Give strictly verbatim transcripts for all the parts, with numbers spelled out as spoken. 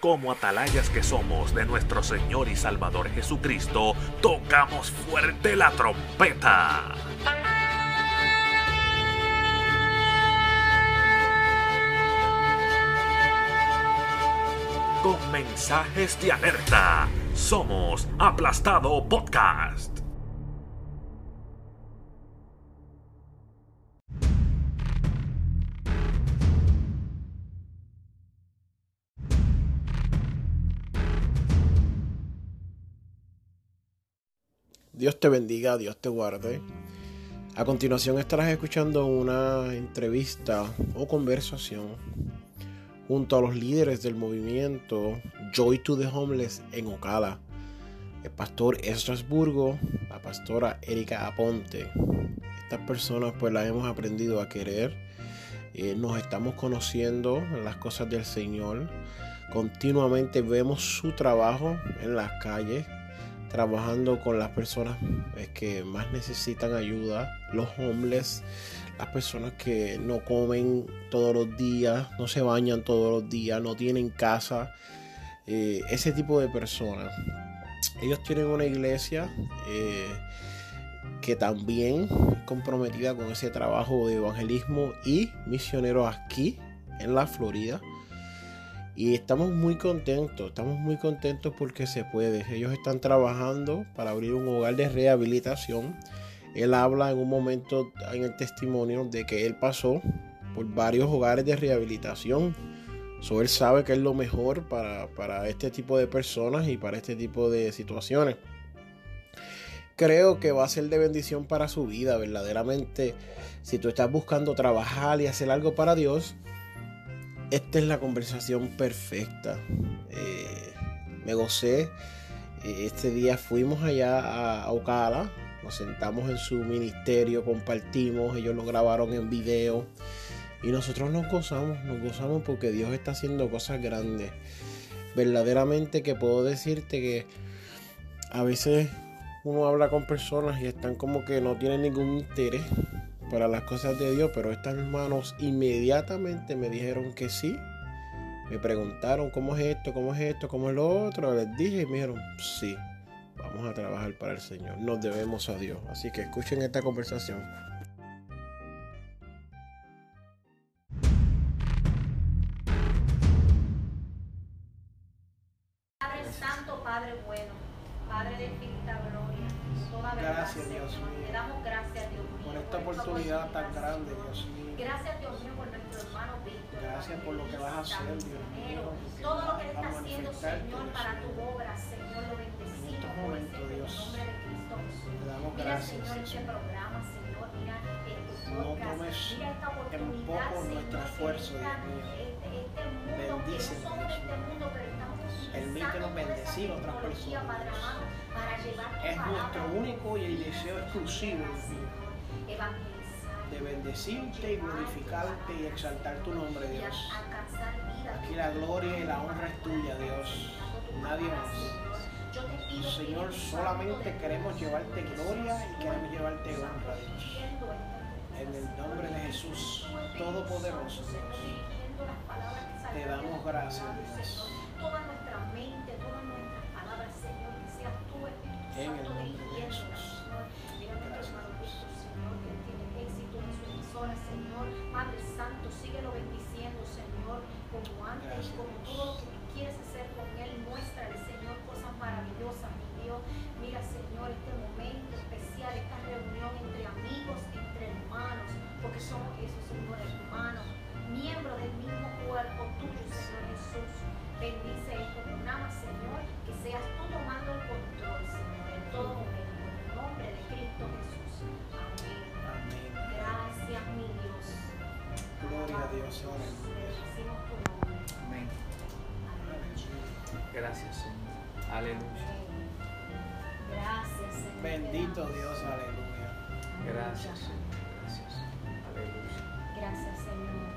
Como atalayas que somos de nuestro Señor y Salvador Jesucristo, tocamos fuerte la trompeta. Con mensajes de alerta, somos Aplastado Podcast. Dios te bendiga, Dios te guarde. A continuación estarás escuchando una entrevista o conversación junto a los líderes del movimiento Joy to the Homeless en Ocala, el pastor Estrasburgo, la pastora Erika Aponte. Estas personas pues las hemos aprendido a querer, eh, nos estamos conociendo en las cosas del Señor, continuamente vemos su trabajo en las calles, trabajando con las personas que más necesitan ayuda, los homeless, las personas que no comen todos los días, no se bañan todos los días, no tienen casa, eh, ese tipo de personas. Ellos tienen una iglesia eh, que también es comprometida con ese trabajo de evangelismo y misioneros aquí en la Florida. Y estamos muy contentos, estamos muy contentos porque se puede. Ellos están trabajando para abrir un hogar de rehabilitación. Él habla en un momento en el testimonio de que él pasó por varios hogares de rehabilitación. So, él sabe que es lo mejor para, para este tipo de personas y para este tipo de situaciones. Creo que va a ser de bendición para su vida, verdaderamente. Si tú estás buscando trabajar y hacer algo para Dios, esta es la conversación perfecta. Eh, me gocé. Eh, este día fuimos allá a Ocala. Nos sentamos en su ministerio, compartimos. Ellos lo grabaron en video. Y nosotros nos gozamos. Nos gozamos porque Dios está haciendo cosas grandes. Verdaderamente que puedo decirte que a veces uno habla con personas y están como que no tienen ningún interés para las cosas de Dios, pero estas hermanos inmediatamente me dijeron que sí. Me preguntaron cómo es esto, cómo es esto, cómo es lo otro. Les dije y me dijeron sí, vamos a trabajar para el Señor, nos debemos a Dios. Así que escuchen esta conversación. Padre Santo, Padre bueno, Padre de infinita gloria, toda verdad, gracias, Señor. Dios mío. Te damos gracias, Dios mío, por esta oportunidad tan grande, Dios mío. Gracias, Dios mío, por nuestro hermano Víctor. Gracias por lo que vas a hacer, Dios mío. Todo lo que él está Vamos a haciendo, manifestarte, Señor, Dios para tu mío. obra, Señor, lo bendecimos. En estos momentos, en el Dios, nombre de Cristo Jesús. te damos Mira, gracias, Señor, este Señor. programa, Señor, mira este No podcast, tomes mira esta en oportunidad, poco Señor, nuestro que esfuerzo, esta- Dios mío. Este, este mundo, que no Bendícenos, somos de Dios este mío. mundo, pero estamos Permítenos bendecir a otras tecnología, personas, Padre Dios. amado, para llevar tu Es palabra nuestro único y el deseo exclusivo, Dios mío, evangelizar, de bendecirte y glorificarte y exaltar tu nombre, y Dios. alcanzar vida. Aquí la gloria y la honra es tuya, Dios. Nadie más. Yo te pido, Señor, solamente queremos llevarte gloria y queremos llevarte honra, Dios. En el nombre de Jesús, Todopoderoso, Dios, te damos gracias, Dios. Toda nuestra mente, todas nuestras palabras, Señor, que seas tú, Espíritu En el Santo, nombre de dirigiéndolas, Jesús. Señor. Mira nuestro Gracias, hermano Dios. Víctor, Señor, que él tiene éxito en su emisora, Señor. Padre Santo, síguelo bendiciendo, Señor, como antes, Gracias, como Dios. todo lo que quieres hacer con él. Muéstrale, Señor, cosas maravillosas, mi Dios. Mira, Señor, este momento especial, esta reunión entre amigos, entre hermanos, porque somos esos, Señor, hermanos, miembros del mismo cuerpo tuyo, Señor Jesús. Bendice este programa, Señor, que seas tú tomando el control, Señor, en todo momento, en el nombre de Cristo Jesús. Amén. Amén. Gracias, mi Dios. Gloria a Dios. Aleluya. Bendecimos tu nombre. Amén. Amén. Gracias, Señor. Aleluya. Gracias, Señor. Bendito Dios, aleluya. Gracias, Señor. Gracias. Aleluya. Gracias, Señor.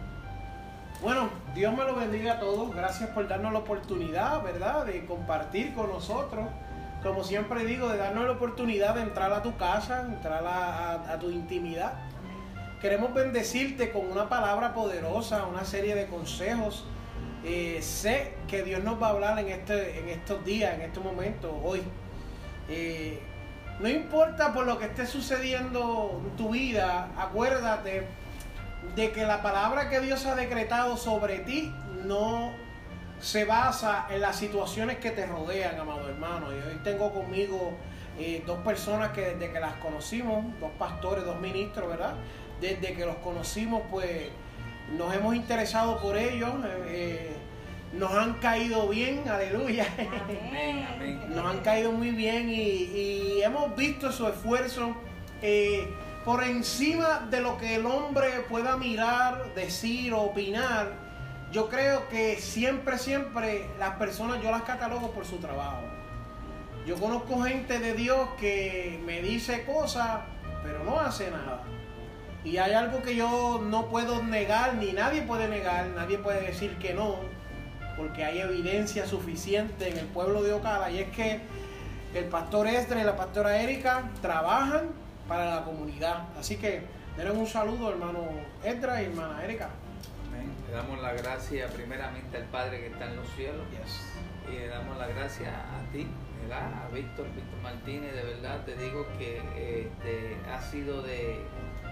Bueno, Dios me lo bendiga a todos. Gracias por darnos la oportunidad, ¿verdad?, de compartir con nosotros. Como siempre digo, de darnos la oportunidad de entrar a tu casa, entrar a, a, a tu intimidad. Queremos bendecirte con una palabra poderosa, una serie de consejos Eh, sé que Dios nos va a hablar en, este, en estos días, en estos momentos, hoy. Eh, no importa por lo que esté sucediendo en tu vida, acuérdate de que la palabra que Dios ha decretado sobre ti no se basa en las situaciones que te rodean, amado hermano. Y hoy tengo conmigo eh, dos personas que desde que las conocimos, dos pastores, dos ministros, ¿verdad? Desde que los conocimos, pues nos hemos interesado por ellos, eh, nos han caído bien, aleluya. Amén, amén. Nos han caído muy bien y, y hemos visto su esfuerzo eh, por encima de lo que el hombre pueda mirar, decir o opinar. Yo creo que siempre, siempre las personas yo las catalogo por su trabajo. Yo conozco gente de Dios que me dice cosas, pero no hace nada. Y hay algo que yo no puedo negar, ni nadie puede negar, nadie puede decir que no, porque hay evidencia suficiente en el pueblo de Ocala, y es que el pastor Esdras y la pastora Erika trabajan para la comunidad. Así que denle un saludo, hermano Esdras y hermana Erika. Amén. Le damos la gracia primeramente al Padre que está en los cielos. Yes. Y le damos la gracia a ti, ¿verdad? A Víctor, Víctor Martínez. De verdad te digo que este, ha sido de,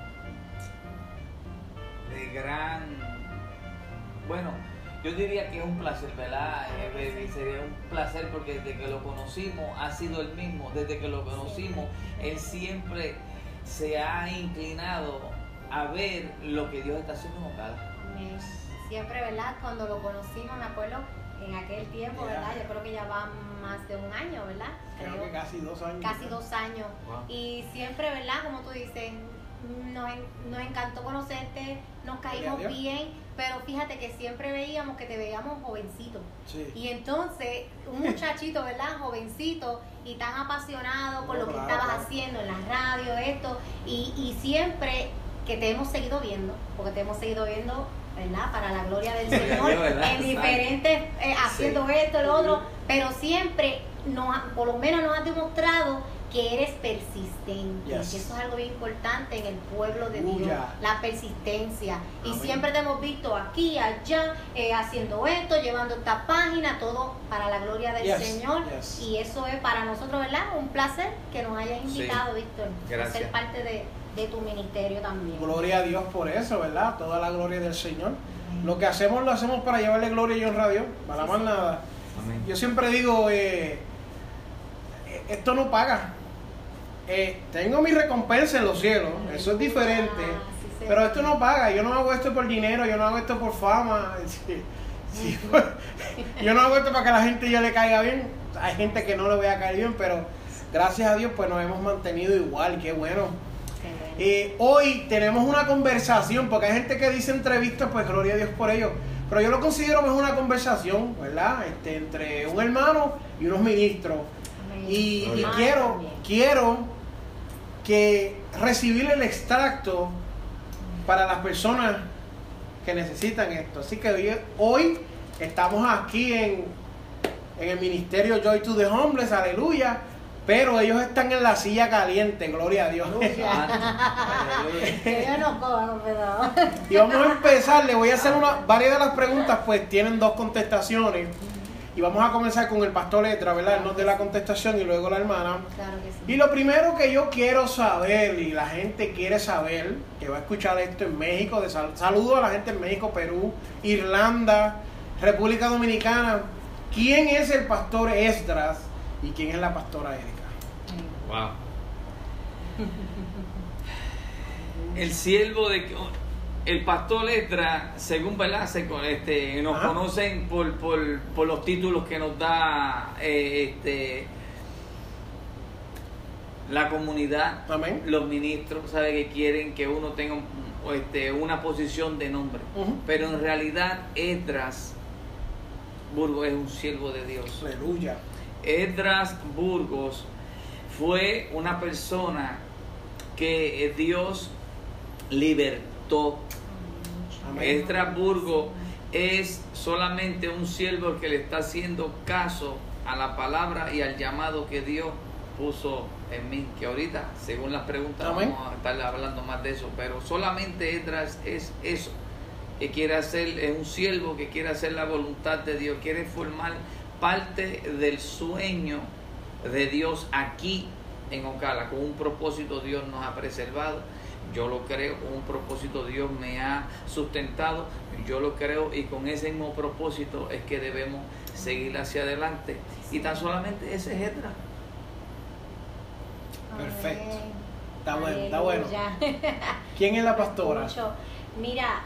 de gran, bueno, yo diría que es un placer, ¿verdad? Eh, sería un placer porque desde que lo conocimos ha sido el mismo. Desde que lo conocimos, él siempre se ha inclinado a ver lo que Dios está haciendo en Ocala. Amén. Siempre, ¿verdad? Cuando lo conocimos, me acuerdo, en aquel tiempo, Yeah. ¿verdad? Yo creo que ya va más de un año, ¿verdad? Creo que casi dos años. Casi dos años. Wow. Y siempre, ¿verdad? Como tú dices, nos, en- nos encantó conocerte, nos Gloria a caímos Dios. bien, pero fíjate que siempre veíamos que te veíamos jovencito. Sí. Y entonces, un muchachito, ¿verdad? Jovencito y tan apasionado por No, lo que claro, estabas claro. haciendo en la radio, esto, y, y siempre que te hemos seguido viendo, porque te hemos seguido viendo, ¿verdad? Para la gloria del Gloria a Señor, Dios, ¿verdad? en diferentes, eh, haciendo esto, lo otro, pero siempre, nos, ha- por lo menos nos has demostrado que eres persistente, Yes. que eso es algo bien importante en el pueblo de Aleluya. Dios, la persistencia. Y Amén. siempre te hemos visto aquí, allá, eh, haciendo esto, llevando esta página, todo para la gloria del Yes, Señor. yes. Y eso es para nosotros, ¿verdad? Un placer que nos hayas Sí. invitado, Víctor, a Gracias. ser parte de, de tu ministerio también. Gloria a Dios por eso, ¿verdad? Toda la gloria del Señor. Lo que hacemos, lo hacemos para llevarle gloria y honra a Dios, para Sí, más sí. nada. Amén. Yo siempre digo, eh, eh, esto no paga. Eh, tengo mi recompensa en los cielos, eso es diferente. Ah, sí, sí. Pero esto no paga, yo no hago esto por dinero, yo no hago esto por fama. Sí, sí, yo no hago esto para que a la gente yo le caiga bien. Hay gente que no le voy a caer bien, pero gracias a Dios pues nos hemos mantenido igual, qué bueno. Qué bueno. Eh, hoy tenemos una conversación, porque hay gente que dice entrevistas, pues gloria a Dios por ello. Pero yo lo considero más una conversación, ¿verdad? Este, entre un hermano y unos ministros. Amén. Y, y Gloria. quiero, También. quiero que recibir el extracto para las personas que necesitan esto. Así que hoy, hoy estamos aquí en, en el ministerio Joy to the Homeless, aleluya. Pero ellos están en la silla caliente, gloria a Dios. Aleluya. Que Dios nos coja, perdón. Y vamos a empezar, le voy a hacer una, varias de las preguntas, pues tienen dos contestaciones. Y vamos a comenzar con el pastor Esdras, ¿verdad? Él nos dé la contestación y luego la hermana. Claro que sí. Y lo primero que yo quiero saber, y la gente quiere saber, que va a escuchar esto en México, de sal, saludo a la gente en México, Perú, Irlanda, República Dominicana. ¿Quién es el pastor Esdras y quién es la pastora Erika? Wow. El siervo de el pastor Esdras, según verdad, se, este, nos Ajá. conocen por, por, por los títulos que nos da eh, este, la comunidad, Amén. los ministros, sabe que quieren que uno tenga un- este, una posición de nombre, Ujú. pero en realidad Esdras Burgos es un siervo de Dios. Aleluya. Esdras Burgos fue una persona que eh, Dios libertó. Amén. Esdras Burgos es solamente un siervo que le está haciendo caso a la palabra y al llamado que Dios puso en mí, que ahorita, según las preguntas, Amén. vamos a estar hablando más de eso, pero solamente Esdras es eso. que quiere hacer, es un siervo que quiere hacer la voluntad de Dios, quiere formar parte del sueño de Dios aquí en Ocala. Con un propósito Dios nos ha preservado, yo lo creo, con un propósito Dios me ha sustentado, yo lo creo, y con ese mismo propósito es que debemos seguir hacia adelante, y tan solamente ese es Edra. Perfecto. Amén. Está bueno, está bueno. Aleluya. ¿Quién es la pastora? Escucho. Mira,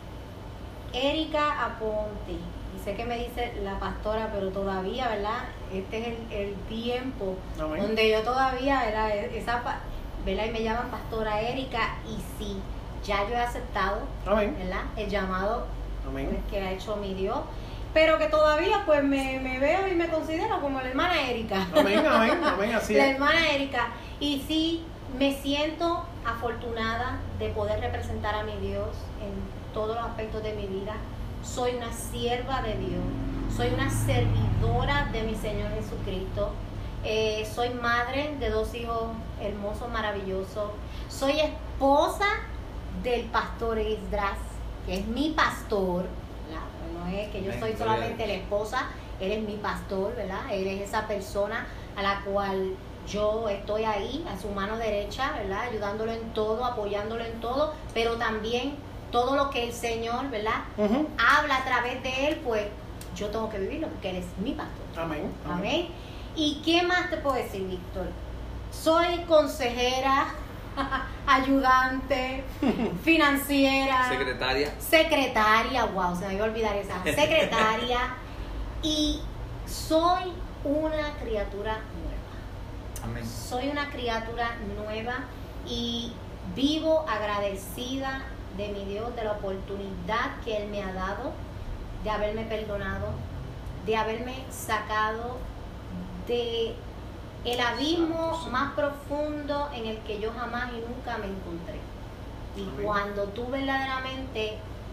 Erika Aponte, y sé que me dice la pastora, pero todavía, ¿verdad? Este es el, el tiempo Amén. donde yo todavía, ¿verdad? Esa, pa- ¿verdad? Y me llaman pastora Erika, y sí, ya yo he aceptado, Amén. ¿verdad? El llamado Amén. pues, que ha hecho mi Dios, pero que todavía pues me, me veo y me considero como la hermana Erika. Amén, amén, amén, así La es. hermana Erika. Y sí, me siento afortunada de poder representar a mi Dios en todos los aspectos de mi vida. Soy una sierva de Dios, soy una servidora de mi Señor Jesucristo. Eh, soy madre de dos hijos hermosos, maravillosos. Soy esposa del pastor Esdras, que es mi pastor, ¿verdad? No es que yo soy solamente la esposa, él es mi pastor, ¿verdad? Él es esa persona a la cual yo estoy ahí, a su mano derecha, ¿verdad? Ayudándolo en todo, apoyándolo en todo, pero también todo lo que el Señor, ¿verdad? Ujú. Habla a través de él, pues yo tengo que vivirlo porque él es mi pastor. Amén. Amén. ¿Y qué más te puedo decir, Víctor? Soy consejera, ayudante, financiera, Secretaria. secretaria, wow, se me iba a olvidar esa, secretaria, y soy una criatura nueva. Amén. Soy una criatura nueva y vivo agradecida de mi Dios, de la oportunidad que Él me ha dado, de haberme perdonado, de haberme sacado de el abismo Santo, sí. más profundo en el que yo jamás y nunca me encontré. Y Amén. cuando tú verdaderamente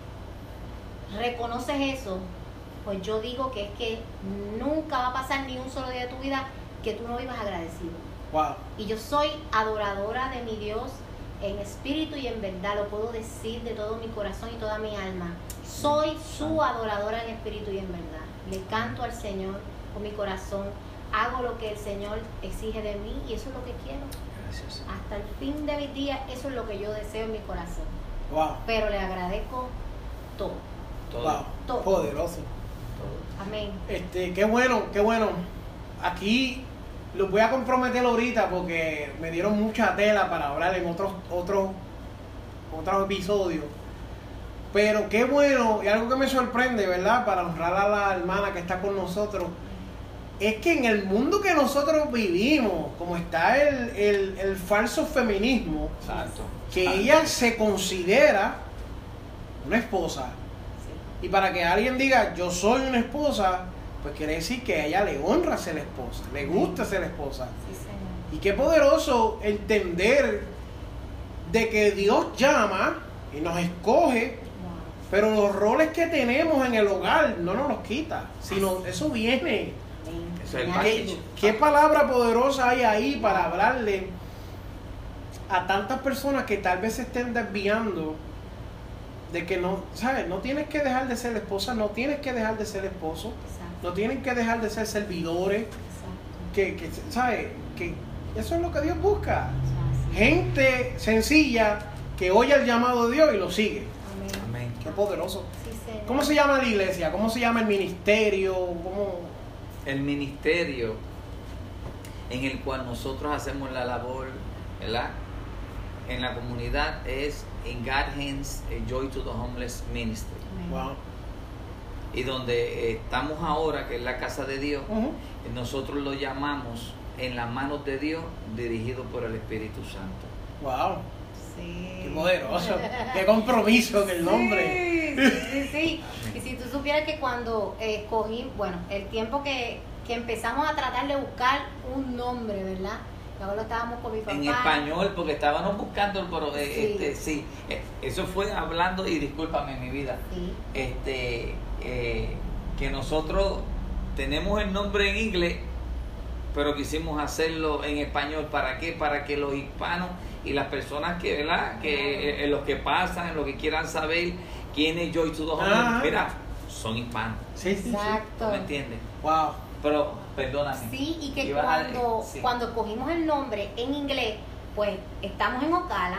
reconoces eso, pues yo digo que es que nunca va a pasar ni un solo día de tu vida que tú no vivas agradecido. Wow. Y yo soy adoradora de mi Dios en espíritu y en verdad, lo puedo decir de todo mi corazón y toda mi alma. Soy su adoradora en espíritu y en verdad. Le canto al Señor con mi corazón, hago lo que el Señor exige de mí y eso es lo que quiero. Gracias. Hasta el fin de mis días, eso es lo que yo deseo en mi corazón. Wow. Pero le agradezco todo. Todo. Wow. Todo. Poderoso. todo. Amén. Este, qué bueno, qué bueno. Aquí los voy a comprometer ahorita porque me dieron mucha tela para hablar en otros otros otros episodios. Pero qué bueno, y algo que me sorprende, ¿verdad? Para honrar a la hermana que está con nosotros, es que en el mundo que nosotros vivimos, como está el, el, el falso feminismo, Santo. que Santo. ella se considera una esposa. Sí. Y para que alguien diga, yo soy una esposa, pues quiere decir que a ella le honra ser esposa, le gusta ser esposa. Sí, Señor. Y qué poderoso entender de que Dios llama y nos escoge, Wow. pero los roles que tenemos en el hogar no nos los quita, sino eso viene. Amén. Eso es el Me package. alegro. ¿Qué palabra poderosa hay ahí para hablarle a tantas personas que tal vez se estén desviando de que no, ¿sabes? No tienes que dejar de ser esposa, no tienes que dejar de ser esposo, Exacto. no tienen que dejar de ser servidores, Exacto. que, que ¿sabes? Que eso es lo que Dios busca. Así. Gente sencilla que oye el llamado de Dios y lo sigue. Amén. Amén. Qué poderoso. Sí, Señor. ¿Cómo se llama la iglesia? ¿Cómo se llama el ministerio? ¿Cómo? El ministerio en el cual nosotros hacemos la labor, ¿verdad? En la comunidad es In God Hands, a Joy to the Homeless Ministry. Amén. Wow. Y donde eh, estamos ahora, que es la casa de Dios, Ujú. nosotros lo llamamos En las manos de Dios, dirigido por el Espíritu Santo. Wow. Sí. Qué poderoso. Qué compromiso en el nombre. Sí, sí, sí. Y si tú supieras que cuando eh, escogí, bueno, el tiempo que, que empezamos a tratar de buscar un nombre, ¿verdad? Luego lo estábamos con mi papá. En español, porque estábamos buscando, pero eh, Sí. este, sí, eh, eso fue hablando, y discúlpame mi vida, Sí. este, eh, que nosotros tenemos el nombre en inglés, pero quisimos hacerlo en español. ¿Para qué? Para que los hispanos y las personas que, ¿verdad? Que eh, los que pasan, los que quieran saber ¿quién es Joy to the Homeless? Ajá. Mira, son hispanos. Sí, sí, sí. Exacto. ¿Me entiendes? Wow. Pero, perdóname. Sí, y que Ibas a- cuando, sí. cuando cogimos el nombre en inglés, pues estamos en Ocala,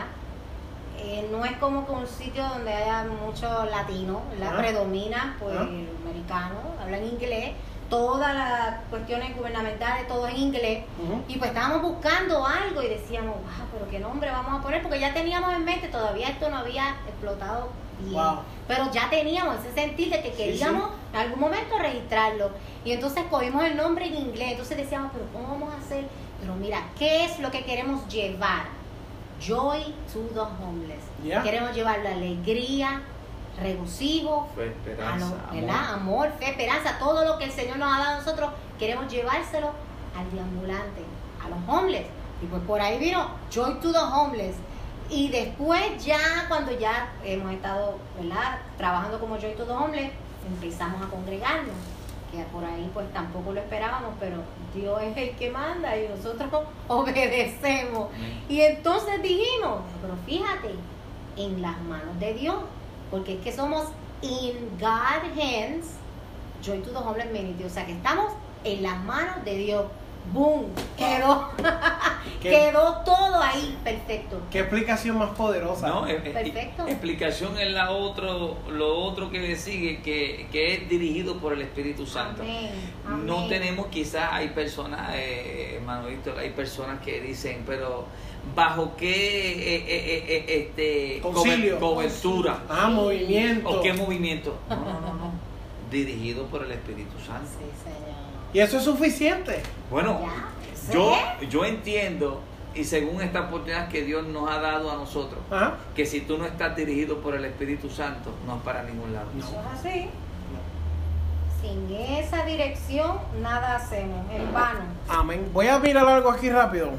eh, no es como que un sitio donde haya muchos latinos, ¿verdad? Ah. Predomina pues Ah. el americano, hablan inglés, todas las cuestiones gubernamentales, todo en inglés, Ujú. y pues estábamos buscando algo y decíamos, wow, pero qué nombre vamos a poner, porque ya teníamos en mente, todavía esto no había explotado bien, Wow. pero ya teníamos ese sentir de que Sí, queríamos en algún momento registrarlo, y entonces cogimos el nombre en inglés, entonces decíamos, pero ¿cómo vamos a hacer? Pero mira, ¿qué es lo que queremos llevar? Joy to the homeless. Yeah. Queremos llevar la alegría, regocijo, Fue a esperanza, lo- amor. ¿verdad? Amor, fe, esperanza, todo lo que el Señor nos ha dado a nosotros, queremos llevárselo al deambulante, a los homeless. Y pues por ahí vino Joy to the homeless. Y después ya, cuando ya hemos estado, ¿verdad?, trabajando como Joy to the homeless, empezamos a congregarnos. Que por ahí pues tampoco lo esperábamos, pero Dios es el que manda y nosotros obedecemos. Amén. Y entonces dijimos, pero fíjate, en las manos de Dios, porque es que somos in God's hands, Joy to the Homeless Ministry, o sea que estamos en las manos de Dios. ¡Boom! Quedó, ¿Qué? quedó todo ahí perfecto. Qué explicación más poderosa. No, eh, eh, Perfecto. explicación es la otro, lo otro que le sigue, que, que es dirigido por el Espíritu Santo. Amén. No Amén. tenemos, quizás hay personas, eh, hermano Víctor, hay personas que dicen, pero ¿bajo qué eh, eh, eh, este, Concilio. cobe- cobertura? Ah, movimiento. ¿O qué movimiento? No, no, no, no. Dirigido por el Espíritu Santo. Sí, Señor. Y eso es suficiente. Bueno, Ya, yo, ¿sí? yo entiendo, y según esta oportunidad que Dios nos ha dado a nosotros, Ajá. que si tú no estás dirigido por el Espíritu Santo, no es para ningún lado. No. Eso es así. Sin esa dirección, nada hacemos, en vano. Amén. Voy a mirar algo aquí rápido.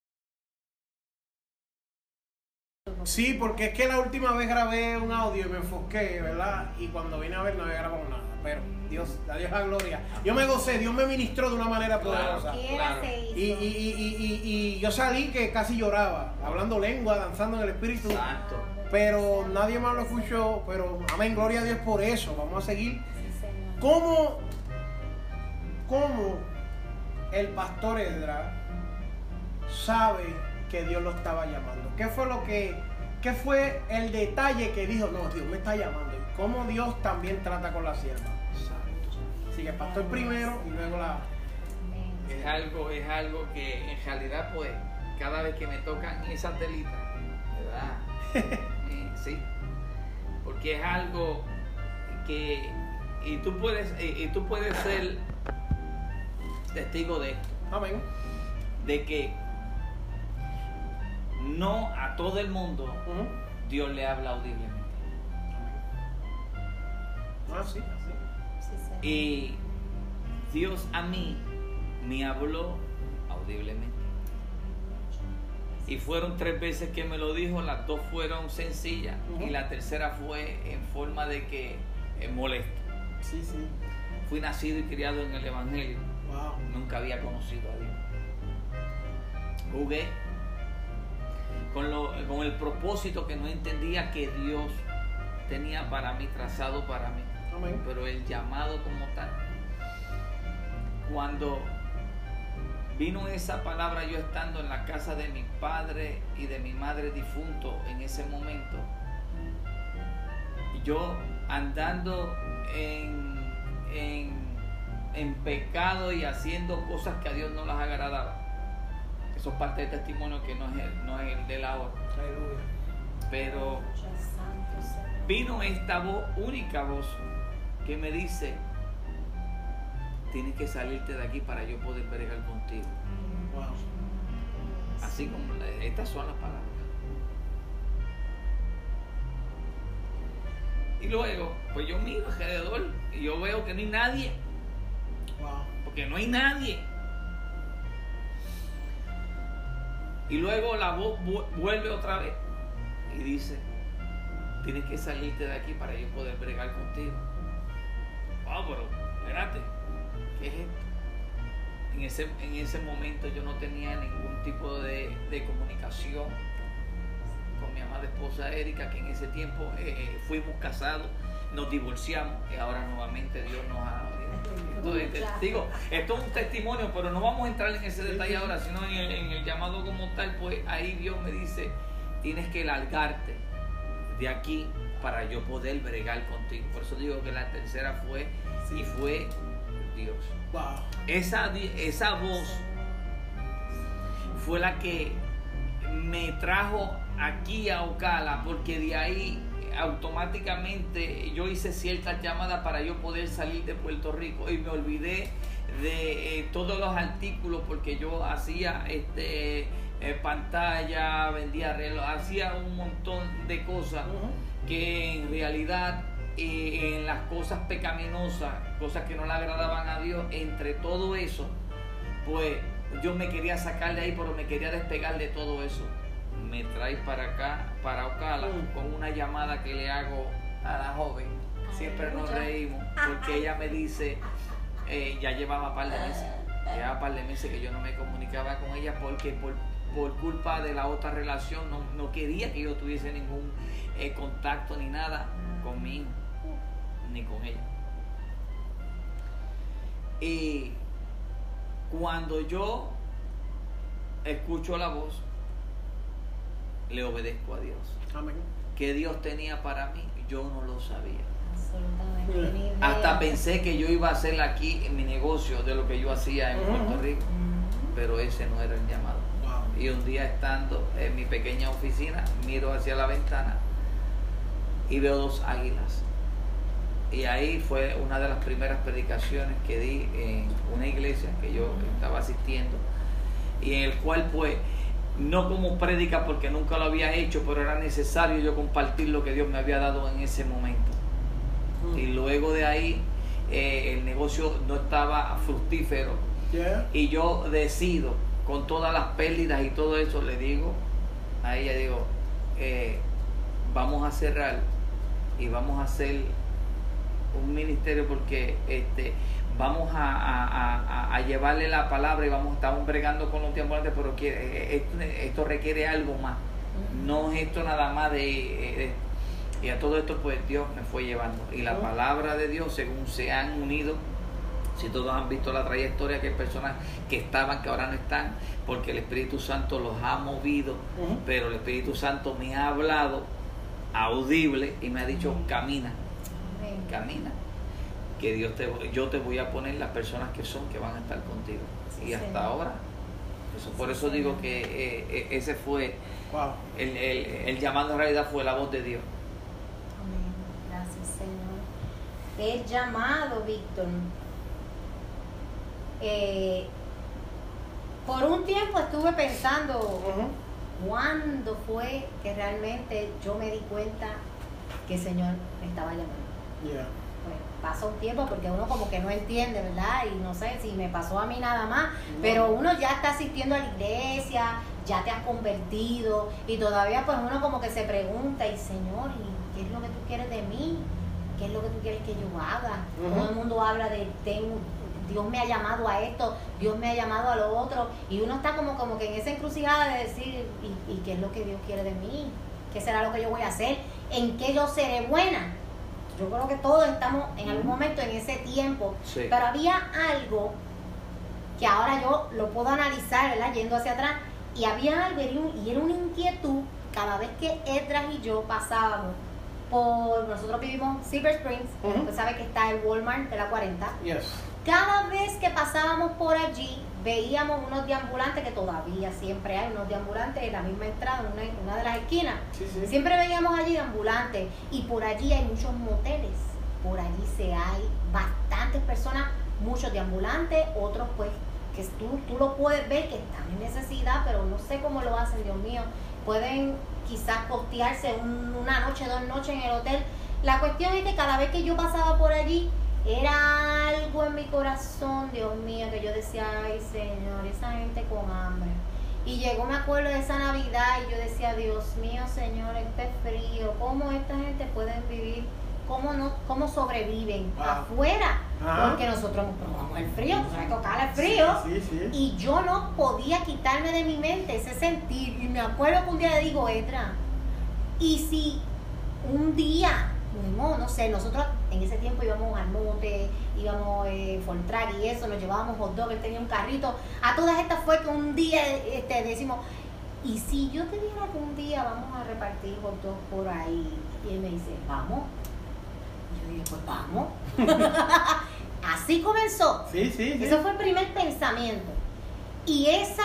Sí, porque es que la última vez grabé un audio y me enfoqué, ¿verdad? Y cuando vine a ver no había grabado nada. Pero Dios, a Dios la gloria. Yo me gocé, Dios me ministró de una manera poderosa. Quiera claro. se hizo. Y, y, y, y, y, y yo salí que casi lloraba, hablando lengua, danzando en el Espíritu. Exacto. Pero nadie más lo escuchó. Pero amén, gloria a Dios por eso. Vamos a seguir. Sí, Señor. ¿Cómo, cómo el pastor Edra sabe que Dios lo estaba llamando? ¿Qué fue lo que, qué fue el detalle que dijo, no, Dios me está llamando? ¿Y cómo Dios también trata con la sierva? Así que el pastor primero y luego la... Amén. Es algo, es algo que en realidad, pues, cada vez que me tocan esa telita, ¿verdad? Eh, sí. Porque es algo que, y tú puedes, y, y tú puedes ser testigo de esto, Amén. de que no a todo el mundo Ujú. Dios le habla audiblemente. Ah, sí, así. Sí, Señor. Y Dios a mí me habló audiblemente. Y fueron tres veces que me lo dijo, las dos fueron sencillas Ujú. y la tercera fue en forma de que es molesto. Sí, sí. Fui nacido y criado en el Evangelio, Wow. nunca había conocido a Dios. Jugué con, lo, con el propósito que no entendía que Dios tenía para mí, trazado para mí. Amén. Pero el llamado como tal, cuando vino esa palabra, yo estando en la casa de mi padre y de mi madre difunto en ese momento, yo andando en, en, en pecado y haciendo cosas que a Dios no las agradaba. Eso es parte del testimonio que no es el, no es el de la hora. Aleluya. Pero Santo Señor. vino esta voz, única voz, que me dice, tienes que salirte de aquí para yo poder bregar contigo. Wow. Así como la- estas son las palabras. Y luego, pues yo miro alrededor y yo veo que no hay nadie, Wow. porque no hay nadie. Y luego la voz vu- vuelve otra vez y dice, tienes que salirte de aquí para yo poder bregar contigo. Wow, pero espérate, ¿qué es esto? En ese, en ese momento yo no tenía ningún tipo de, de comunicación con con mi amada esposa Erika, que en ese tiempo eh, fuimos casados, nos divorciamos y ahora nuevamente Dios nos ha... Entonces, digo, esto es un testimonio, pero no vamos a entrar en ese detalle ahora, sino en el, en el llamado como tal. Pues ahí Dios me dice, tienes que largarte de aquí para yo poder bregar contigo. Por eso digo que la tercera fue, sí. y fue Dios. Wow. Esa, esa voz fue la que me trajo aquí a Ocala, porque de ahí automáticamente yo hice ciertas llamadas para yo poder salir de Puerto Rico y me olvidé de eh, todos los artículos, porque yo hacía este eh, pantalla, vendía reloj, hacía un montón de cosas uh-huh. que en realidad eh, en las cosas pecaminosas, cosas que no le agradaban a Dios, entre todo eso, pues yo me quería sacar de ahí, pero me quería despegar de todo eso. Me trae para acá, para Ocala, mm. con una llamada que le hago a la joven. Siempre nos reímos, porque ella me dice, eh, ya llevaba un par de meses, llevaba un par de meses que yo no me comunicaba con ella, porque por, por culpa de la otra relación no, no quería que yo tuviese ningún eh, contacto ni nada con mi hijo, ni con ella. Y cuando yo escucho la voz, le obedezco a Dios. Amén. Que Dios tenía para mí, yo no lo sabía. Absolutamente. Hasta pensé que yo iba a hacer aquí en mi negocio de lo que yo hacía en uh-huh. Puerto Rico, uh-huh. pero ese no era el llamado. Wow. Y un día estando en mi pequeña oficina, miro hacia la ventana y veo dos águilas. Y ahí fue una de las primeras predicaciones que di en una iglesia que yo estaba asistiendo, y en el cual pues no como prédica porque nunca lo había hecho, pero era necesario yo compartir lo que Dios me había dado en ese momento. Mm. Y luego de ahí eh, el negocio no estaba fructífero, yeah. y yo decido, con todas las pérdidas y todo eso, le digo a ella, digo, eh, vamos a cerrar y vamos a hacer un ministerio, porque este vamos a, a, a, a llevarle la palabra y vamos estamos bregando con los deambulantes, pero que, esto, esto requiere algo más, no es esto nada más de, de y a todo esto pues Dios me fue llevando, y la palabra de Dios, según se han unido, si todos han visto la trayectoria, que hay personas que estaban, que ahora no están, porque el Espíritu Santo los ha movido, uh-huh. pero el Espíritu Santo me ha hablado audible y me ha dicho, camina, camina, que Dios te, yo te voy a poner las personas que son, que van a estar contigo. Sí, y hasta sí. ahora, eso, por sí, eso sí. digo que eh, ese fue wow. el, el, el llamado, en realidad fue la voz de Dios. Amén. Gracias, Señor. El llamado, Víctor. Eh, por un tiempo estuve pensando, uh-huh. ¿cuándo fue que realmente yo me di cuenta que el Señor me estaba llamando? Yeah. Pues pasa un tiempo, porque uno como que no entiende, ¿verdad? Y no sé si me pasó a mí nada más, no. pero uno ya está asistiendo a la iglesia, ya te has convertido, y todavía pues uno como que se pregunta, y Señor, ¿y qué es lo que tú quieres de mí? ¿Qué es lo que tú quieres que yo haga? Uh-huh. Todo el mundo habla de tengo, Dios me ha llamado a esto, Dios me ha llamado a lo otro, y uno está como, como que en esa encrucijada de decir, ¿y, y qué es lo que Dios quiere de mí? ¿Qué será lo que yo voy a hacer? ¿En qué yo seré buena? Yo creo que todos estamos en algún momento en ese tiempo, sí. pero había algo que ahora yo lo puedo analizar, ¿verdad? Yendo hacia atrás, y había algo, y era una inquietud cada vez que Edras y yo pasábamos por, nosotros vivimos Silver Springs, uh-huh. usted sabe que está el Walmart de la cuarenta, yes. cada vez que pasábamos por allí, veíamos unos deambulantes, que todavía siempre hay unos deambulantes en la misma entrada, en una, una de las esquinas. Sí, sí. Siempre veíamos allí deambulantes, y por allí hay muchos moteles. Por allí se hay bastantes personas, muchos deambulantes, otros pues que tú, tú lo puedes ver que están en necesidad, pero no sé cómo lo hacen, Dios mío. Pueden quizás costearse un, una noche, dos noches en el hotel. La cuestión es que cada vez que yo pasaba por allí, era algo en mi corazón, Dios mío, que yo decía, ay Señor, esa gente con hambre. Y llegó, me acuerdo de esa Navidad, y yo decía, Dios mío, Señor, este frío, ¿cómo esta gente puede vivir? ¿Cómo no, cómo sobreviven ah. afuera? Ah. Porque nosotros probamos el frío, nos tocar el frío. Sí, sí, sí. Y yo no podía quitarme de mi mente ese sentir. Y me acuerdo que un día le digo, Edra, Y si un día, no, no sé, nosotros en ese tiempo íbamos al monte, íbamos eh, Fortrack y eso, nos llevábamos hot dog, él tenía un carrito. A todas estas fue que un día este, decimos, y si yo te dijera que un día vamos a repartir hot dog por ahí, y él me dice, vamos. Y yo dije, pues vamos. Así comenzó. Sí, sí, sí. Eso fue el primer pensamiento. Y esa,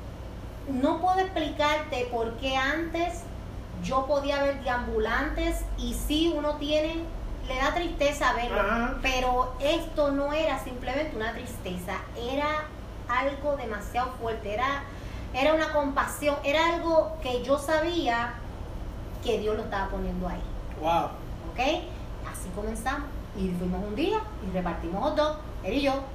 no puedo explicarte por qué antes yo podía ver deambulantes y sí uno tiene, le da tristeza verlo, Ajá. pero esto no era simplemente una tristeza, era algo demasiado fuerte, era, era una compasión, era algo que yo sabía que Dios lo estaba poniendo ahí. Wow. ¿Ok? Así comenzamos. Y fuimos un día y repartimos hot dog, él y yo.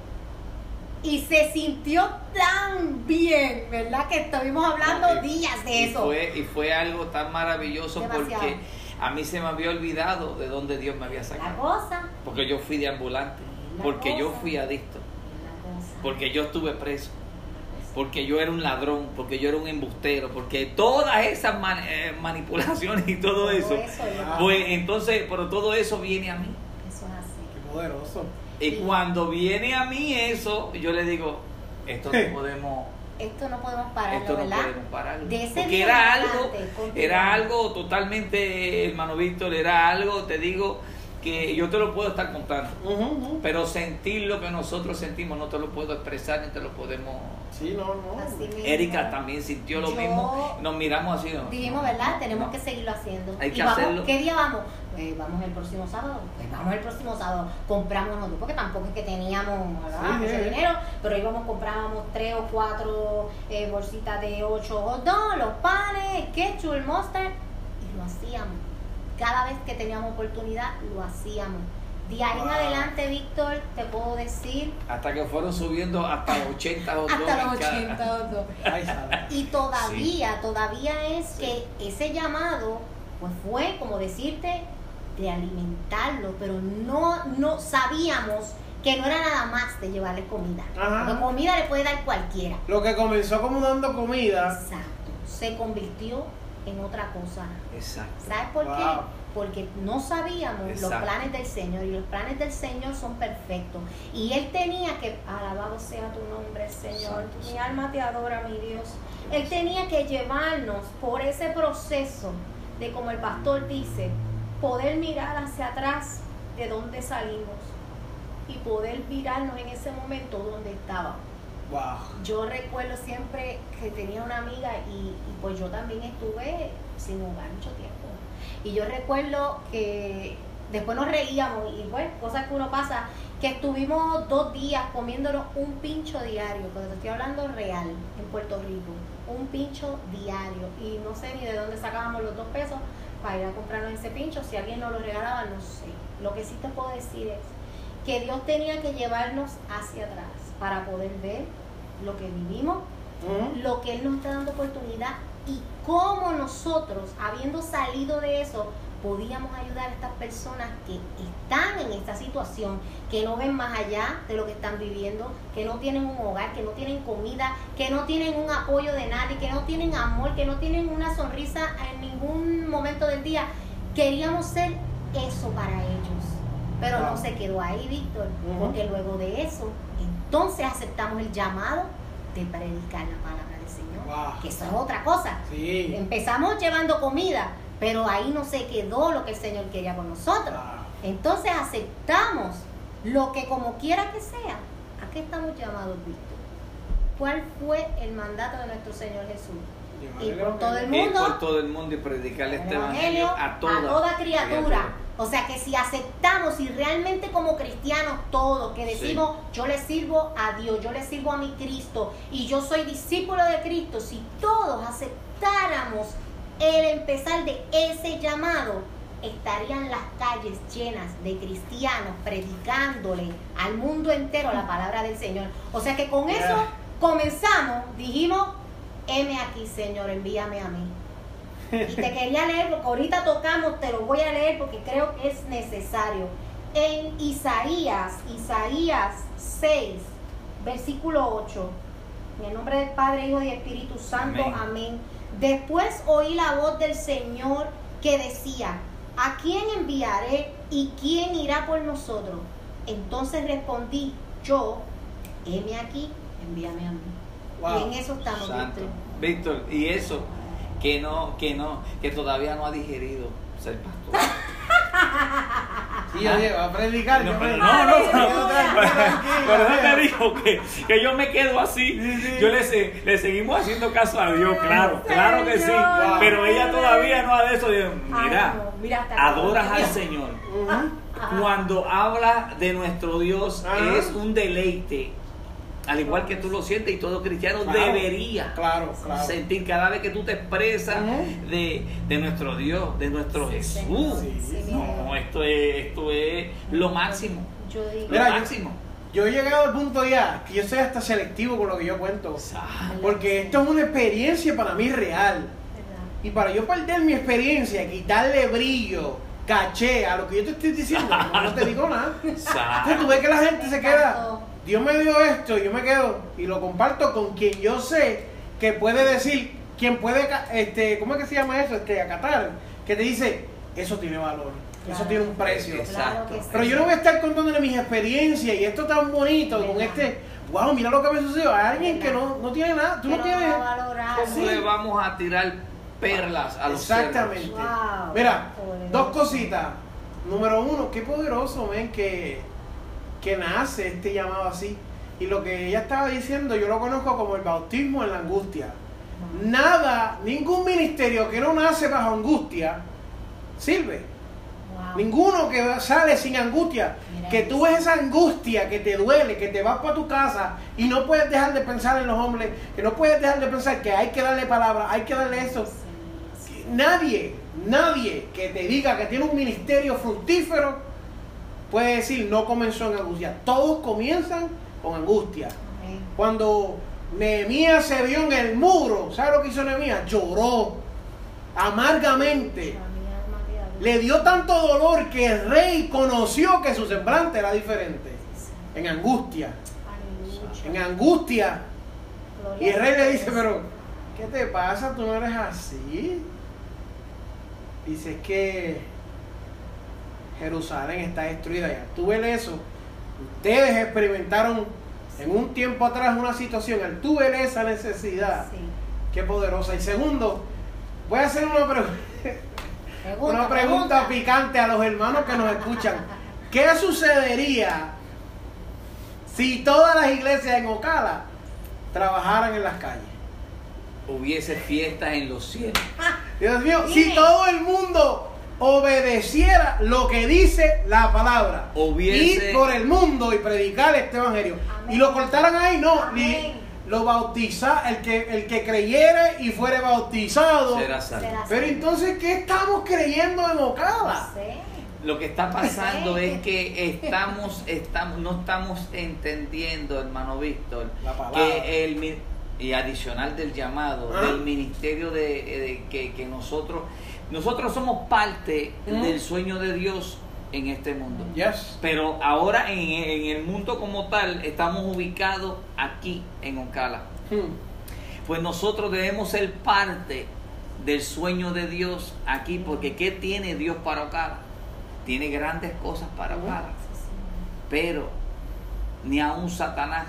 Y se sintió tan bien, ¿verdad? Que estuvimos hablando y, días de y eso. Fue, y fue algo tan maravilloso. Demasiado. Porque a mí se me había olvidado de dónde Dios me había La sacado. cosa. Porque yo fui deambulante, La porque yo cosa. fui adicto, La cosa. porque yo estuve preso, porque yo era un ladrón, porque yo era un embustero, porque todas esas man, eh, manipulaciones y todo, Todo eso, eso, Ah. pues entonces, pero todo eso viene a mí. Eso es así. Qué poderoso. Y Sí. cuando viene a mí eso, yo le digo, esto no podemos, Esto no podemos pararlo, esto no ¿verdad? podemos pararlo. De ese Porque día era en algo, adelante, continuamos. era algo totalmente, hermano Víctor, era algo, te digo, que yo te lo puedo estar contando. Ujú, ujú. Pero sentir lo que nosotros sentimos no te lo puedo expresar ni te lo podemos. Sí, no, no. Así mismo. Erika también sintió lo Yo- mismo. Nos miramos así, ¿no? Dijimos, ¿verdad? Tenemos No. que seguirlo haciendo. Hay Y que vamos, hacerlo. ¿qué día vamos? Pues vamos el próximo sábado. Pues vamos el próximo sábado. Compramos nosotros, porque tampoco es que teníamos, ¿verdad? Sí, mucho eh. dinero, pero íbamos, comprábamos tres o cuatro eh, bolsitas de ocho hot dogs, los panes, el ketchup, el mustard, y lo hacíamos. Cada vez que teníamos oportunidad, lo hacíamos. De ahí en Wow. adelante, Víctor, te puedo decir, Hasta que fueron subiendo hasta los ochenta hot dogs hasta en los cada- ochenta hot dogs. Ay, sabe. Y todavía, todavía es que ese llamado, pues fue como decirte, de alimentarlo, pero no, no sabíamos que no era nada más de llevarle comida. Ajá. Porque comida le puede dar cualquiera. Lo que comenzó como dando comida. Exacto. Se convirtió en otra cosa. Exacto. ¿Sabes por Wow. qué? Porque no sabíamos los Exacto. planes del Señor, y los planes del Señor son perfectos. Y Él tenía que, alabado sea tu nombre, Señor, Santo, mi alma te adora, mi Dios. Él tenía que llevarnos por ese proceso de, como el pastor dice, poder mirar hacia atrás de donde salimos y poder mirarnos en ese momento donde estábamos. Wow. Yo recuerdo siempre que tenía una amiga y, y pues yo también estuve sin hogar mucho tiempo. Y yo recuerdo que después nos reíamos y pues cosas que uno pasa, que estuvimos dos días comiéndonos un pincho diario, porque te estoy hablando real, en Puerto Rico, un pincho diario. Y no sé ni de dónde sacábamos los dos pesos para ir a comprarnos ese pincho, si alguien nos lo regalaba, no sé. Lo que sí te puedo decir es que Dios tenía que llevarnos hacia atrás para poder ver lo que vivimos, Ujú. lo que Él nos está dando oportunidad y cómo nosotros, habiendo salido de eso, podíamos ayudar a estas personas que están en esta situación, que no ven más allá de lo que están viviendo, que no tienen un hogar, que no tienen comida, que no tienen un apoyo de nadie, que no tienen amor, que no tienen una sonrisa en ningún momento del día. Queríamos ser eso para ellos, pero no se quedó ahí, Víctor, Ujú. porque luego de eso, entonces aceptamos el llamado de predicar la palabra del Señor, Wow. que eso es otra cosa. Sí. Empezamos llevando comida, pero ahí no se quedó lo que el Señor quería con nosotros. Wow. Entonces aceptamos lo que como quiera que sea. ¿A qué estamos llamados, Víctor? ¿Cuál fue el mandato de nuestro Señor Jesús? Y por todo el Ir mundo, por todo el mundo y predicarle el este evangelio evangelio a toda, criatura. O sea que si aceptamos y realmente como cristianos todos, que decimos, yo le sirvo a Dios, yo le sirvo a mi Cristo y yo soy discípulo de Cristo, si todos aceptáramos el empezar de ese llamado, estarían las calles llenas de cristianos predicándole al mundo entero la palabra del Señor. O sea que con eso Yeah. comenzamos, dijimos, heme aquí, Señor, envíame a mí. Y te quería leer, porque ahorita tocamos, te lo voy a leer porque creo que es necesario. En Isaías, Isaías seis, versículo ocho. En el nombre del Padre, Hijo y Espíritu Santo, Amén. amén. Después oí la voz del Señor que decía, ¿a quién enviaré y quién irá por nosotros? Entonces respondí yo, heme aquí, envíame a mí. Wow. Y en eso estamos, Santo. Víctor. Víctor, y eso, que no, que no, que todavía no ha digerido ser pastor. Sí, oye, va a predicar. No, yo pero me- no, no, Tranquilo, no. tranquilo, Pero él me tranquilo. dijo que, que yo me quedo así. Sí, sí. Yo le, se- le seguimos haciendo caso a Dios, claro, claro que sí. Señor. Pero ella todavía no ha de eso. Digo, Ay, mira, no, mira hasta adoras cómo- al Señor. Ujú. Cuando habla de nuestro Dios Ajá. es un deleite. Al igual que tú lo sientes y todo cristiano Claro. debería Claro, claro. sentir cada vez que tú te expresas Ujú. de, de nuestro Dios, de nuestro Sí, Jesús. Señor. Sí, Sí, No, Señor. esto es, esto es lo máximo. Yo digo, Lo Mira, yo- máximo. Yo he llegado al punto ya que yo soy hasta selectivo con lo que yo cuento. Exacto. Porque esto es una experiencia para mí real. ¿verdad? Y para yo perder mi experiencia, quitarle brillo, caché a lo que yo te estoy diciendo, no, no te digo nada. Entonces tú ves que la gente se queda, Dios me dio esto, yo me quedo y lo comparto con quien yo sé que puede decir, quien puede, ca- este, ¿cómo es que se llama eso? Este, acatar, que te dice, eso tiene valor, eso Claro. tiene un precio. Claro que sí. Pero yo no voy a estar contándole mis experiencias y esto tan bonito con ¿Verdad? este, wow, mira lo que me sucedió a alguien que no, no tiene nada, tú Que no no tienes. va a valorar. ¿Cómo Sí. le vamos a tirar perlas a los Exactamente. cerdos? Wow. Mira, Poderoso. dos cositas. Número uno, qué poderoso, men, que, que nace este llamado así. Y lo que ella estaba diciendo, yo lo conozco como el bautismo en la angustia. Nada, ningún ministerio que no nace bajo angustia sirve. Wow. Ninguno que sale sin angustia. Mira Que eso. tú ves esa angustia que te duele, que te vas para tu casa y no puedes dejar de pensar en los hombres, que no puedes dejar de pensar que hay que darle palabra, hay que darle eso. Sí, sí. Nadie, nadie que te diga que tiene un ministerio fructífero puede decir no comenzó en angustia. Todos comienzan con angustia. Amén. Cuando Nehemías se vio en el muro, ¿sabes lo que hizo Nehemías? Lloró amargamente. A mi alma te adora. Le dio tanto dolor que el rey conoció que su semblante era diferente. En angustia, Aleluya. en angustia. Gloria Y el a rey le Dios. dice, pero, ¿qué te pasa? Tú no eres así. Dice, es que Jerusalén está destruida ya. Tú ves eso. Ustedes experimentaron en un tiempo atrás una situación. Al tú ver esa necesidad, Sí. qué poderosa. Y segundo, voy a hacer una, pre- Pregunta, una pregunta picante a los hermanos que nos escuchan. ¿Qué sucedería si todas las iglesias en Ocala trabajaran en las calles? Hubiese fiestas en los cielos. Dios mío, Mire. si todo el mundo obedeciera lo que dice la palabra, Hubiese- ir por el mundo y predicar este evangelio, Amén. y lo cortaran ahí, no, Amén. ni lo bautiza, el que el que creyere y fuere bautizado. Será salvo. Será Pero así. entonces, ¿qué estamos creyendo en Ocala? No sé. Lo que está pasando Sí. es que estamos, estamos, no estamos entendiendo, hermano Víctor, La palabra. que el mi- y adicional del llamado, Ah. del ministerio de, de- que, que nosotros, nosotros somos parte Mm. del sueño de Dios en este mundo. Yes. Pero ahora en, en el mundo como tal estamos ubicados aquí en Ocala. Hmm. Pues nosotros debemos ser parte del sueño de Dios aquí, porque ¿qué tiene Dios para Ocala? Tiene grandes cosas para Ocala, pero ni aún Satanás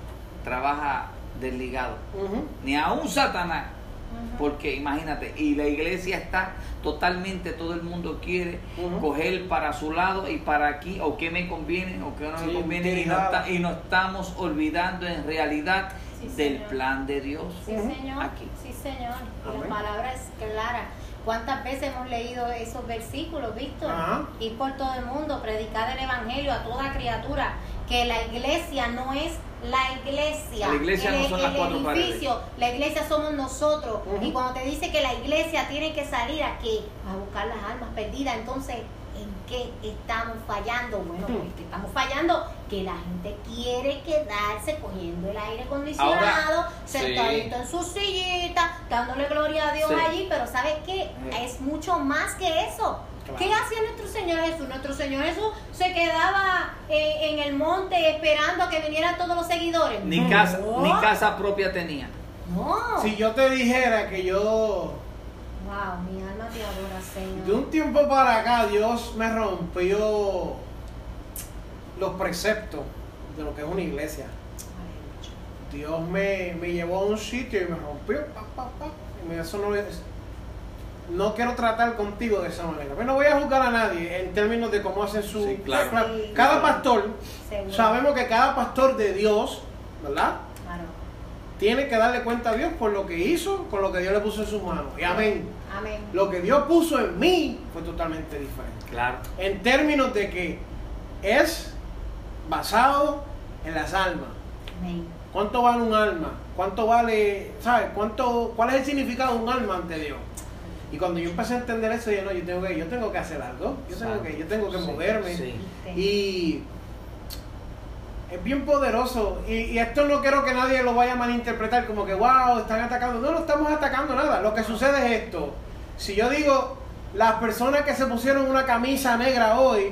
trabaja desligado, Ujú. ni aún Satanás, Ujú. porque imagínate, y la iglesia está totalmente, todo el mundo quiere Ujú. coger para su lado y para aquí, o qué me conviene, o qué no me Sí, conviene, y no, utilidad. está- y nos estamos olvidando en realidad Sí, del señor. plan de Dios. Sí, Ujú. señor. Aquí. Sí, señor. Y Amén. la palabra es clara. ¿Cuántas veces hemos leído esos versículos, Víctor? Ajá. Ir por todo el mundo, predicar el evangelio a toda criatura. Que la iglesia no es la iglesia. La iglesia el, no son las el cuatro edificio, la iglesia somos nosotros. Ujú. Y cuando te dice que la iglesia tiene que salir a qué? A buscar las almas perdidas. Entonces, ¿en qué estamos fallando? Bueno, Ujú. pues que estamos fallando que la gente quiere quedarse cogiendo el aire acondicionado, Ahora, sentadito sí. en su sillita, dándole gloria a Dios Sí. allí, pero ¿sabes qué? Es mucho más que eso. Claro. ¿Qué hacía nuestro Señor Jesús? Nuestro Señor Jesús se quedaba eh, en el monte esperando a que vinieran todos los seguidores. Ni No. casa, ni casa propia tenía. No. Si yo te dijera que yo Wow, mi alma te adora, Señor. De un tiempo para acá, Dios me rompió los preceptos de lo que es una iglesia. Dios me, me llevó a un sitio y me rompió. Pa, pa, pa, y me, eso no, es, no quiero tratar contigo de esa manera. Pero no voy a juzgar a nadie en términos de cómo hacen su... Sí, claro. Sí, cada claro. pastor, Seguro. sabemos que cada pastor de Dios, ¿verdad? Claro. Tiene que darle cuenta a Dios por lo que hizo, con lo que Dios le puso en sus manos. Y amén. Amén. Lo que Dios puso en mí fue totalmente diferente. Claro. En términos de que es basado en las almas. Amén. ¿Cuánto vale un alma? ¿Cuánto vale, sabes? ¿Cuánto, ¿Cuál es el significado de un alma ante Dios? Y cuando yo empecé a entender eso, yo no, yo tengo que, yo tengo que hacer algo. Yo tengo que, yo tengo que Sí, moverme. sí. Y es bien poderoso. Y, y esto no quiero que nadie lo vaya a malinterpretar como que, wow, están atacando. No, no estamos atacando nada. Lo que sucede es esto. Si yo digo, las personas que se pusieron una camisa negra hoy,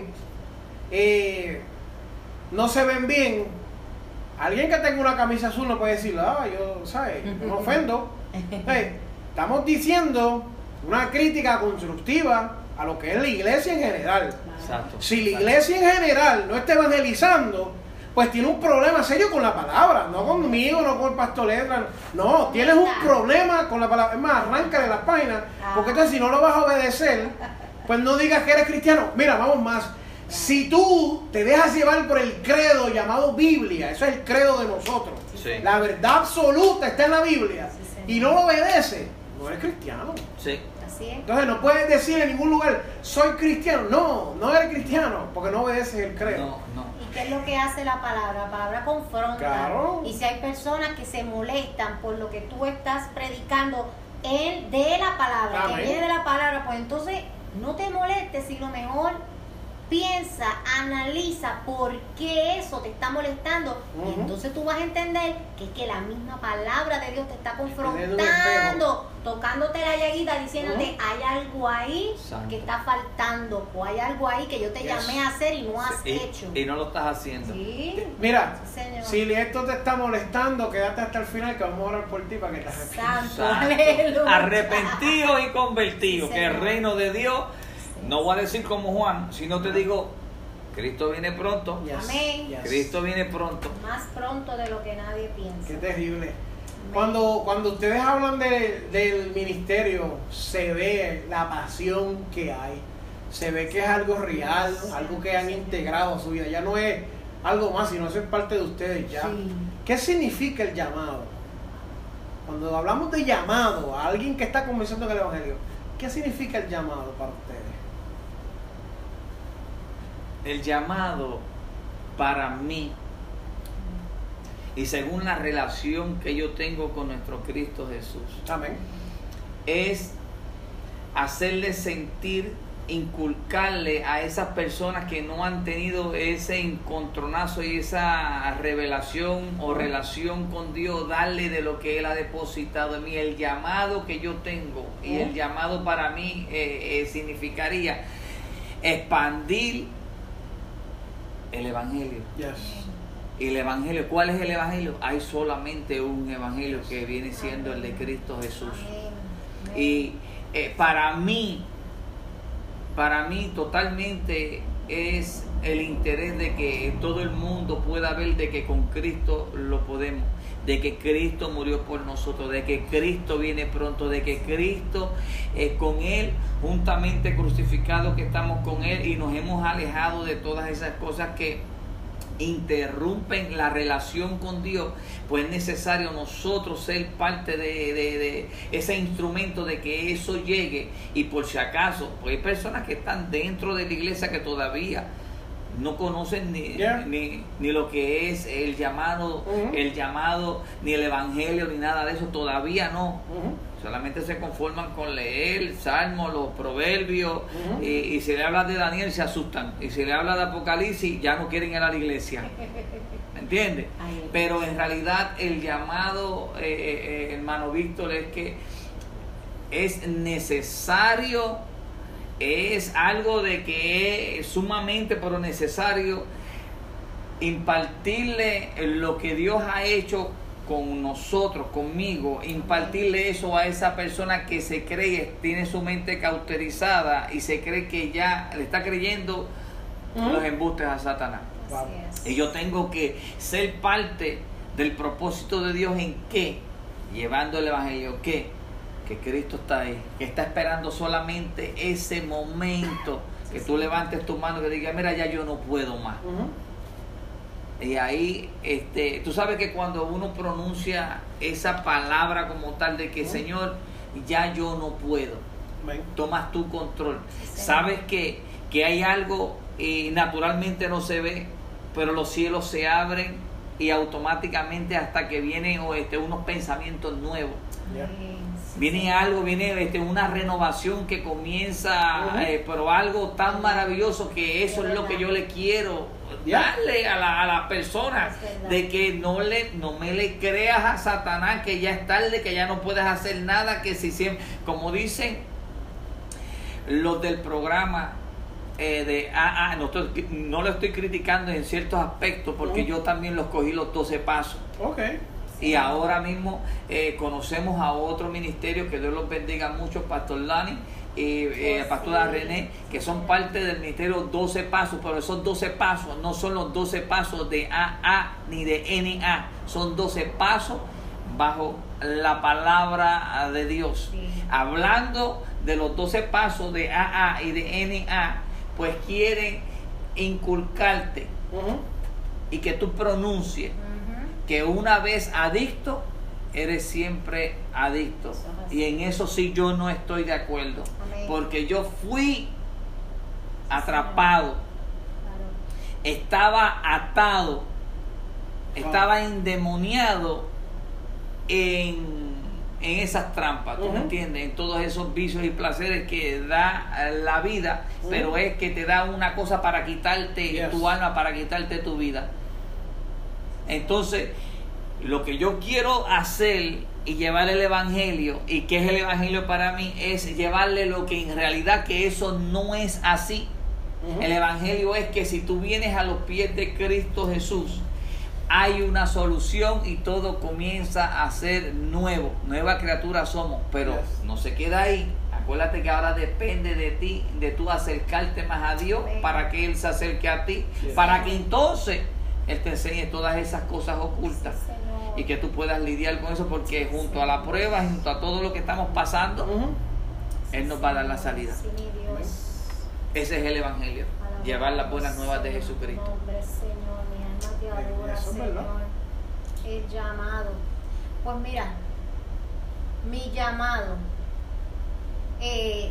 eh, no se ven bien. Alguien que tenga una camisa azul no puede decir, ah, yo, ¿sabes? Me ofendo. Hey, estamos diciendo una crítica constructiva a lo que es la iglesia en general. Exacto. Si la iglesia en general no está evangelizando, pues tiene un problema serio con la palabra, no conmigo, no con el pastor Edra. No, tienes un problema con la palabra. Es más, arráncale las páginas, porque entonces si no lo vas a obedecer, pues no digas que eres cristiano. Mira, vamos más. Si tú te dejas llevar por el credo llamado Biblia, eso es el credo de nosotros. Sí. La verdad absoluta está en la Biblia Sí, señor. y no lo obedeces, no eres cristiano. Sí. Así es. Entonces no puedes decir en ningún lugar, soy cristiano. No, no eres cristiano, porque no obedeces el credo. No, no. ¿Y qué es lo que hace la palabra? La palabra confronta. Claro. Y si hay personas que se molestan por lo que tú estás predicando en, de la palabra, Amén. que viene de la palabra, pues entonces no te molestes, sino mejor piensa, analiza por qué eso te está molestando. Ujú. Y entonces tú vas a entender que es que la misma palabra de Dios te está Teniendo un confrontando, tocándote la llaguita, diciéndote, Ujú. hay algo ahí Exacto. que está faltando, o hay algo ahí que yo te Yes. llamé a hacer y no has Y, hecho. y no lo estás haciendo. Sí. Mira, Sí, señor. si esto te está molestando, quédate hasta el final que vamos a orar por ti para que te arrepientas. Santo, aleluya. Arrepentido y convertido, Sí, que el señor. reino de Dios, no voy a decir como Juan, sino te digo, Cristo viene pronto. Yes, Amén. yes. Cristo viene pronto. Más pronto de lo que nadie piensa. Qué terrible. Cuando, cuando ustedes hablan de- del ministerio, se ve la pasión que hay. Se ve que es algo real, algo que han integrado a su vida. Ya no es algo más, sino eso es parte de ustedes ya. Sí. ¿Qué significa el llamado? Cuando hablamos de llamado a alguien que está comenzando en el Evangelio, ¿qué significa el llamado para ustedes? El llamado para mí, y según la relación que yo tengo con nuestro Cristo Jesús, Amén. es hacerle sentir, inculcarle a esas personas que no han tenido ese encontronazo y esa revelación o relación con Dios, darle de lo que Él ha depositado en mí. El llamado que yo tengo y el llamado para mí eh, eh, significaría expandir el Evangelio. Yes. ¿Y el Evangelio? ¿Cuál es el Evangelio? Hay solamente un Evangelio que viene siendo el de Cristo Jesús. Amén. Amén. Y eh, para mí, para mí totalmente es el interés de que todo el mundo pueda ver de que con Cristo lo podemos, de que Cristo murió por nosotros, de que Cristo viene pronto, de que Cristo eh, con Él, juntamente crucificado, que estamos con Él y nos hemos alejado de todas esas cosas que interrumpen la relación con Dios, pues es necesario nosotros ser parte de, de, de ese instrumento de que eso llegue. Y por si acaso, pues hay personas que están dentro de la iglesia que todavía no conocen ni, Yeah. ni, ni lo que es el llamado, Uh-huh. el llamado, ni el evangelio, ni nada de eso, todavía no. Ujú. Solamente se conforman con leer salmos, los proverbios, Ujú. y, y si le hablas de Daniel se asustan, y si le hablas de Apocalipsis ya no quieren ir a la iglesia. ¿Me entiendes? Ay, Pero en realidad el llamado, eh, eh, hermano Víctor, es que es necesario, es algo de que es sumamente pero necesario impartirle lo que Dios ha hecho con nosotros, conmigo, impartirle eso a esa persona que se cree, tiene su mente cauterizada y se cree que ya le está creyendo uh-huh. los embustes a Satanás. Así es. Y yo tengo que ser parte del propósito de Dios en qué, llevando el evangelio, ¿qué? Que Cristo está ahí, que está esperando solamente ese momento que tú levantes tu mano y que digas, mira, ya yo no puedo más. Uh-huh. Y ahí, este, tú sabes que cuando uno pronuncia esa palabra como tal de que uh-huh. Señor, ya yo no puedo, uh-huh. tomas tu control. Sí. Sabes que, que hay algo y naturalmente no se ve, pero los cielos se abren y automáticamente hasta que vienen este, unos pensamientos nuevos. Yeah. Viene algo, viene este, una renovación que comienza, uh-huh. eh, pero algo tan maravilloso que eso es, es lo que yo le quiero yeah. darle a la, a la persona, de que no le no me le creas a Satanás que ya es tarde, que ya no puedes hacer nada, que si siempre, como dicen los del programa eh, de A A, no, estoy, no lo estoy criticando en ciertos aspectos porque uh-huh. yo también los cogí los doce pasos. Okay. Y ahora mismo eh, conocemos a otro ministerio, que Dios los bendiga mucho, Pastor Lani y eh, Pastora René, que son parte del ministerio doce pasos, pero esos doce pasos no son los doce pasos de A A ni de N A, son doce pasos bajo la palabra de Dios. Sí. Hablando de los doce pasos de A A y de N A, pues quieren inculcarte uh-huh. y que tú pronuncies que una vez adicto, eres siempre adicto. Y en eso sí yo no estoy de acuerdo. Amén. Porque yo fui atrapado, claro. estaba atado, estaba endemoniado en, en esas trampas, ¿tú uh-huh. me entiendes? En todos esos vicios y placeres que da la vida, uh-huh. pero es que te da una cosa para quitarte yes. tu alma, para quitarte tu vida. Entonces, lo que yo quiero hacer y llevar el evangelio, y que es el evangelio para mí, es llevarle lo que en realidad que eso no es así. Uh-huh. El evangelio es que si tú vienes a los pies de Cristo Jesús, hay una solución y todo comienza a ser nuevo. Nueva criatura somos, pero yes. no se queda ahí. Acuérdate que ahora depende de ti, de tú acercarte más a Dios para que Él se acerque a ti, yes. para que entonces Él te enseñe todas esas cosas ocultas y que tú puedas lidiar con eso, porque junto a la prueba, junto a todo lo que estamos pasando, uh-huh. Él nos va a dar la salida. Sí, ese es el evangelio, alabado, llevar las buenas nuevas de Jesucristo. Nombre, Señor, mi alma te adora, eso, Señor. ¿Verdad? El llamado. Pues mira, mi llamado, eh,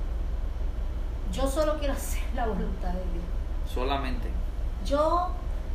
yo solo quiero hacer la voluntad de Dios. Solamente. Yo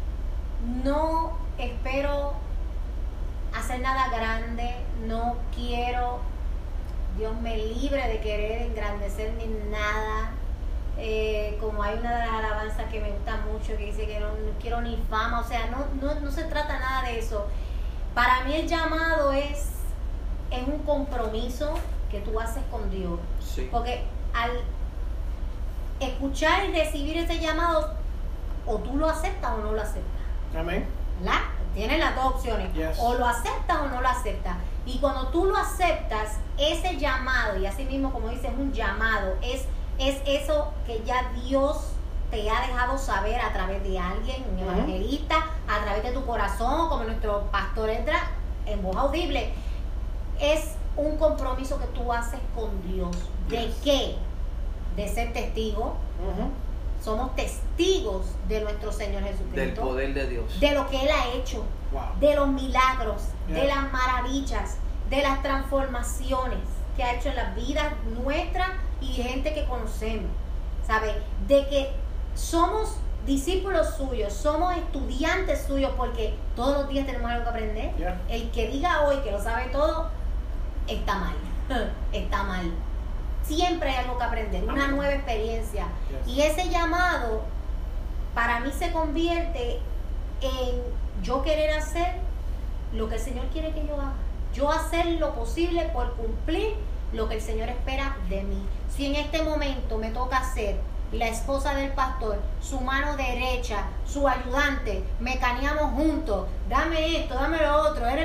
no espero hacer nada grande, no quiero, Dios me libre de querer engrandecer ni nada. Eh, como hay una de las alabanzas que me gusta mucho que dice que no, no quiero ni fama, o sea, no, no, no se trata nada de eso. Para mí el llamado es, es un compromiso que tú haces con Dios. Sí. Porque al escuchar y recibir ese llamado, o tú lo aceptas o no lo aceptas. Amén. ¿La? Tienes las dos opciones. Yes. O lo aceptas o no lo aceptas. Y cuando tú lo aceptas, ese llamado, y así mismo como dices, un llamado, es, es eso que ya Dios te ha dejado saber a través de alguien, un uh-huh. evangelista, a través de tu corazón, como nuestro pastor Edra, en voz audible. Es un compromiso que tú haces con Dios. ¿De yes. qué? De ser testigo. Uh-huh. Somos testigos de nuestro Señor Jesucristo. Del poder de Dios. De lo que Él ha hecho. Wow. De los milagros. Yeah. De las maravillas. De las transformaciones que ha hecho en las vidas nuestras y gente que conocemos. ¿Sabes? De que somos discípulos suyos. Somos estudiantes suyos porque todos los días tenemos algo que aprender. Yeah. El que diga hoy que lo sabe todo, está mal. Está mal. Siempre hay algo que aprender, una Amén. nueva experiencia. Yes. Y ese llamado para mí se convierte en yo querer hacer lo que el Señor quiere que yo haga. Yo hacer lo posible por cumplir lo que el Señor espera de mí. Si en este momento me toca ser la esposa del pastor, su mano derecha, su ayudante, mecaneamos juntos, dame esto, dame lo otro, eres mi ayudante.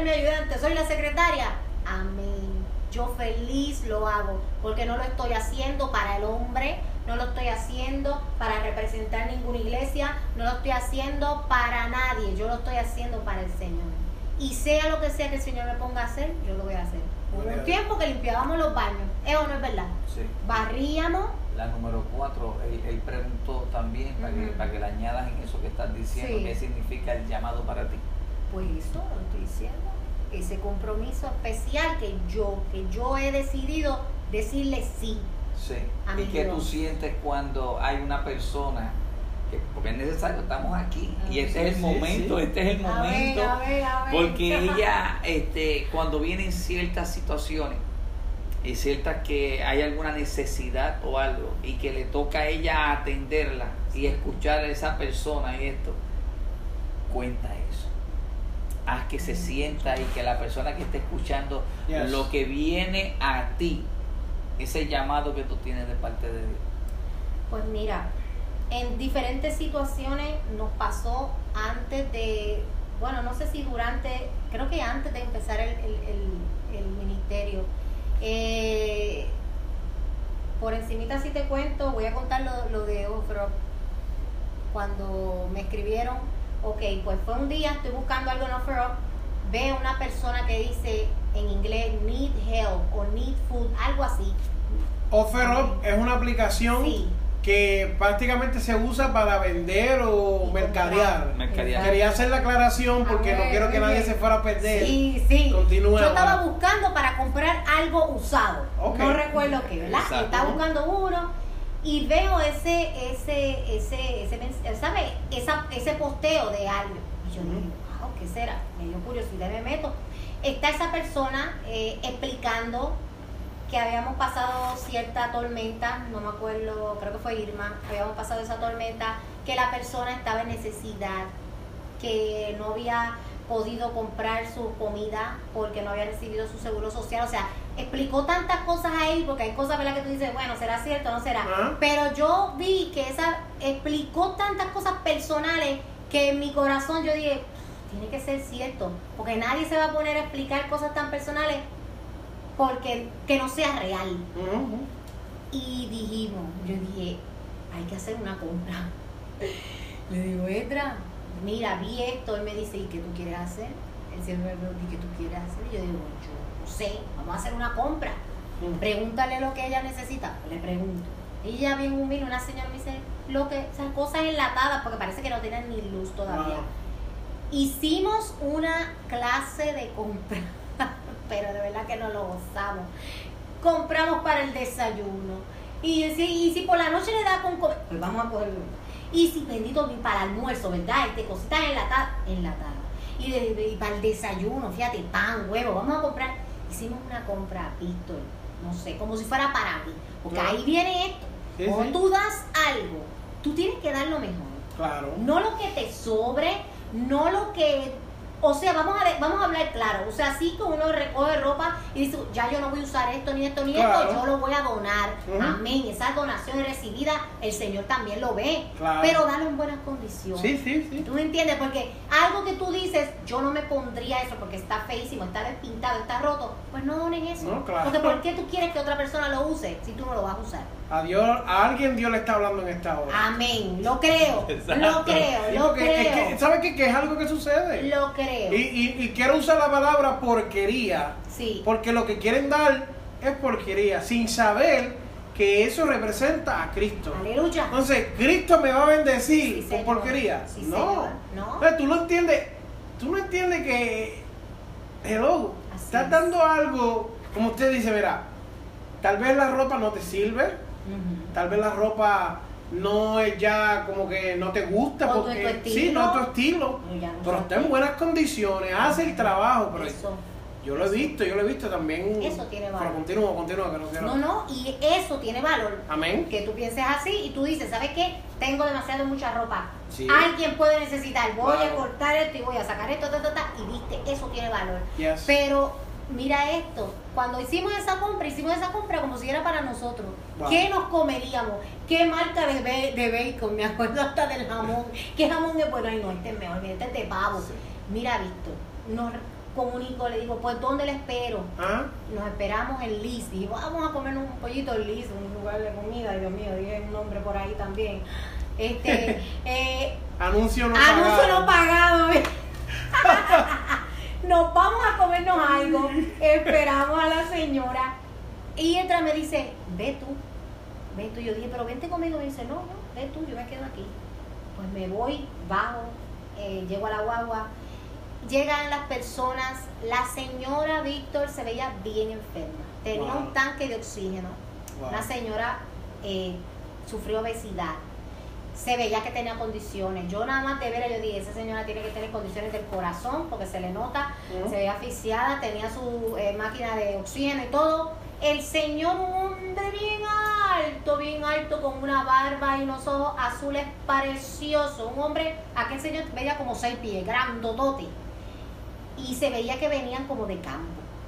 ayudante, soy la secretaria. Amén. Yo feliz lo hago, porque no lo estoy haciendo para el hombre, no lo estoy haciendo para representar ninguna iglesia, no lo estoy haciendo para nadie, yo lo estoy haciendo para el Señor. Y sea lo que sea que el Señor me ponga a hacer, yo lo voy a hacer. Hubo un tiempo que limpiábamos los baños, ¿eso no es verdad? Sí. Barríamos. La número cuatro, él, él preguntó también, para, que, Ujú. para que le añadas en eso que estás diciendo, Sí. qué significa el llamado para ti. Pues eso lo estoy diciendo. Ese compromiso especial que yo, que yo he decidido decirle sí. Sí. A mi ¿Y qué tú Dios. sientes cuando hay una persona que, porque es necesario, estamos aquí y este es el Sí, momento, sí. este es el A ver, momento, a ver, a ver. porque ella, este, cuando vienen ciertas situaciones y ciertas que hay alguna necesidad o algo y que le toca a ella atenderla y escuchar a esa persona y esto, cuenta eso. Haz que se sienta y que la persona que esté escuchando Yes. lo que viene a ti, ese llamado que tú tienes de parte de Dios. Pues mira, en diferentes situaciones nos pasó antes de, bueno, no sé si durante, creo que antes de empezar el, el, el, el ministerio. Eh, por encimita si te cuento, voy a contar lo, lo de Ofro. Cuando me escribieron, ok, pues fue un día, estoy buscando algo en Ofro, veo una persona que dice en inglés need help o need food, algo así. OfferUp es una aplicación Sí. que prácticamente se usa para vender o Y mercadear. comprar. Mercadear. Quería hacer la aclaración porque A no ver, quiero que muy nadie bien. se fuera a perder. Sí, sí. Continúa. Yo estaba ahora. buscando para comprar algo usado. Ok. No recuerdo qué, ¿verdad? Exacto. Estaba buscando uno y veo ese, ese, ese, ese, mens- ¿sabe? Esa, ese posteo de algo. Y yo Ujú. dije, wow, ¿qué será? Me dio curiosidad, me meto. Está esa persona eh, explicando que habíamos pasado cierta tormenta, no me acuerdo, creo que fue Irma, habíamos pasado esa tormenta, que la persona estaba en necesidad, que no había podido comprar su comida porque no había recibido su seguro social, o sea, explicó tantas cosas ahí, porque hay cosas, ¿verdad?, que tú dices, bueno, ¿será cierto o no será? Ajá. Pero yo vi que esa explicó tantas cosas personales que en mi corazón yo dije, tiene que ser cierto, porque nadie se va a poner a explicar cosas tan personales porque que no sea real. Ujú. Y dijimos, yo dije, hay que hacer una compra. Le digo, Edra, mira, vi esto. Él me dice, ¿y qué tú quieres hacer? Él siempre me pregunta, ¿y qué tú quieres hacer? Y yo digo, yo no sé, vamos a hacer una compra. Mm. Pregúntale lo que ella necesita. Le pregunto. Ella bien humilde, una señora me dice, lo que, o sea, cosas enlatadas, porque parece que no tienen ni luz todavía. Wow. Hicimos una clase de compra, pero de verdad que no lo gozamos. Compramos para el desayuno. Y si, y si por la noche le da con comer, pues vamos a cogerlo. Y si bendito ni para el almuerzo, ¿verdad? Este, cositas enlatadas, enlatadas. Y, de- y para el desayuno, fíjate, pan, huevo, vamos a comprar. Hicimos una compra, Víctor, no sé, como si fuera para mí. Porque Claro. ahí viene esto. Sí, Cuando sí. tú das algo, tú tienes que dar lo mejor. Claro. No lo que te sobre, no lo que... O sea, vamos a, de- vamos a hablar claro. O sea, sí que uno recoge ropa y dice, ya yo no voy a usar esto, ni esto, ni Claro. esto, yo lo voy a donar. Ujú. Amén. Esa donación recibida, el Señor también lo ve. Claro. Pero dalo en buenas condiciones. Sí, sí, sí. ¿Tú me entiendes? Porque algo que tú dices, yo no me pondría eso porque está feísimo, está despintado, está roto, pues no donen eso. No, claro. Porque ¿por qué tú quieres que otra persona lo use si tú no lo vas a usar? A Dios, a alguien Dios le está hablando en esta hora. Amén. Lo creo, Exacto. lo creo, Sí, lo porque es creo. que, ¿sabes qué? Que es algo que sucede. Lo creo. Y, y, y quiero usar la palabra porquería, Sí. porque lo que quieren dar es porquería, sin saber que eso representa a Cristo. Aleluya. Entonces, ¿Cristo me va a bendecir Sí, con señor. porquería? Sí, no. señor. No. Entonces, tú no entiendes, tú no entiendes que, hello, Así estás es. dando algo, como usted dice, verá, tal vez la ropa no te sirve, Ujú. tal vez la ropa no es ya como que no te gusta, O tu- porque tu estilo. sí, no es tu estilo, No, ya no pero sé. está en buenas condiciones, hace el trabajo, pero Eso. yo lo he visto, yo lo he visto también. Eso tiene valor. Pero continúa, continúa, que no quiero. No, no, y eso tiene valor. Amén. Que tú pienses así y tú dices, ¿sabes qué? Tengo demasiado mucha ropa. Sí. Alguien puede necesitar. Voy a Claro. cortar esto y voy a sacar esto, ta, ta, ta, y viste, eso tiene valor. Yes. Pero mira esto, cuando hicimos esa compra, hicimos esa compra como si era para nosotros. Wow. ¿Qué nos comeríamos? ¿Qué marca de, be- de bacon? Me acuerdo hasta del jamón. ¿Qué jamón es bueno? Ay, no, este es mejor, mira, este es de pavo. Sí. Mira, Víctor, nos comunico, le digo, pues ¿dónde le espero? ¿Ah? Nos esperamos en Liz. Digo, vamos a comernos un pollito en Liz, un lugar de comida. Dios mío, dije un nombre por ahí también. Este, eh, Anuncio no anuncio pagado. no pagado. Nos vamos a comernos algo. Esperamos a la señora. Y entra y me dice, ve tú, ve tú. Yo dije, pero vente conmigo. Y dice, no, no, ve tú, yo me quedo aquí. Pues me voy, bajo, eh, llego a la guagua. Llegan las personas. La señora Víctor se veía bien enferma. Tenía Wow. un tanque de oxígeno. Wow. La señora eh, sufrió obesidad. Se veía que tenía condiciones. Yo nada más de ver, yo dije, esa señora tiene que tener condiciones del corazón porque se le nota, Uh-huh. se veía asfixiada, tenía su eh, máquina de oxígeno y todo. El señor, un hombre bien alto, bien alto, con una barba y unos ojos azules preciosos. Un hombre, aquel señor veía como seis pies, grandotote. Y se veía que venían como de campo.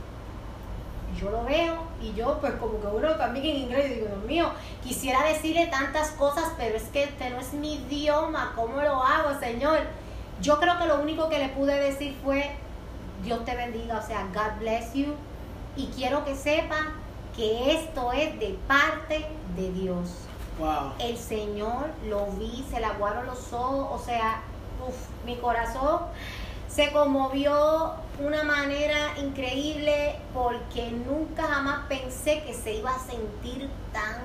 Yo lo veo y yo pues como que uno también en inglés, digo, Dios mío, quisiera decirle tantas cosas, pero es que este no es mi idioma, ¿cómo lo hago, Señor? Yo creo que lo único que le pude decir fue, Dios te bendiga, o sea, God bless you, y quiero que sepan que esto es de parte de Dios. Wow. El Señor lo vi, se le aguaron los ojos, o sea, uf, mi corazón se conmovió de una manera increíble porque nunca jamás pensé que se iba a sentir tan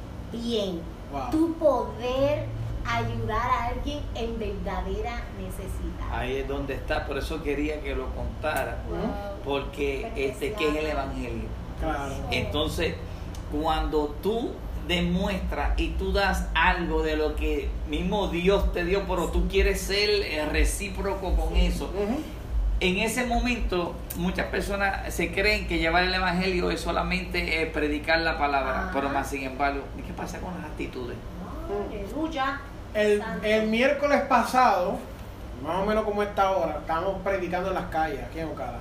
bien. Wow. Tu poder ayudar a alguien en verdadera necesidad. Ahí es donde está, por eso quería que lo contara, Wow. porque Qué este que es el evangelio. Claro. Entonces, cuando tú demuestras y tú das algo de lo que mismo Dios te dio, pero tú quieres ser eh, recíproco con eso, Ujú. en ese momento muchas personas se creen que llevar el evangelio es solamente eh, predicar la palabra, Ajá. pero más sin embargo, ¿qué pasa con las actitudes? Aleluya. El, Santo. el miércoles pasado, más o menos como esta hora, estábamos predicando en las calles, aquí en Ocala.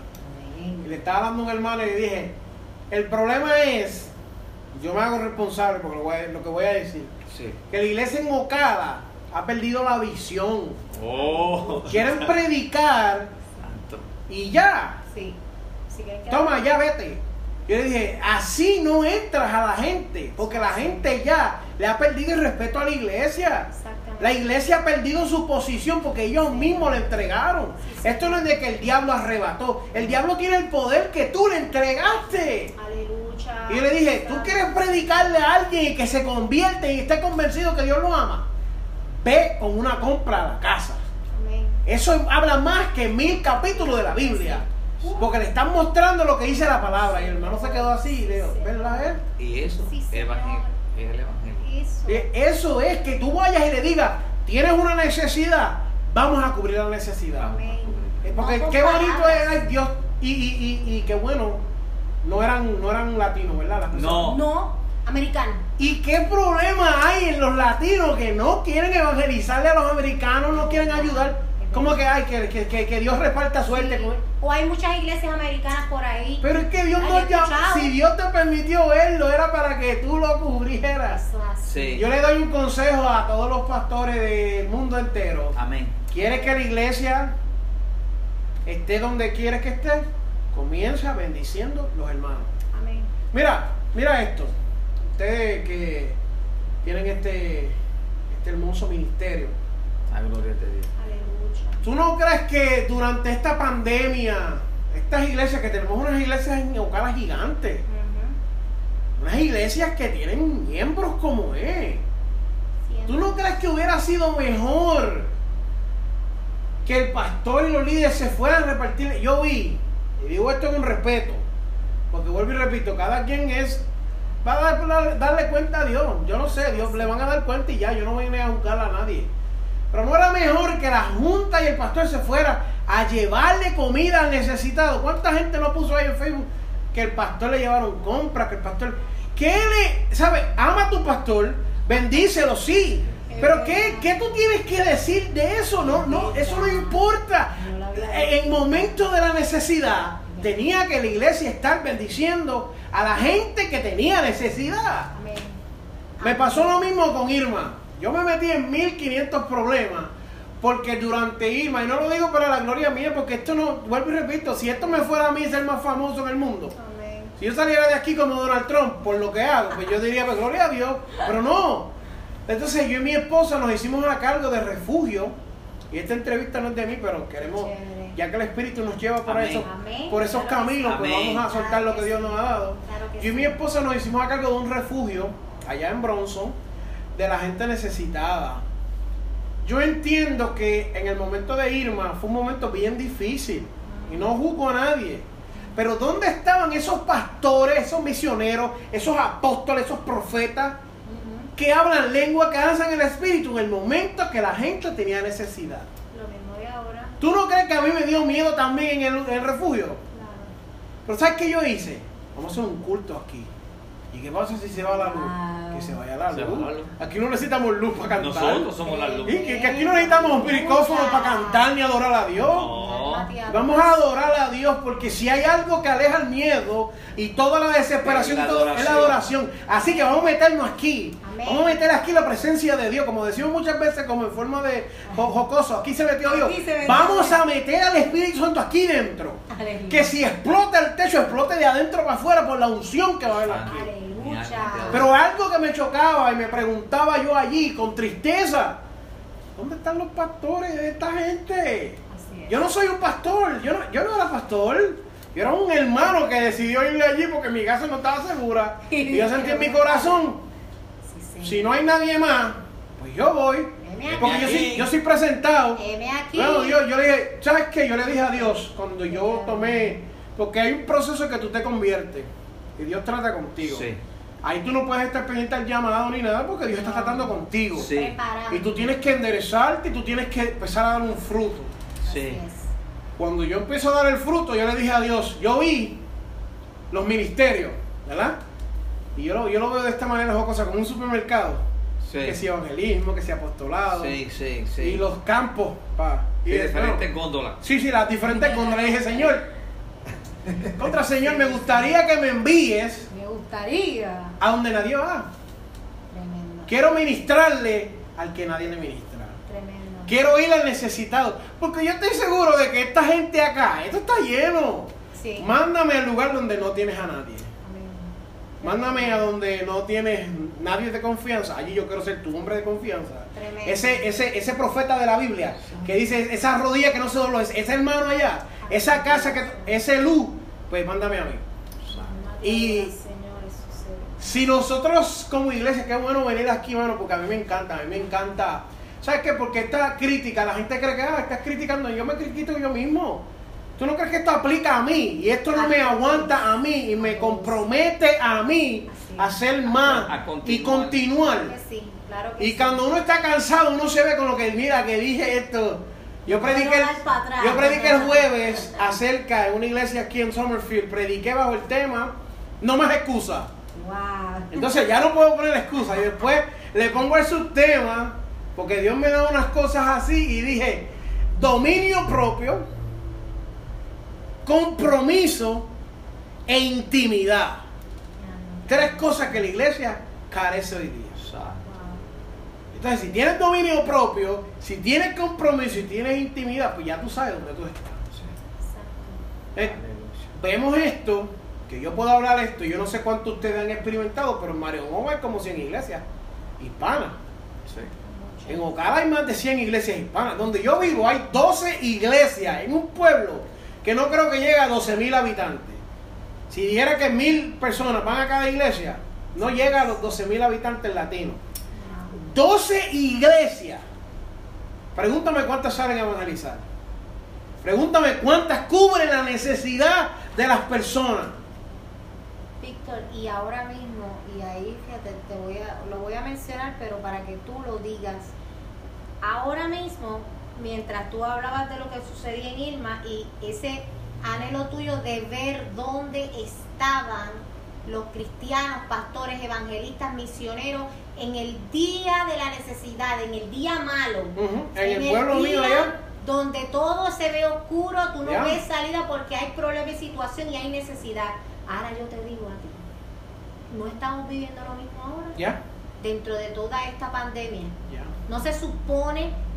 Y le estaba dando un hermano y le dije, el problema es, yo me hago responsable porque lo, voy a- lo que voy a decir, Sí. que la iglesia en Ocala ha perdido la visión. Oh, Quieren predicar santo. y ya, Sí. Sí que hay que- toma, ya vete. Yo le dije, así no entras a la gente, porque la gente ya le ha perdido el respeto a la iglesia. Exactamente. La iglesia ha perdido su posición porque ellos mismos le entregaron. Sí, sí. Esto no es de que el diablo arrebató. El diablo tiene el poder que tú le entregaste. Aleluya. Y yo le dije, ¿tú Santo. quieres predicarle a alguien y que se convierte y esté convencido que Dios lo ama? Ve con una compra a la casa. Amén. Eso habla más que mil capítulos de la Biblia. Porque le están mostrando lo que dice la palabra. Y el hermano se quedó así y le digo, ¿verdad él? Y eso Sí, es señor. evangelio, es el evangelio. Eso. Eh, Eso es que tú vayas y le digas, tienes una necesidad, vamos a cubrir la necesidad. Amén. Eh, Porque No con qué bonito palabras. es, ay, Dios, y, y, y, y qué bueno, no eran, no eran latinos, ¿verdad? Las personas. No. No, americano. ¿Y qué problema hay en los latinos que no quieren evangelizarle a los americanos, no quieren ayudar? Como que hay que, que, que, que Dios reparta suerte Sí. con él. O hay muchas iglesias americanas por ahí. Pero es que Dios Ay, no he llama, escuchado. si Dios te permitió verlo, era para que tú lo cubrieras. Eso así. Sí. Yo le doy un consejo a todos los pastores del mundo entero. Amén. ¿Quieres que la iglesia esté donde quieres que esté? Comienza bendiciendo los hermanos. Amén. Mira, mira esto. Ustedes que tienen este, este hermoso ministerio. A gloria de Dios. Aleluya. ¿Tú no crees que durante esta pandemia, estas iglesias, que tenemos unas iglesias en Ocala gigantes, Ujú. unas iglesias que tienen miembros como es, ¿tú no crees que hubiera sido mejor que el pastor y los líderes se fueran a repartir? Yo vi, y digo esto con respeto, porque vuelvo y repito, cada quien es, va a dar- darle cuenta a Dios. Yo no sé, Dios le van a dar cuenta y ya, yo no voy a ir a juzgar a nadie. Pero no era mejor que la junta y el pastor se fuera a llevarle comida al necesitado. ¿Cuánta gente no puso ahí en Facebook que el pastor le llevaron compras, que el pastor... ¿Qué le... ¿Sabes? Ama a tu pastor, bendícelo, sí. Pero ¿qué, qué tú tienes que decir de eso? No, no, eso no importa. En momentos de la necesidad, tenía que la iglesia estar bendiciendo a la gente que tenía necesidad. Amén. Me pasó lo mismo con Irma. Yo me metí en mil quinientos problemas Porque durante Irma, y no lo digo para la gloria mía, porque esto no, vuelvo y repito, si esto me fuera a mí ser más famoso en el mundo, Amén. si yo saliera de aquí como Donald Trump por lo que hago, pues yo diría, pues gloria a Dios, pero no. Entonces yo y mi esposa nos hicimos a cargo de refugio, y esta entrevista no es de mí, pero queremos, Chévere. ya que el Espíritu nos lleva por, Amén. esos, Amén. por esos Claro que caminos, sí. pues Amén. vamos a soltar Claro lo que que Dios sí. nos ha dado. Claro que Yo y sí. mi esposa nos hicimos a cargo de un refugio allá en Bronson, de la gente necesitada. Yo entiendo que en el momento de Irma fue un momento bien difícil y no juzgo a nadie. Pero ¿dónde estaban esos pastores, esos misioneros, esos apóstoles, esos profetas Ujú. que hablan lengua, que danzan el espíritu en el momento que la gente tenía necesidad? Lo mismo de ahora. ¿Tú no crees que a mí me dio miedo también en el, en el refugio? Claro. Pero ¿sabes qué yo hice? Vamos a hacer un culto aquí. ¿Y qué pasa si se va la luz? Wow. Que se vaya la Se luz. va la luz. Aquí no necesitamos luz para cantar. Nosotros somos la luz. Y que, que aquí no necesitamos micrófonos para cantar ni adorar a Dios. No. Vamos a adorar a Dios, porque si hay algo que aleja el miedo y toda la desesperación, Es la todo, es la adoración. Así que vamos a meternos aquí. Amén. Vamos a meter aquí la presencia de Dios, como decimos muchas veces, como en forma de jo- jocoso. Aquí se metió Dios. Aquí se metió Vamos Dios. a meter al Espíritu Santo aquí dentro. Aleluya. Que si explota el techo, explote de adentro para afuera por la unción que va a haber aquí. Aleluya. Pero algo que me chocaba y me preguntaba yo allí con tristeza, ¿dónde están los pastores de esta gente? Así es. Yo no soy un pastor, yo no, yo no era pastor, yo era un hermano que decidió irle allí porque mi casa no estaba segura. Y yo sentí en mi corazón, Sí, sí. si no hay nadie más, pues yo voy. Heme Porque yo aquí. soy, yo soy presentado. Heme aquí. Bueno, Dios, yo le dije, ¿sabes qué? Yo le dije a Dios cuando yo tomé, porque hay un proceso que tú te conviertes y Dios trata contigo. Sí. Ahí tú no puedes estar pendiente al llamado ni nada porque Dios está tratando contigo. Sí. Preparado. Y tú tienes que enderezarte y tú tienes que empezar a dar un fruto. Así Sí. es. Cuando yo empiezo a dar el fruto, yo le dije a Dios, yo vi los ministerios, ¿verdad? Y yo lo, yo lo veo de esta manera, jocosa, como un supermercado. Que si Sí. evangelismo, que si apostolado. Sí, sí, sí. Y los campos, pa. Y de- diferentes bueno, góndolas. Sí, sí, las diferentes góndolas. Le dije, Señor, contra Señor, me gustaría que me envíes Me gustaría. a donde nadie va. Tremendo. Quiero ministrarle al que nadie le ministra. Tremendo. Quiero ir al necesitado. Porque yo estoy seguro de que esta gente acá, esto está lleno. Sí. Mándame al lugar donde no tienes a nadie. Amén. Mándame a donde no tienes nadie de confianza. Allí yo quiero ser tu hombre de confianza. Tremendo. Ese, ese, ese profeta de la Biblia que dice esa rodilla que no se dobló, ese ese hermano allá, esa casa, que ese luz, pues mándame a mí. Y- Señor, eso se- Si nosotros como iglesia, qué bueno venir aquí, mano, porque a mí me encanta, a mí me encanta. ¿Sabes qué? Porque esta crítica, la gente cree que ah, estás criticando, yo me critico yo mismo. ¿Tú no crees que esto aplica a mí? Y esto no me aguanta a mí y me compromete a mí a hacer más A continuar. y continuar. Claro que sí, claro que Y sí. cuando uno está cansado, uno se ve con lo que, mira, que dije esto. Yo prediqué, el, dar para atrás. yo prediqué el jueves acerca en una iglesia aquí en Summerfield, prediqué bajo el tema, no más excusas. Wow. Entonces ya no puedo poner excusas y después le pongo el subtema, porque Dios me da unas cosas así y dije, dominio propio, compromiso e intimidad. Tres cosas que la iglesia carece hoy día. Entonces, si tienes dominio propio, si tienes compromiso y tienes intimidad, pues ya tú sabes dónde tú estás. Eh, vemos esto, que yo puedo hablar esto, yo no sé cuánto ustedes han experimentado, pero en Marion hay como cien iglesias hispanas. Sí. En Ocala hay más de cien iglesias hispanas. Donde yo vivo hay doce iglesias en un pueblo que no creo que llegue a doce mil habitantes. Si dijera que mil personas van a cada iglesia, no llega a los doce mil habitantes latinos. doce iglesias. Pregúntame cuántas salen a evangelizar. Pregúntame cuántas cubren la necesidad de las personas. Víctor, y ahora mismo, y ahí fíjate, te voy a, lo voy a mencionar, pero para que tú lo digas. Ahora mismo, mientras tú hablabas de lo que sucedía en Irma y ese anhelo tuyo de ver dónde estaban los cristianos, pastores, evangelistas, misioneros en el día de la necesidad, en el día malo, Uh-huh. En el pueblo mío allá. donde todo se ve oscuro, tú no Ya. ves salida porque hay problema y situación y hay necesidad. Ahora yo te digo a ti, no estamos viviendo lo mismo ahora. ¿Ya? Dentro de toda esta pandemia, Ya. no se supone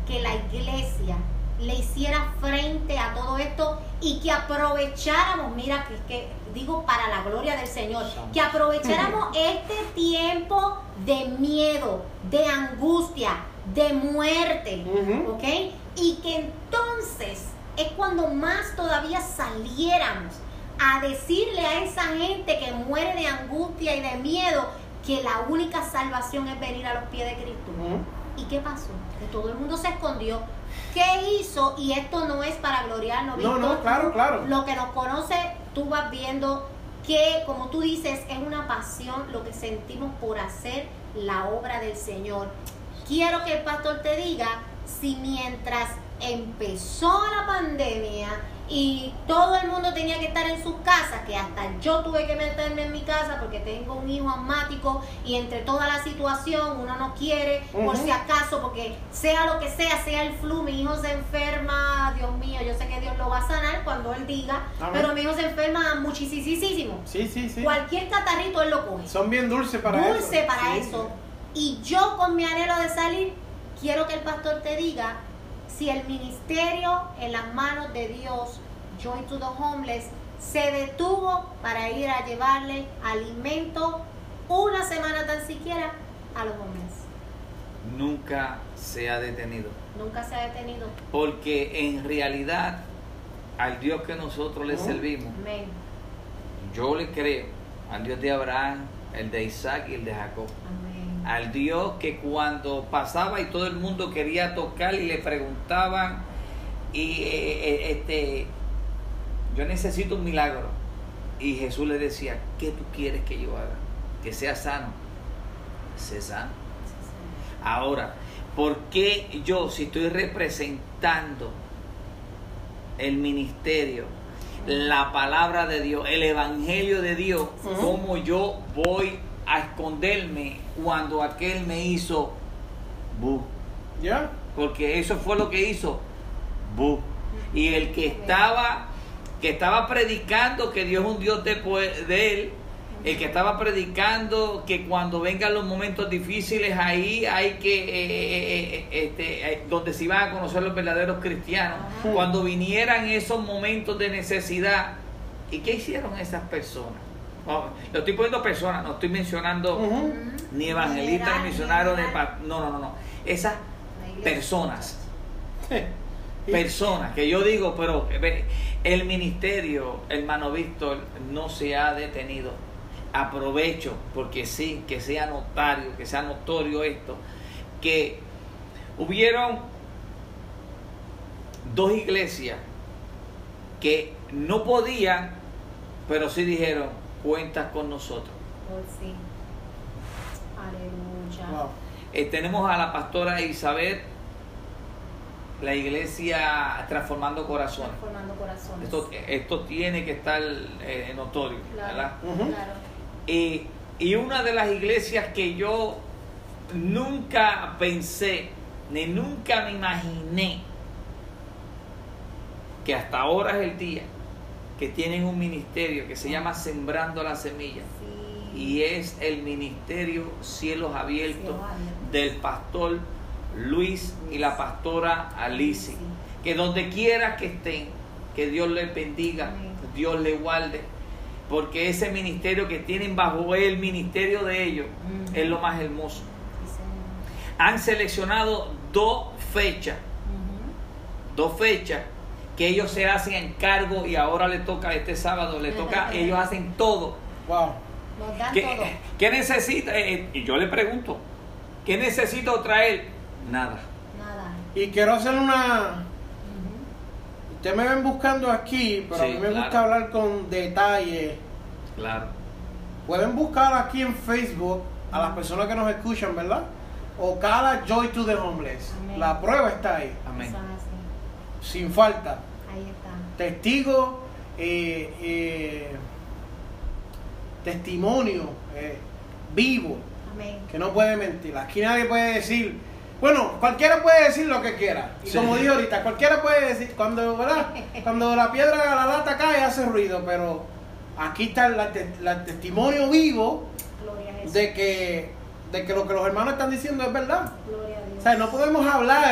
que la iglesia le hiciera frente a todo esto y que aprovecháramos, mira, que, que digo para la gloria del Señor, que aprovecháramos este tiempo de miedo, de angustia, de muerte, Ujú. ¿ok? Y que entonces es cuando más todavía saliéramos a decirle a esa gente que muere de angustia y de miedo que la única salvación es venir a los pies de Cristo. Ujú. ¿Y qué pasó? Que todo el mundo se escondió. ¿Qué hizo? Y esto no es para gloriarnos, No, no, Víctor. claro, claro. Lo que nos conoce, tú vas viendo que, como tú dices, es una pasión lo que sentimos por hacer la obra del Señor. Quiero que el pastor te diga si mientras empezó la pandemia y todo el mundo tenía que estar en sus casas, que hasta yo tuve que meterme en mi casa porque tengo un hijo asmático y entre toda la situación uno no quiere, por Ujú. si acaso, porque sea lo que sea, sea el flu, mi hijo se enferma, Dios mío, yo sé que Dios lo va a sanar cuando Él diga, Amén. pero mi hijo se enferma muchísimo. Sí, sí, sí. Cualquier catarrito Él lo coge. Son bien dulces para eso. Dulce para Sí. eso. Y yo con mi anhelo de salir, quiero que el pastor te diga si el ministerio en las manos de Dios, Joy to the Homeless, se detuvo para ir a llevarle alimento una semana tan siquiera a los homeless. Nunca se ha detenido. Nunca se ha detenido. Porque en realidad, al Dios que nosotros le ¿No? servimos, Amén. yo le creo al Dios de Abraham, el de Isaac y el de Jacob. Amén. Al Dios que cuando pasaba y todo el mundo quería tocar y le preguntaban, y eh, eh, este, yo necesito un milagro. Y Jesús le decía, ¿qué tú quieres que yo haga? Que sea sano. Sé sano. Ahora, ¿por qué yo, si estoy representando el ministerio, la palabra de Dios, el evangelio de Dios, Ujú. cómo yo voy a esconderme cuando aquel me hizo bu? ¿Ya? Porque eso fue lo que hizo bu. Y el que estaba que estaba predicando que Dios es un Dios de, poder- de él, el que estaba predicando que cuando vengan los momentos difíciles ahí hay que eh, eh, eh, este, eh, donde se iban a conocer los verdaderos cristianos, Ajá. cuando vinieran esos momentos de necesidad. ¿Y qué hicieron esas personas? Oh, lo estoy poniendo personas, no estoy mencionando Ujú. ni evangelistas ni misionarios, ni pa- no, no, no, no. Esas La iglesia. personas, Y- personas que yo digo, pero ve, el ministerio, hermano Víctor, no se ha detenido. Aprovecho, porque sí, que sea notario, que sea notorio esto, que hubieron dos iglesias que no podían, pero sí dijeron, cuentas con nosotros. Oh, sí. Aleluya. Wow. Eh, tenemos a la pastora Isabel, la iglesia Transformando Corazones. Transformando corazones. Esto, esto tiene que estar eh, notorio, Claro, ¿verdad? Ujú. claro. Y, y una de las iglesias que yo nunca pensé, ni nunca me imaginé, que hasta ahora es el día, que tienen un ministerio que se llama Sembrando la Semilla. Sí. Y es el ministerio Cielos Abiertos Cielos Abiertos. del pastor Luis y la pastora Alice. Sí. Que donde quiera que estén, que Dios les bendiga, Amén. Dios les guarde. Porque ese ministerio que tienen bajo el ministerio de ellos Mm. es lo más hermoso. Sí, Señor. Han seleccionado dos fechas, Ujú. dos fechas que ellos se hacen en cargo y ahora le toca este sábado, le toca, ellos hacen todo. Wow. Nos dan ¿Qué, todo. ¿qué necesita? Eh, y yo le pregunto, ¿qué necesito traer? Nada. Nada. Y quiero hacer una... Ujú. Ustedes me ven buscando aquí, pero Sí, a mí me claro. gusta hablar con detalle. Claro. Pueden buscar aquí en Facebook a las personas que nos escuchan, ¿verdad? Ocala Joy to the Homeless. Amén. La prueba está ahí, Amén. Eso es así. sin falta. Ahí está. Testigo, eh, eh, testimonio eh, vivo, Amén. que no puede mentir. Aquí nadie puede decir, bueno, cualquiera puede decir lo que quiera. Y Sí. como dije ahorita, cualquiera puede decir, cuando, ¿verdad? Cuando la piedra, la lata cae, hace ruido, pero aquí está la te- la testimonio vivo Gloria a Jesús. de que, de que lo que los hermanos están diciendo es verdad. Gloria a Dios. O sea, no podemos hablar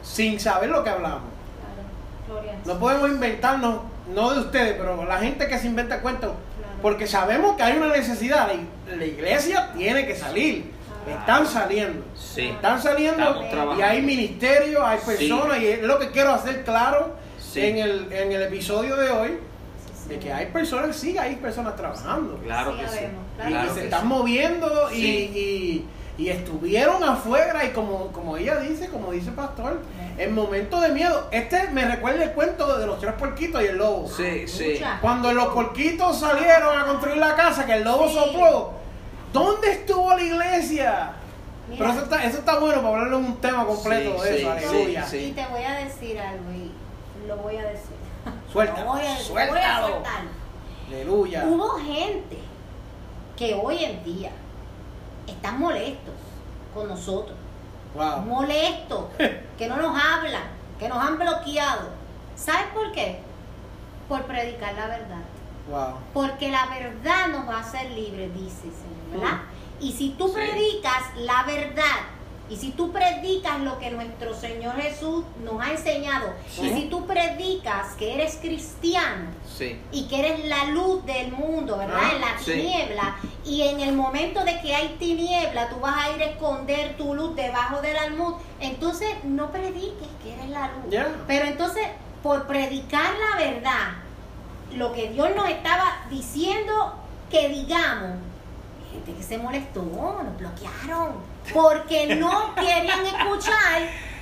sin saber lo que hablamos. Claro. Gloria a Dios. No podemos inventarnos, no de ustedes, pero la gente que se inventa cuentos, Claro. porque sabemos que hay una necesidad. La, la iglesia tiene que salir. Claro. Están saliendo. Sí. Están saliendo Estamos trabajando. y hay ministerios, hay personas, Sí. y es lo que quiero hacer claro Sí. en, el, en el episodio de hoy, Sí, de sí. que hay personas, sí, hay personas trabajando. Claro Sí, que ya sí. vemos, Y claro Claro que que se que están sí. moviendo y, Sí. y, y estuvieron afuera y como, como ella dice, como dice el pastor, en momentos de miedo. Este me recuerda el cuento de los tres porquitos y el lobo. Sí, sí. Mucha. Cuando los porquitos salieron a construir la casa, que el lobo Sí. sopló, ¿dónde estuvo la iglesia? Mira, Pero eso está, eso está bueno para hablar de un tema completo Sí, de sí, eso, aleluya. sí. Y te voy a decir algo y lo voy a decir. Suelta, Lo voy a, voy a suéltalo. soltar. Aleluya. Hubo gente que hoy en día están molestos con nosotros. Wow. Molestos, que no nos hablan, que nos han bloqueado. ¿Sabes por qué? Por predicar la verdad. Wow. Porque la verdad nos va a hacer libres, dice el Señor, ¿verdad? Y si tú Sí. predicas la verdad, y si tú predicas lo que nuestro Señor Jesús nos ha enseñado, Sí. y si tú predicas que eres cristiano, Sí. y que eres la luz del mundo, ¿verdad? Ah, en la sí. tiniebla, y en el momento de que hay tiniebla, tú vas a ir a esconder tu luz debajo del almud, entonces no prediques que eres la luz. Ya. Pero entonces, por predicar la verdad, lo que Dios nos estaba diciendo que digamos, gente que se molestó, nos bloquearon, porque no querían escuchar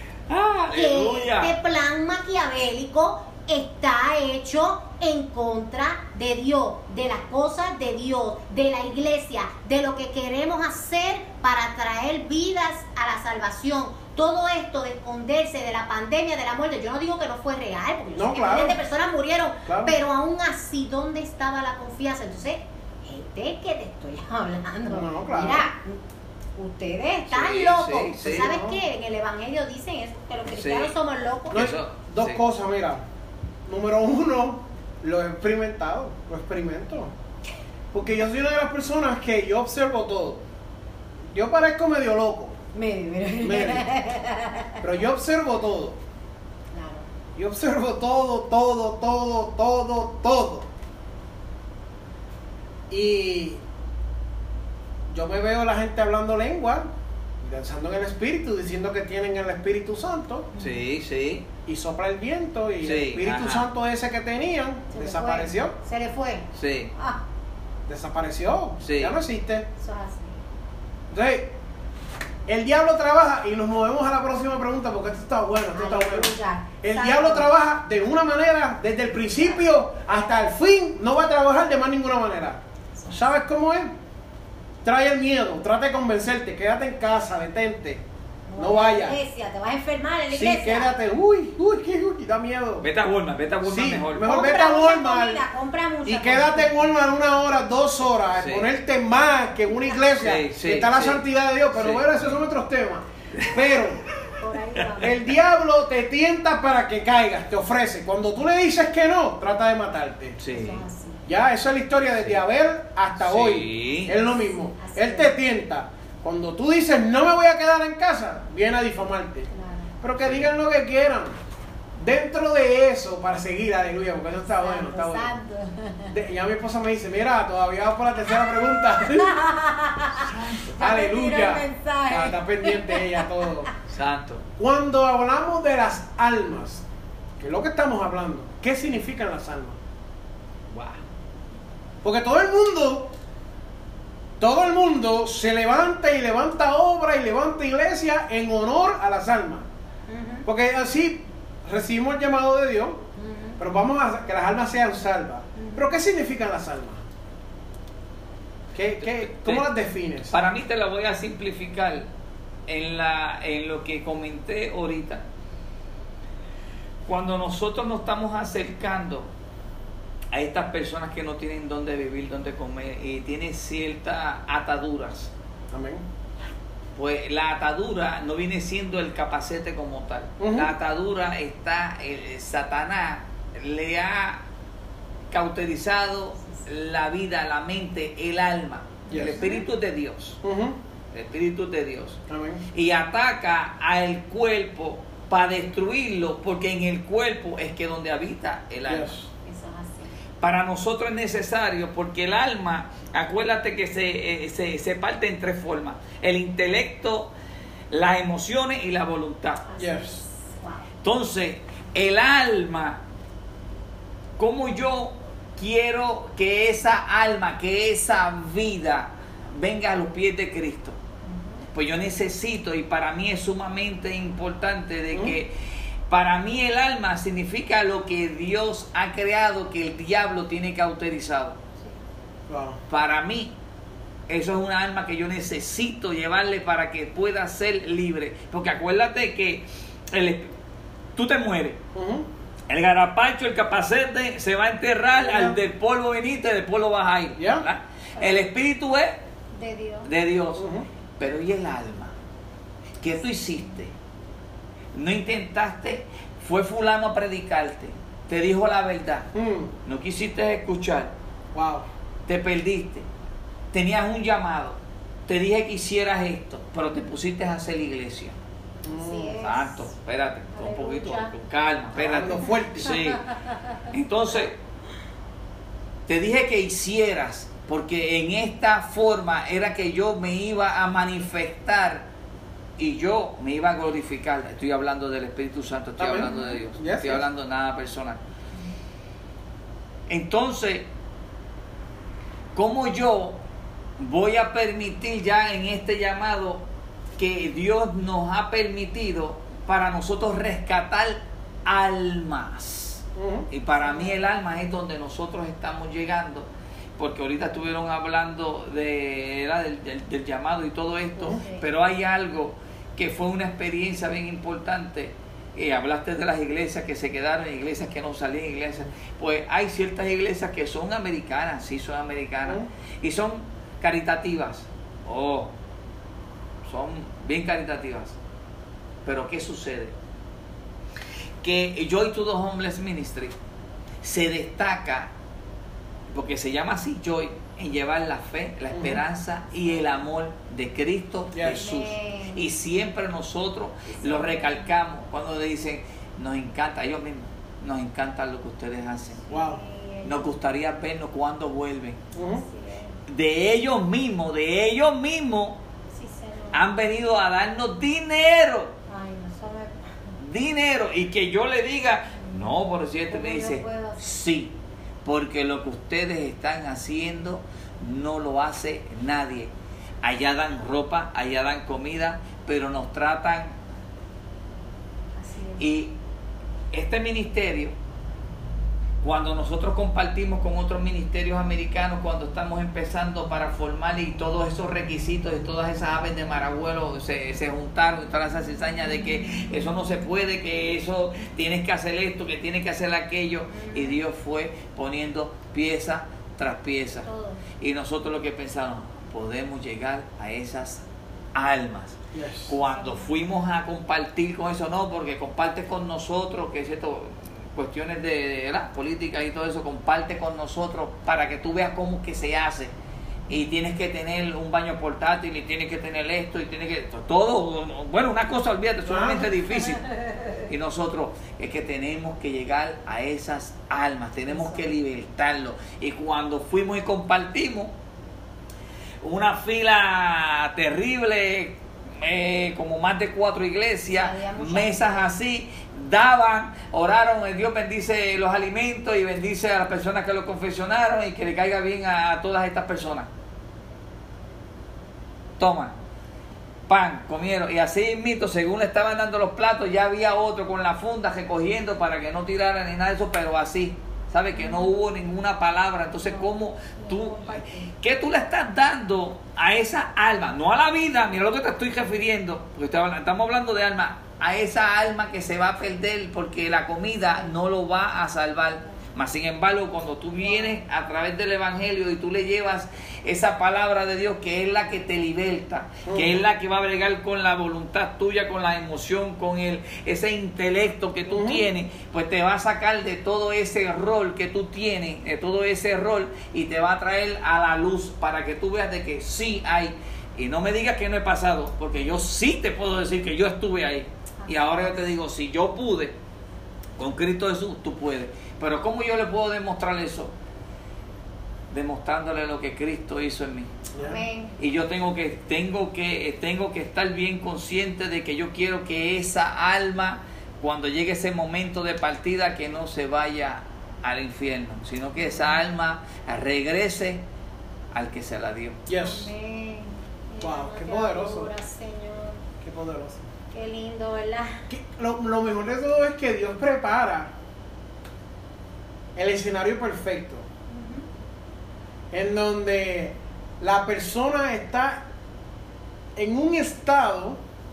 que Aleluya. este plan maquiavélico está hecho en contra de Dios, de las cosas de Dios, de la iglesia, de lo que queremos hacer para traer vidas a la salvación. Todo esto de esconderse de la pandemia, de la muerte, yo no digo que no fue real, porque yo No, sé que claro. miles de personas murieron, Claro. pero aún así, ¿dónde estaba la confianza? Entonces, gente que te estoy hablando, No, no, claro. mira, ustedes están Sí, locos. sí, sí, ¿Sabes no. qué? En el Evangelio dicen eso, que los cristianos Sí. somos locos. No, Eso, dos sí. cosas, mira. Número uno, lo he experimentado, lo experimento. Porque yo soy una de las personas que yo observo todo. Yo parezco medio loco, Mire, mire. medio, pero yo observo todo. Claro. Yo observo todo, todo, todo, todo, todo. Y yo me veo la gente hablando lengua, danzando en el Espíritu, diciendo que tienen el Espíritu Santo, Sí, sí. y sopla el viento, y Sí, el Espíritu ajá. Santo ese que tenían Se le desapareció. fue. Se le fue. Sí. Ah, Desapareció, Sí. ya no existe. eso es así. Entonces, el diablo trabaja, y nos movemos a la próxima pregunta porque esto está bueno, esto está bueno. Aleluya. El Santo. diablo trabaja de una manera, desde el principio hasta el fin, no va a trabajar de más ninguna manera. ¿Sabes cómo es? Trae el miedo, trata de convencerte, quédate en casa, detente, no vayas a la vayas. iglesia, te vas a enfermar en la Sí, iglesia. quédate, uy, uy, qué uy, da miedo. Vete a Walmart, vete a Walmart Sí, mejor. mejor Compra vete a mucha Walmart comida, compra mucha y comida. quédate en Walmart una hora, dos horas, Sí. ponerte más que en una iglesia, Sí, sí, que está la sí. santidad de Dios, pero Sí. bueno, esos son otros temas. Pero Por ahí va. el diablo te tienta para que caigas, te ofrece. Cuando tú le dices que no, trata de matarte. Sí. Eso es así. Ya, esa es la historia desde Abel hasta Sí. hoy. Es lo mismo. Así Él es. te tienta. Cuando tú dices, no me voy a quedar en casa, viene a difamarte. Claro. Pero que digan lo que quieran. Dentro de eso, para seguir, aleluya, porque eso está bueno, está bueno. Santo. De- ya mi esposa me dice, mira, todavía vamos por la tercera pregunta. Ya te tiró Aleluya. el mensaje. Está, está pendiente ella todo. Santo. Cuando hablamos de las almas, que es lo que estamos hablando, ¿qué significan las almas? Wow. Porque todo el mundo, todo el mundo se levanta y levanta obra y levanta iglesia en honor a las almas. Ujú, Porque así recibimos el llamado de Dios, ujú. pero vamos a que las almas sean salvas. Pero ¿qué significan las almas? ¿Qué, qué, ¿Cómo Te- las defines? Para mí te la voy a simplificar en, la, en lo que comenté ahorita. Cuando nosotros nos estamos acercando a estas personas que no tienen dónde vivir, dónde comer y tienen ciertas ataduras, Amén. pues la atadura no viene siendo el capacete como tal. Ujú. La atadura está, el Satanás le ha cauterizado la vida, la mente, el alma. Yes. El Espíritu de Dios. Ujú. El Espíritu de Dios. Amén. Y ataca al cuerpo para destruirlo, porque en el cuerpo es que donde habita el alma. Yes. Eso es así. Para nosotros es necesario, porque el alma, acuérdate que se, eh, se, se parte en tres formas: el intelecto, las emociones y la voluntad. Así Yes. es. Wow. Entonces, el alma, como yo quiero que esa alma, que esa vida venga a los pies de Cristo, pues yo necesito, y para mí es sumamente importante de que para mí el alma significa lo que Dios ha creado, que el diablo tiene cauterizado. Wow. Para mí eso es una alma que yo necesito llevarle para que pueda ser libre, porque acuérdate que el, tú te mueres, Ujú. el garapacho, el capacete se va a enterrar, Yeah. al del polvo viniste, del polvo vas a ir. Yeah. ¿verdad? El espíritu es De Dios. de Dios. Ujú. Pero ¿y el alma? ¿Qué tú hiciste? No intentaste, fue fulano a predicarte, te dijo la verdad, Mm. no quisiste escuchar, Wow. te perdiste, tenías un llamado, te dije que hicieras esto, pero te pusiste a hacer iglesia. Así es. Santo, espérate, un Aleluya. poquito, con calma, espérate. Hablando fuerte. Sí. Entonces, te dije que hicieras, porque en esta forma era que yo me iba a manifestar y yo me iba a glorificar. Estoy hablando del Espíritu Santo, estoy Amén. hablando de Dios, Yes, estoy yes. hablando de nada personal. Entonces, ¿cómo yo voy a permitir ya en este llamado que Dios nos ha permitido para nosotros rescatar almas? Ujú. Y para mí el alma es donde nosotros estamos llegando, porque ahorita estuvieron hablando de, era del, del- del llamado y todo esto, Ujú. pero hay algo que fue una experiencia bien importante. Eh, hablaste de las iglesias que se quedaron, iglesias que no salían, iglesias. Pues hay ciertas iglesias que son americanas, sí son americanas, Ujú. y son caritativas. Oh, son bien caritativas. Pero ¿qué sucede? Que Joy to the Homeless Ministry se destaca, porque se llama así Joy, en llevar la fe, la Ujú. esperanza y el amor de Cristo Yes. Jesús. Amén. Y siempre nosotros lo recalcamos cuando dicen, nos encanta, ellos mismos, nos encanta lo que ustedes hacen. Wow. Nos gustaría vernos cuando vuelven. Ujú. Así es. De ellos mismos, de ellos mismos Sí, Señor. han venido a darnos dinero. Ay, no sabe. Dinero. Y que yo le diga, no, por cierto, me ¿Cómo yo dice, puedo hacer? sí, porque lo que ustedes están haciendo no lo hace nadie. Allá dan ropa, allá dan comida, pero nos tratan. Así es. Y este ministerio, cuando nosotros compartimos con otros ministerios americanos, cuando estamos empezando para formar y todos esos requisitos y todas esas aves de marabuelo se, se juntaron y todas esas cizañas de que eso no se puede, que eso tienes que hacer esto, que tienes que hacer aquello, y Dios fue poniendo pieza tras pieza. Todo. Y nosotros lo que pensamos, podemos llegar a esas almas. Yes. Cuando fuimos a compartir con eso, no, porque compartes con nosotros, que es cierto, cuestiones de, de ¿verdad? Política y todo eso, comparte con nosotros para que tú veas cómo que se hace. Y tienes que tener un baño portátil, y tienes que tener esto, y tienes que... Todo, bueno, una cosa, olvídate, solamente difícil. Y nosotros es que tenemos que llegar a esas almas, tenemos que libertarlos. Y cuando fuimos y compartimos, una fila terrible, eh, como más de cuatro iglesias, Había mucha mesas así, daban, oraron, eh, Dios bendice los alimentos y bendice a las personas que lo confesionaron y que le caiga bien a, a todas estas personas. Toma, pan, comieron, y así mismo, según le estaban dando los platos, ya había otro con la funda recogiendo para que no tiraran ni nada de eso, pero así, ¿sabes? Que no hubo ninguna palabra. Entonces, ¿cómo tú, qué tú le estás dando a esa alma? No a la vida, mira lo que te estoy refiriendo, porque estamos hablando de alma, a esa alma que se va a perder porque la comida no lo va a salvar. Mas sin embargo, cuando tú vienes a través del Evangelio y tú le llevas esa palabra de Dios, que es la que te liberta, que es la que va a bregar con la voluntad tuya, con la emoción, con el, ese intelecto que tú Uh-huh. tienes, pues te va a sacar de todo ese rol que tú tienes, de todo ese rol, y te va a traer a la luz para que tú veas de que sí hay. Y no me digas que no he pasado, porque yo sí te puedo decir que yo estuve ahí. Y ahora yo te digo, si yo pude, con Cristo Jesús, tú puedes. Pero ¿cómo yo le puedo demostrar eso? Demostrándole lo que Cristo hizo en mí. Amén. Y yo tengo que, tengo que, tengo que estar bien consciente de que yo quiero que esa alma, cuando llegue ese momento de partida, que no se vaya al infierno, sino que esa alma regrese al que se la dio. Yes. Amén. Wow, qué Te poderoso. adora, Señor. Qué poderoso. Qué lindo, ¿verdad? Que Lo, lo mejor de todo es que Dios prepara el escenario perfecto, en donde la persona está en un estado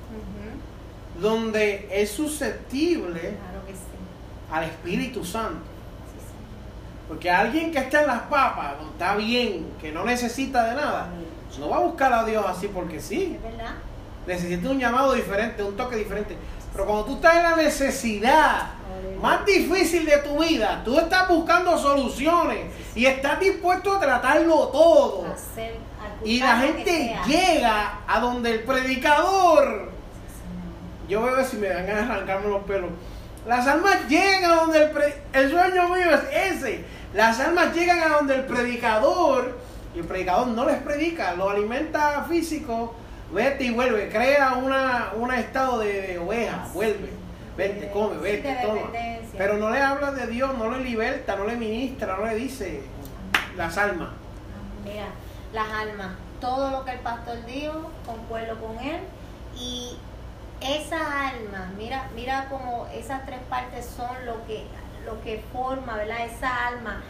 Ujú. donde es susceptible Claro que sí. al Espíritu Santo. Sí, sí. Porque alguien que está en las papas, no está bien, que no necesita de nada, no va a buscar a Dios así porque sí. Es verdad. Necesita un llamado diferente, un toque diferente. Pero cuando tú estás en la necesidad más difícil de tu vida, tú estás buscando soluciones y estás dispuesto a tratarlo todo. Hacer, Y la ocultar lo que gente sea. llega a donde el predicador. Sí, Yo veo si me dan ganas de arrancarme los pelos. Las almas llegan a donde el pre- el sueño mío es ese. Las almas llegan a donde el predicador, y el predicador no les predica, lo alimenta físico, vete y vuelve, crea una, un estado de, de oveja, vuelve, vete, come, Sí, vete, de toma. dependencia. Pero no le habla de Dios, no le liberta, no le ministra, no le dice las almas. Mira, las almas, todo lo que el pastor dijo, concuerdo con él. Y esas almas, mira, mira como esas tres partes son lo que, lo que forma, ¿verdad? Esa alma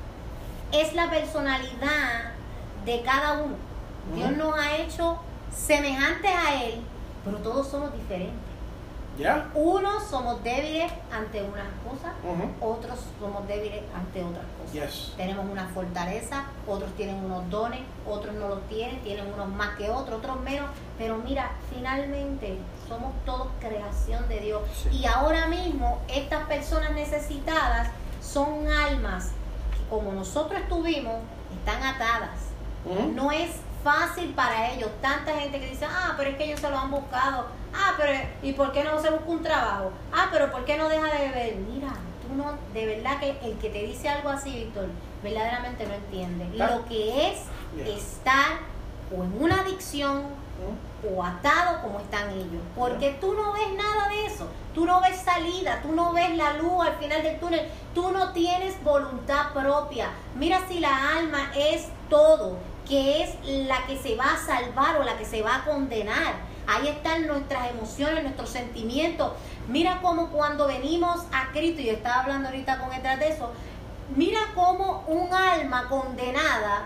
es la personalidad de cada uno. Dios Ujú. nos ha hecho semejantes a Él, pero todos somos diferentes. ¿Ya? Unos somos débiles ante unas cosas, Ujú. otros somos débiles ante otras cosas. Yes. Tenemos una fortaleza, otros tienen unos dones, otros no los tienen, tienen unos más que otros, otros menos. Pero mira, finalmente somos todos creación de Dios. Sí. Y ahora mismo estas personas necesitadas son almas que, como nosotros estuvimos, están atadas. Ujú. No es fácil para ellos. Tanta gente que dice, ah, pero es que ellos se lo han buscado. Ah, pero ¿y por qué no se busca un trabajo? Ah, pero ¿por qué no deja de beber? Mira, tú no, de verdad que el que te dice algo así, Víctor, verdaderamente no entiende Claro. lo que es Yeah. estar o en una adicción Ujú. o atado como están ellos, porque tú no ves nada de eso, tú no ves salida, tú no ves la luz al final del túnel, tú no tienes voluntad propia. Mira, si la alma es todo, que es la que se va a salvar o la que se va a condenar, ahí están nuestras emociones, nuestros sentimientos. Mira cómo cuando venimos a Cristo, y yo estaba hablando ahorita con detrás de eso, mira cómo un alma condenada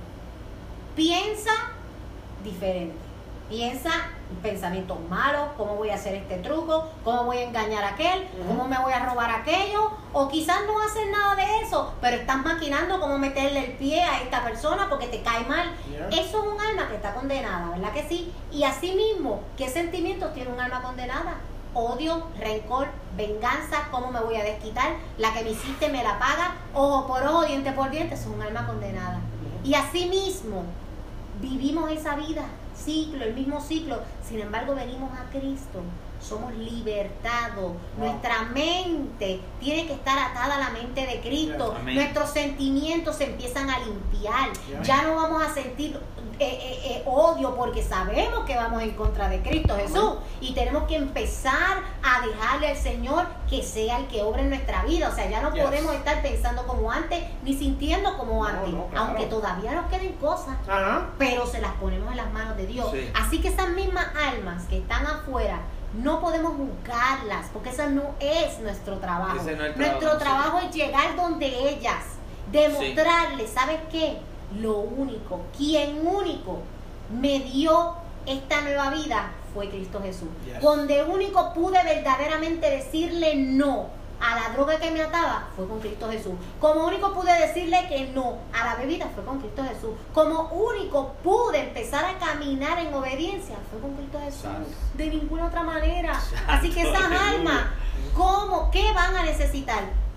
piensa diferente. Piensa pensamientos malos, cómo voy a hacer este truco, cómo voy a engañar a aquel, cómo me voy a robar aquello, o quizás no hacen nada de eso, pero estás maquinando cómo meterle el pie a esta persona porque te cae mal. Yeah. Eso es un alma que está condenada, ¿verdad que sí? Y así mismo, ¿qué sentimientos tiene un alma condenada? Odio, rencor, venganza, cómo me voy a desquitar, la que me hiciste me la paga, ojo por ojo, diente por diente, eso es un alma condenada. Y así mismo vivimos esa vida, ciclo, el mismo ciclo, sin embargo venimos a Cristo, somos libertados, Wow. nuestra mente tiene que estar atada a la mente de Cristo, Yes. Amén. nuestros sentimientos se empiezan a limpiar, Yeah. ya no vamos a sentir eh, eh, eh, odio porque sabemos que vamos en contra de Cristo Jesús y tenemos que empezar a dejarle al Señor que sea el que obre en nuestra vida. O sea, ya no Yes. podemos estar pensando como antes ni sintiendo como No, antes, no, claro. aunque todavía nos queden cosas, Ajá. pero se las ponemos en las manos de Dios. Sí. Así que esas mismas almas que están afuera, no podemos juzgarlas, porque eso no es nuestro trabajo. Ese no es el nuestro trabajo, trabajo es llegar donde ellas, demostrarles, ¿sabes qué? Lo único, quien único me dio esta nueva vida fue Cristo Jesús. Yes. Donde único pude verdaderamente decirle no a la droga que me ataba fue con Cristo Jesús. Como único pude decirle que no a la bebida fue con Cristo Jesús. Como único pude empezar a caminar en obediencia fue con Cristo Jesús. Santo. De ninguna otra manera. Así que esas Aleluya. almas, ¿cómo? ¿Qué van a necesitar?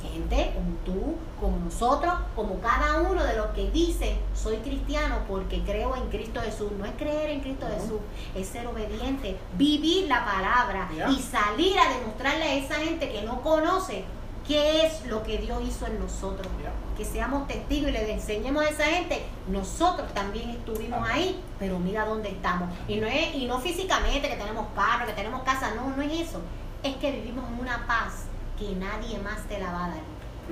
gente como tú, como nosotros, como cada uno de los que dicen soy cristiano porque creo en Cristo Jesús. No es creer en Cristo uh-huh. Jesús, es ser obediente, vivir la palabra yeah. y salir a demostrarle a esa gente que no conoce qué es lo que Dios hizo en nosotros. Yeah. Que seamos testigos y le enseñemos a esa gente, nosotros también estuvimos uh-huh. ahí, pero mira dónde estamos. Y no es, y no físicamente que tenemos carro, que tenemos casa, no, no es eso. Es que vivimos en una paz que nadie más te la va a dar.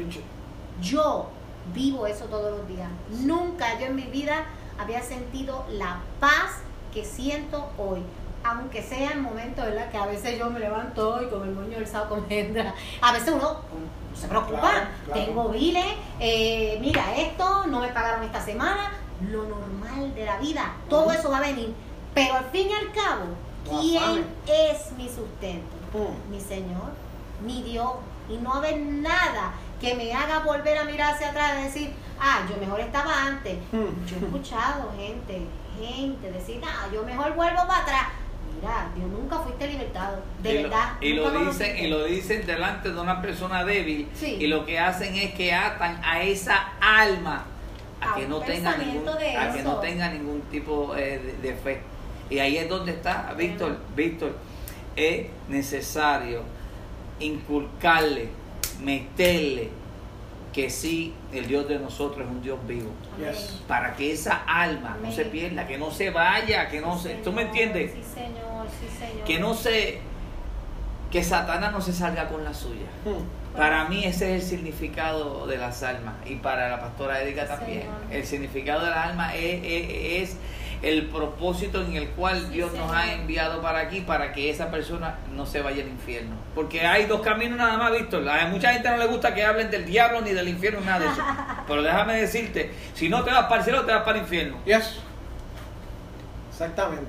Yo vivo eso todos los días. Nunca yo en mi vida había sentido la paz que siento hoy. Aunque sea en momentos, ¿verdad? Que a veces yo me levanto hoy con el moño alzado con hendra. A veces uno no se preocupa. Claro, claro. Tengo biles, eh, mira esto, no me pagaron esta semana. Lo normal de la vida. Todo uh-huh. eso va a venir. Pero al fin y al cabo, ¿quién es mi sustento? Uh-huh. Mi Señor, mi Dios. Y no haber nada que me haga volver a mirar hacia atrás y decir, ah, yo mejor estaba antes. Uh-huh. Yo he escuchado gente, gente decir, ah, yo mejor vuelvo para atrás. Mira, Dios nunca fuiste libertado, de y verdad. Lo, y, lo dicen, y lo dicen delante de una persona débil, sí. y lo que hacen es que atan a esa alma a, a que no tenga ningún a que no tenga ningún tipo eh, de, de fe. Y ahí es donde está, Víctor, Víctor, es necesario inculcarle, meterle que sí, el Dios de nosotros es un Dios vivo. Yes. Para que esa alma Amén. No se pierda, que no se vaya, que no sí, se... Señor, ¿tú me entiendes? Sí, Señor, sí, Señor. Que no se... Que Satanás no se salga con la suya. Hmm. Para mí ese es el significado de las almas. Y para la pastora Erika también. Señor. El significado de las almas es, es, es el propósito en el cual sí, Dios Señor. Nos ha enviado para aquí, para que esa persona no se vaya al infierno. Porque hay dos caminos nada más, Víctor. A mucha gente no le gusta que hablen del diablo ni del infierno, nada de eso. Pero déjame decirte, si no te vas para el cielo, te vas para el infierno. Yes. Exactamente.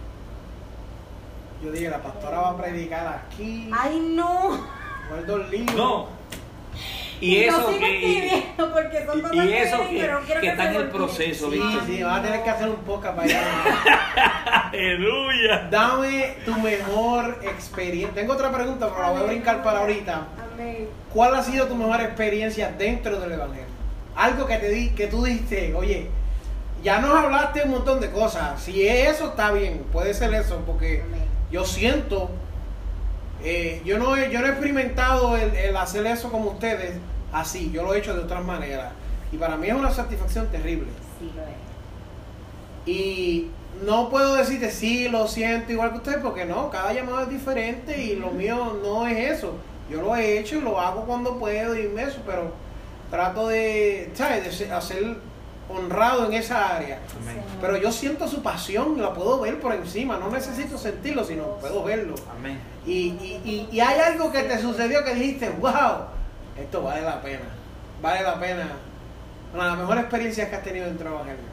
Yo dije, la pastora va a predicar aquí. ¡Ay, no! Guardo el libro. No. Y, y eso no que, porque son y, y eso que, que, que está en el proceso, sí, Víctor. Sí, vas a tener que hacer un podcast para allá. Aleluya. Dame tu mejor experiencia. Tengo otra pregunta, pero la voy a brincar para ahorita. Amén. ¿Cuál ha sido tu mejor experiencia dentro del Evangelio? Algo que te di, que tú dijiste, oye, ya nos hablaste un montón de cosas. Si es eso, está bien, puede ser eso, porque Amén. Yo siento, eh, yo no he, yo no he experimentado el, el hacer eso como ustedes. Así, yo lo he hecho de otras maneras. Y para mí es una satisfacción terrible. Sí, lo es. Y no puedo decirte, sí, lo siento igual que ustedes, porque no, cada llamado es diferente y lo mío no es eso. Yo lo he hecho y lo hago cuando puedo y eso, pero trato de, ¿sabes? De hacer honrado en esa área. Amén. Pero yo siento su pasión, la puedo ver por encima, no necesito sentirlo, sino puedo verlo. Amén. Y, y, y, y hay algo que te sucedió que dijiste, wow, esto vale la pena, vale la pena. Una de las mejores experiencias que has tenido dentro del Evangelio.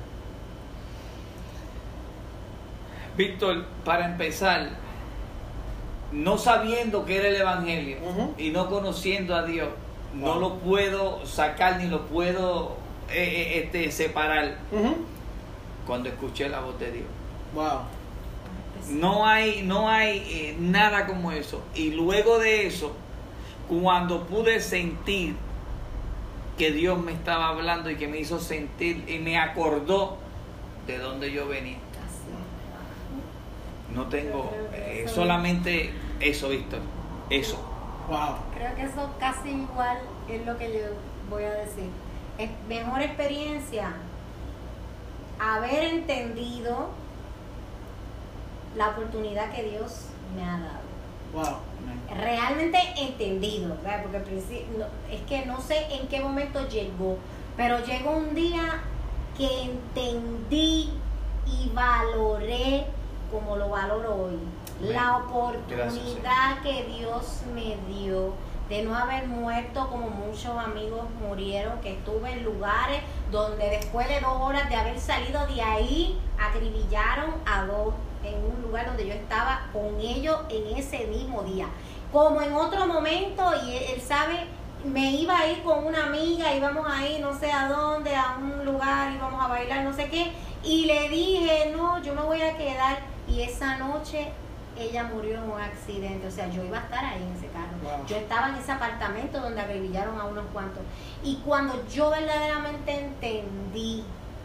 Víctor, para empezar, no sabiendo qué era el Evangelio uh-huh. y no conociendo a Dios, wow. no lo puedo sacar ni lo puedo eh, este, separar uh-huh. cuando escuché la voz de Dios. Wow. No hay, no hay eh, nada como eso. Y luego de eso, cuando pude sentir que Dios me estaba hablando y que me hizo sentir y me acordó de donde yo venía. No tengo eh, solamente eso, Víctor. Eso. Wow. Creo que eso casi igual es lo que yo voy a decir. Es mejor experiencia haber entendido la oportunidad que Dios me ha dado. Wow. Realmente entendido, ¿verdad? Porque al principio, no, es que no sé en qué momento llegó, pero llegó un día que entendí y valoré como lo valoro hoy. Amén. La oportunidad Gracias, que Dios me dio de no haber muerto como muchos amigos murieron, que estuve en lugares donde después de dos horas de haber salido de ahí, acribillaron a dos en un lugar donde yo estaba con ellos en ese mismo día. Como en otro momento, y él, él sabe, me iba a ir con una amiga, íbamos a ir no sé a dónde, a un lugar, íbamos a bailar, no sé qué, y le dije, no, yo me voy a quedar, y esa noche ella murió en un accidente, o sea, yo iba a estar ahí en ese carro. Wow. Yo estaba en ese apartamento donde agrevillaron a unos cuantos. Y cuando yo verdaderamente entendí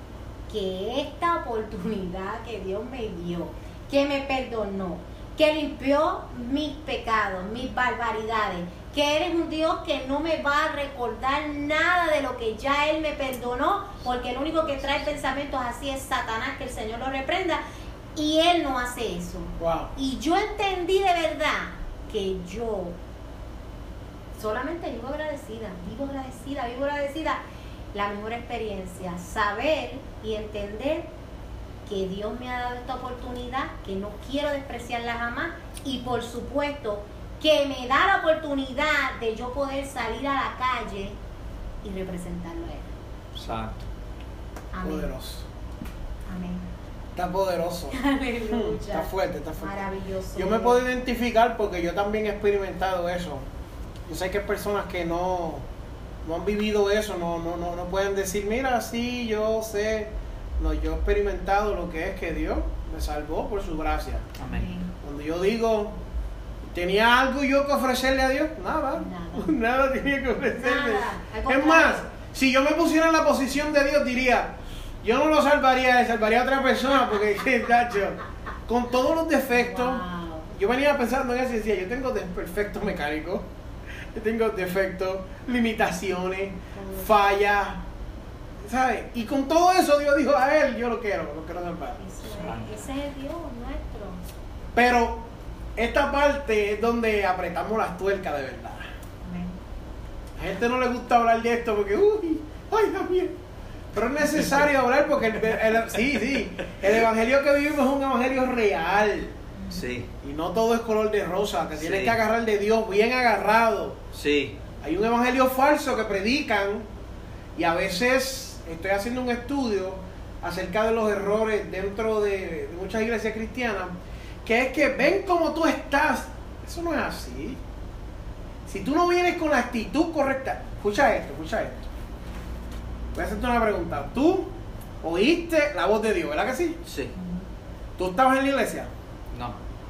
que esta oportunidad que Dios me dio, que me perdonó, que limpió mis pecados, mis barbaridades, que eres un Dios que no me va a recordar nada de lo que ya Él me perdonó, porque el único que trae pensamientos así es Satanás, que el Señor lo reprenda, y Él no hace eso. Wow. Y yo entendí de verdad que yo solamente vivo agradecida, vivo agradecida, vivo agradecida. La mejor experiencia, saber y entender que Dios me ha dado esta oportunidad, que no quiero despreciarla jamás, y por supuesto que me da la oportunidad de yo poder salir a la calle y representarlo a Él. Exacto. Amén. Poderoso. Amén. Está poderoso. Aleluya. Está fuerte, está fuerte. Maravilloso. Yo me puedo identificar porque yo también he experimentado eso. Yo sé que hay personas que no, no han vivido eso, no, no, no, no pueden decir, mira, sí, yo sé. No, yo he experimentado lo que es que Dios me salvó por su gracia. Amén. Cuando yo digo, ¿tenía algo yo que ofrecerle a Dios? Nada. Nada. Nada tenía que ofrecerle. Nada, al Es contrario. más, si yo me pusiera en la posición de Dios, diría, yo no lo salvaría, le salvaría a otra persona, porque, tacho, con todos los defectos, Wow. yo venía pensando en eso y decía, yo tengo desperfectos mecánicos, yo tengo defectos, limitaciones, fallas, ¿sabes? Y con todo eso Dios dijo, a él yo lo quiero, lo quiero salvar. Eso es, ese es el Dios nuestro. Pero esta parte es donde apretamos las tuercas de verdad. Amén. A la gente no le gusta hablar de esto porque, uy, ay, Dios mío. Pero es necesario hablar porque, el, el- sí, sí, el evangelio que vivimos es un evangelio real. Sí, Y no todo es color de rosa, que tienes Sí. que agarrar de Dios bien agarrado. sí, Hay un evangelio falso que predican y a veces estoy haciendo un estudio acerca de los errores dentro de, de muchas iglesias cristianas, que es que ven cómo tú estás. Eso no es así. Si tú no vienes con la actitud correcta, escucha esto, escucha esto. Voy a hacerte una pregunta. Tú oíste la voz de Dios, ¿verdad que sí? sí. ¿Tú estabas en la iglesia? No,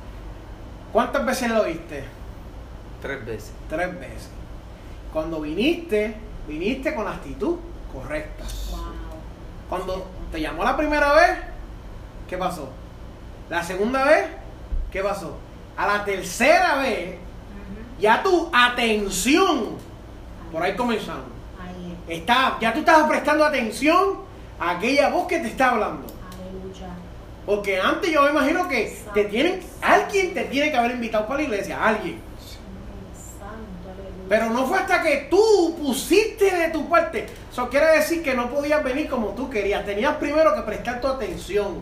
¿Cuántas veces la oíste? tres veces. Tres veces. Cuando viniste, viniste con la actitud correcta. Wow. Cuando te llamó la primera vez, ¿qué pasó? La segunda vez, ¿qué pasó? A la tercera vez, Ujú. ya tu atención, por ahí comenzamos. Ahí es. Está, ya tú estabas prestando atención a aquella voz que te está hablando. Aleluya. Porque antes yo me imagino que te tienen, alguien te tiene que haber invitado para la iglesia, alguien. Santo, aleluya. Pero no fue hasta que tú pusiste de tu parte. Eso quiere decir que no podías venir como tú querías. Tenías primero que prestar tu atención.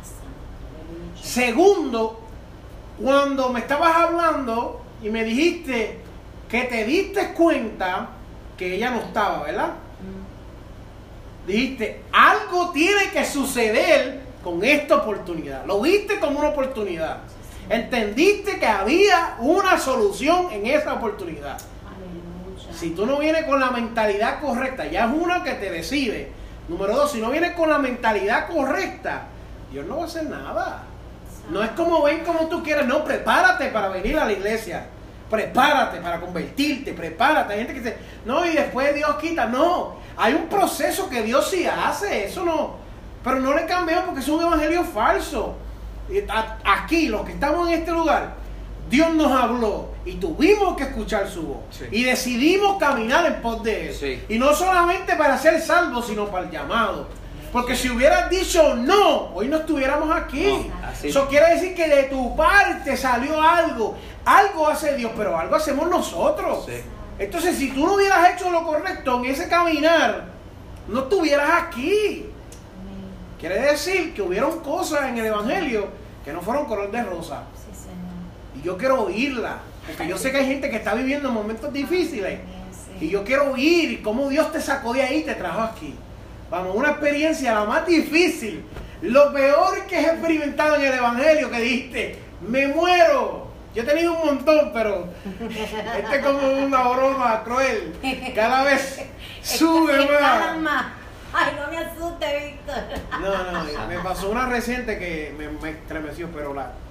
Segundo, cuando me estabas hablando y me dijiste que te diste cuenta que ella no estaba, ¿verdad? Dijiste, algo tiene que suceder con esta oportunidad. Lo viste como una oportunidad. Entendiste que había una solución en esa oportunidad. Aleluya. Si tú no vienes con la mentalidad correcta, ya es uno que te decide. Número dos, si no vienes con la mentalidad correcta, Dios no va a hacer nada. No es como ven como tú quieras, no, prepárate para venir a la iglesia. Prepárate para convertirte, prepárate. Hay gente que dice, no, y después Dios quita. No, hay un proceso que Dios sí hace, eso no. Pero no le cambiamos porque es un evangelio falso. Y a- Aquí, los que estamos en este lugar, Dios nos habló y tuvimos que escuchar su voz. Sí. Y decidimos caminar en pos de Él. Sí. Y no solamente para ser salvos, sino para el llamado. Porque si hubieras dicho no, hoy no estuviéramos aquí. No, así. Eso quiere decir que de tu parte salió algo. Algo hace Dios, pero algo hacemos nosotros. Sí. Entonces, si tú no hubieras hecho lo correcto en ese caminar, no estuvieras aquí. Amén. Quiere decir que hubieron cosas en el Evangelio que no fueron color de rosa. Sí, Señor. Y yo quiero oírla. Porque yo sé que hay gente que está viviendo momentos difíciles. Amén, sí. Y yo quiero oír cómo Dios te sacó de ahí y te trajo aquí. Vamos, una experiencia la más difícil. Lo peor que he experimentado en el Evangelio, que dijiste, me muero. Yo he tenido un montón, pero este es como una broma cruel. Cada vez sube Escalan más. más. Ay, no me asuste, Víctor. No, no, me pasó una reciente que me, me estremeció, pero la,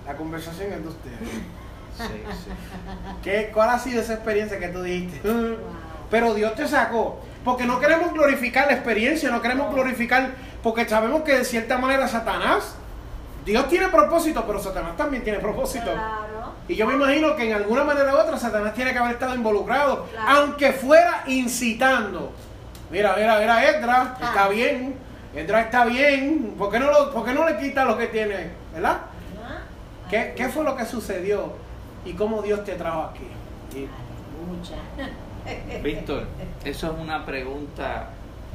La conversación es de ustedes. Sí, sí. ¿Qué, ¿Cuál ha sido esa experiencia que tú dijiste? Pero Dios te sacó. Porque no queremos glorificar la experiencia, no queremos glorificar, porque sabemos que de cierta manera Satanás, Dios tiene propósito, pero Satanás también tiene propósito. Claro. Y yo me imagino que en alguna manera u otra Satanás tiene que haber estado involucrado, Claro. aunque fuera incitando. Mira, mira, mira, Edra, Ah. está bien, Edra está bien, ¿por qué no, lo, por qué no le quita lo que tiene? ¿Verdad? ¿Ah? ¿Qué, ¿Qué fue lo que sucedió y cómo Dios te trajo aquí? Y- Mucha. Víctor, eso es una pregunta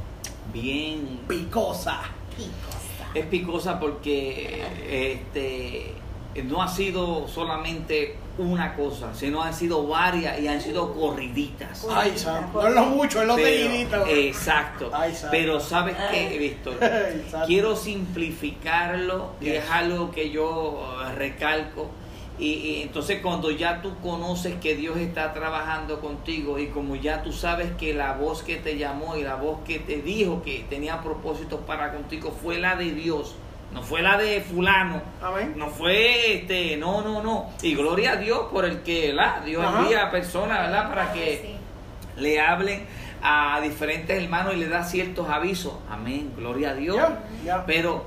bien picosa. es picosa porque este no ha sido solamente una cosa, sino han sido varias y han sido corriditas. Ay, santo, no es lo mucho, es lo Pero- seguidito. exacto. Ay, santo. Pero ¿sabes qué, Víctor? Ay, santo. Quiero simplificarlo y Yes. es algo que yo eh, recalco. Y, y entonces cuando ya tú conoces que Dios está trabajando contigo y como ya tú sabes que la voz que te llamó y la voz que te dijo que tenía propósitos para contigo fue la de Dios, no fue la de fulano, Amén. no fue este, no, no, no. Y gloria a Dios por el que, ¿verdad? Dios Ajá. envía a personas, ¿verdad? Para que Sí. le hablen a diferentes hermanos y le da ciertos avisos. Amén, gloria a Dios. Ya, ya. Pero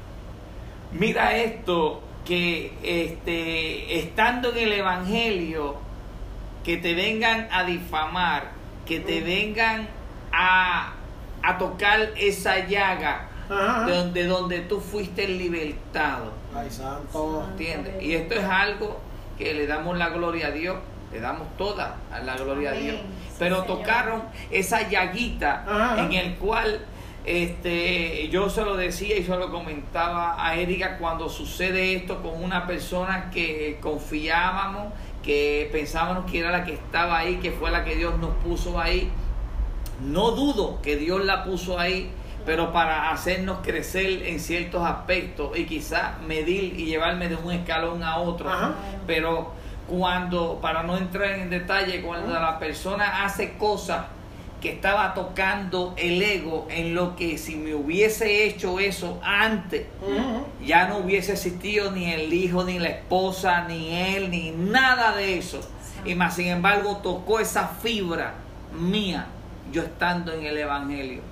mira esto, que este, estando en el Evangelio, que te vengan a difamar, que te vengan a, a tocar esa llaga Ajá. de donde, donde tú fuiste libertado. Ay, santo. ¿Entiendes? Y esto es algo que le damos la gloria a Dios, le damos toda la gloria a Amén. Dios. Sí, Pero Señor. tocaron esa llaguita Ajá. en el cual este, yo se lo decía y se lo comentaba a Erika cuando sucede esto con una persona que confiábamos, que pensábamos que era la que estaba ahí, que fue la que Dios nos puso ahí. No dudo que Dios la puso ahí, pero para hacernos crecer en ciertos aspectos y quizás medir y llevarme de un escalón a otro. Ajá. Pero cuando, para no entrar en detalle, cuando la persona hace cosas que estaba tocando el ego, en lo que si me hubiese hecho eso antes, Ujú. ya no hubiese existido ni el hijo, ni la esposa, ni él, ni nada de eso. Y más sin embargo tocó esa fibra mía, yo estando en el Evangelio.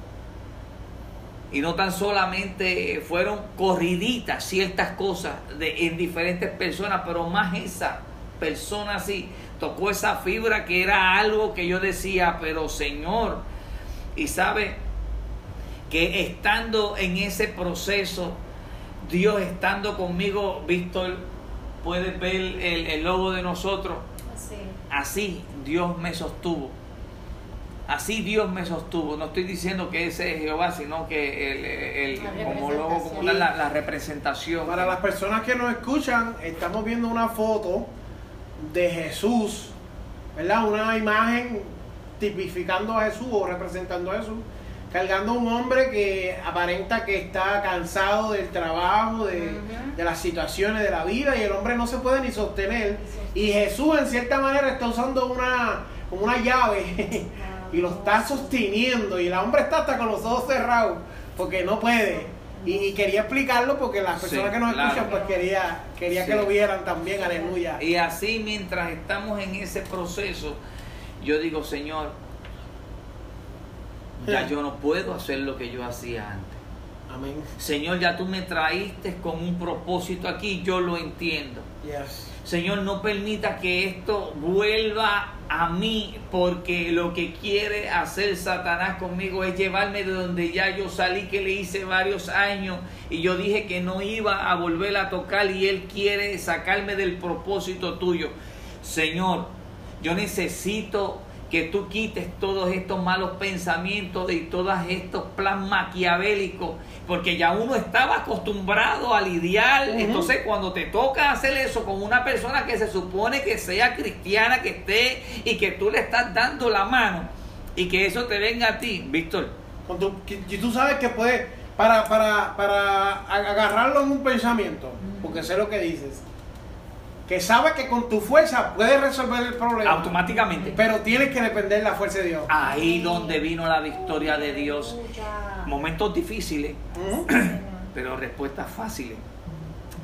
Y no tan solamente fueron corriditas ciertas cosas de, en diferentes personas, pero más esa persona así tocó esa fibra que era algo que yo decía, pero Señor, y sabe que estando en ese proceso, Dios estando conmigo, Víctor, puedes ver el, el logo de nosotros, Sí. así Dios me sostuvo. Así Dios me sostuvo. No estoy diciendo que ese es Jehová, sino que el, el, La como logo, como tal, la, la representación. Para las personas que nos escuchan, estamos viendo una foto de Jesús, ¿verdad? Una imagen tipificando a Jesús o representando a Jesús, cargando a un hombre que aparenta que está cansado del trabajo, de, Ujú. de las situaciones de la vida, y el hombre no se puede ni sostener. Y Jesús en cierta manera está usando una, como una llave y lo está sosteniendo, y el hombre está hasta con los ojos cerrados porque no puede. Y, y quería explicarlo porque las personas Sí, que nos claro. escuchan pues quería, quería Sí. que lo vieran también, aleluya. Y así mientras estamos en ese proceso, yo digo, Señor, ya yo no puedo hacer lo que yo hacía antes. Amén. Señor, ya tú me traíste con un propósito aquí, yo lo entiendo. Yes. Señor, no permita que esto vuelva a mí, porque lo que quiere hacer Satanás conmigo es llevarme de donde ya yo salí, que le hice varios años, y yo dije que no iba a volver a tocar, y él quiere sacarme del propósito tuyo. Señor, yo necesito que tú quites todos estos malos pensamientos y todos estos planes maquiavélicos, porque ya uno estaba acostumbrado a lidiar. Uh-huh. Entonces cuando te toca hacer eso con una persona que se supone que sea cristiana, que esté, y que tú le estás dando la mano, y que eso te venga a ti, Víctor. Con tu- que- y tú sabes que puedes, para, para, para agarrarlo en un pensamiento, porque sé lo que dices, que sabes que con tu fuerza puedes resolver el problema, Automáticamente. pero tienes que depender de la fuerza de Dios. Ahí donde vino la victoria de Dios. Aleluya. Momentos difíciles, Ujú. pero respuestas fáciles.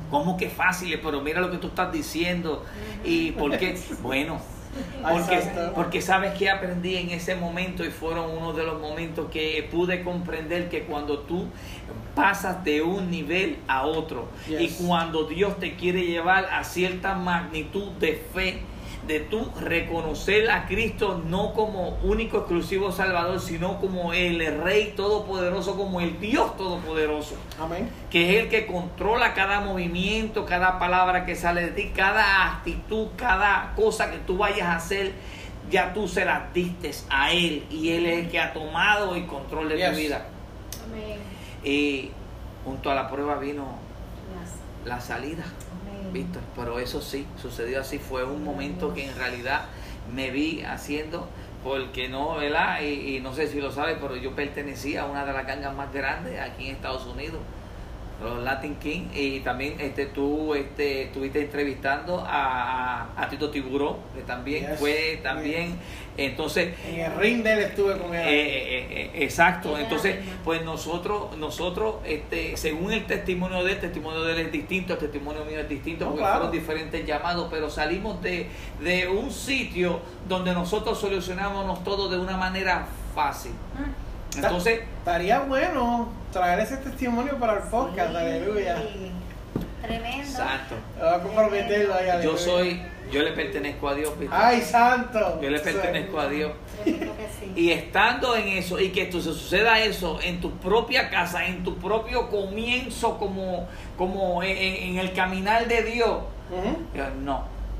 ¿Cómo que fáciles? Pero mira lo que tú estás diciendo. ¿Y por qué? Bueno, porque, porque sabes que aprendí en ese momento, y fueron uno de los momentos que pude comprender que cuando tú pasas de un nivel a otro, yes, y cuando Dios te quiere llevar a cierta magnitud de fe, de tú reconocer a Cristo no como único exclusivo Salvador, sino como el Rey Todopoderoso, como el Dios Todopoderoso. Amén. Que es el que controla cada movimiento, cada palabra que sale de ti, cada actitud, cada cosa que tú vayas a hacer, ya tú se las diste a Él, y Él es el que ha tomado el control de, yes, tu vida. Amén. Y junto a la prueba vino yes, la salida. Víctor, pero eso sí, sucedió así, fue un momento que en realidad me vi haciendo, porque no, ¿verdad? Y, y no sé si lo sabes, pero yo pertenecía a una de las gangas más grandes aquí en Estados Unidos, los Latin King, y también este tú este estuviste entrevistando a, a, a Tito Tiburón, que también yes, fue también, yes, entonces en el ring de él estuve con él. Eh, eh, eh, exacto, entonces pues nosotros, nosotros este, según el testimonio de él, el testimonio de él es distinto, el testimonio mío es distinto, porque oh, claro, fueron diferentes llamados, pero salimos de, de un sitio donde nosotros solucionábamos todo de una manera fácil. Entonces estaría bueno traer ese testimonio para el podcast, sí, aleluya. Tremendo. Santo. Voy a comprometerlo ahí, aleluya. Yo soy, yo le pertenezco a Dios, ¿viste? Ay, santo. Yo le pertenezco sí, a Dios. Tremendo que sí. Y estando en eso, y que esto se suceda eso en tu propia casa, en tu propio comienzo, como, como en, en el caminar de Dios, uh-huh, yo, no,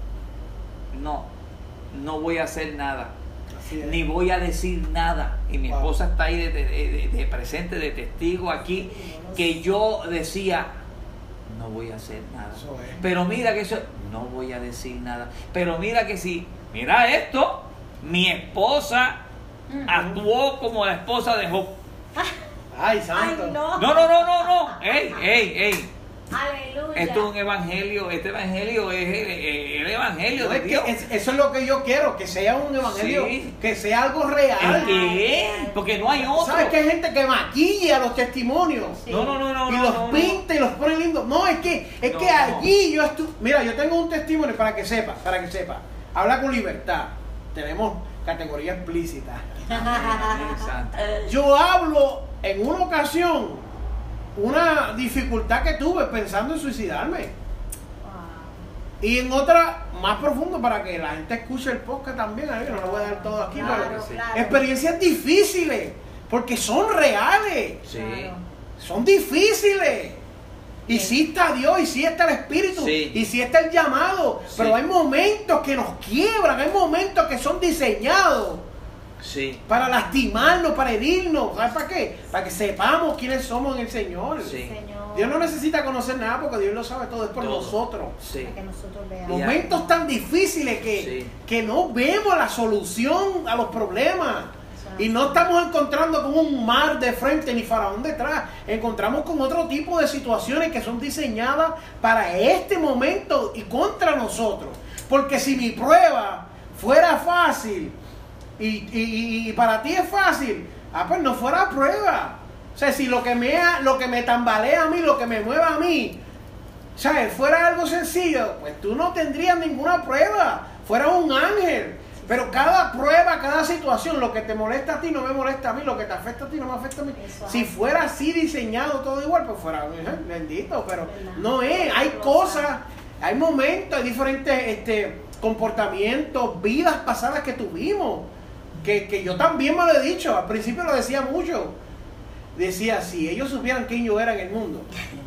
no, no voy a hacer nada. Ni voy a decir nada. Y mi wow, esposa está ahí de, de, de, de presente, de testigo aquí, que yo decía, no voy a hacer nada. Pero mira que eso, no voy a decir nada. Pero mira que sí, mira esto, mi esposa uh-huh, actuó como la esposa de Job. Ay, santo. Ay, no. No, no, no, no, no. Ey, ey, ey. Aleluya. Esto es un evangelio, este evangelio es el, el evangelio no, de es Dios. Es, eso es lo que yo quiero, que sea un evangelio, sí, que sea algo real. ¿Qué? Porque no hay otro. ¿Sabes que hay gente que maquilla los testimonios? Sí. No, no, no, no. Y no, los no, pinta no, y los pone lindos. No, es que, es no, que allí yo estuve. Mira, yo tengo un testimonio para que sepa, para que sepa. Habla con libertad. Tenemos categoría explícita. Yo hablo en una ocasión una dificultad que tuve pensando en suicidarme. Wow. Y en otra más profundo, para que la gente escuche el podcast también. A mí no lo voy a dar todo aquí, claro, pero claro, experiencias difíciles, porque son reales, sí, son difíciles. Y sí está Dios, y sí está el Espíritu, sí, y sí está el llamado, sí, pero hay momentos que nos quiebran, hay momentos que son diseñados, sí, para lastimarnos, para herirnos. ¿Sabes para qué? Para que sepamos quiénes somos en el Señor. Sí. Dios no necesita conocer nada, porque Dios lo sabe todo, es por todo, nosotros. Sí. Para que nosotros veamos. Momentos tan difíciles que, sí, que no vemos la solución a los problemas. Y no estamos encontrando con un mar de frente ni faraón detrás. Encontramos con otro tipo de situaciones que son diseñadas para este momento y contra nosotros. Porque si mi prueba fuera fácil y, y, y para ti es fácil, ah, pues no fuera prueba. O sea, si lo que me, lo que me tambalea a mí, lo que me mueve a mí, ¿sabes? Fuera algo sencillo, pues tú no tendrías ninguna prueba. Fuera un ángel. Pero cada prueba, cada situación, lo que te molesta a ti no me molesta a mí, lo que te afecta a ti no me afecta a mí. Eso, si fuera así diseñado todo igual, pues fuera eh, bendito, pero no es. Hay cosas, hay momentos, hay diferentes este, comportamientos, vidas pasadas que tuvimos, que, que yo también me lo he dicho, al principio lo decía mucho. Decía, si ellos supieran quién yo era en el mundo,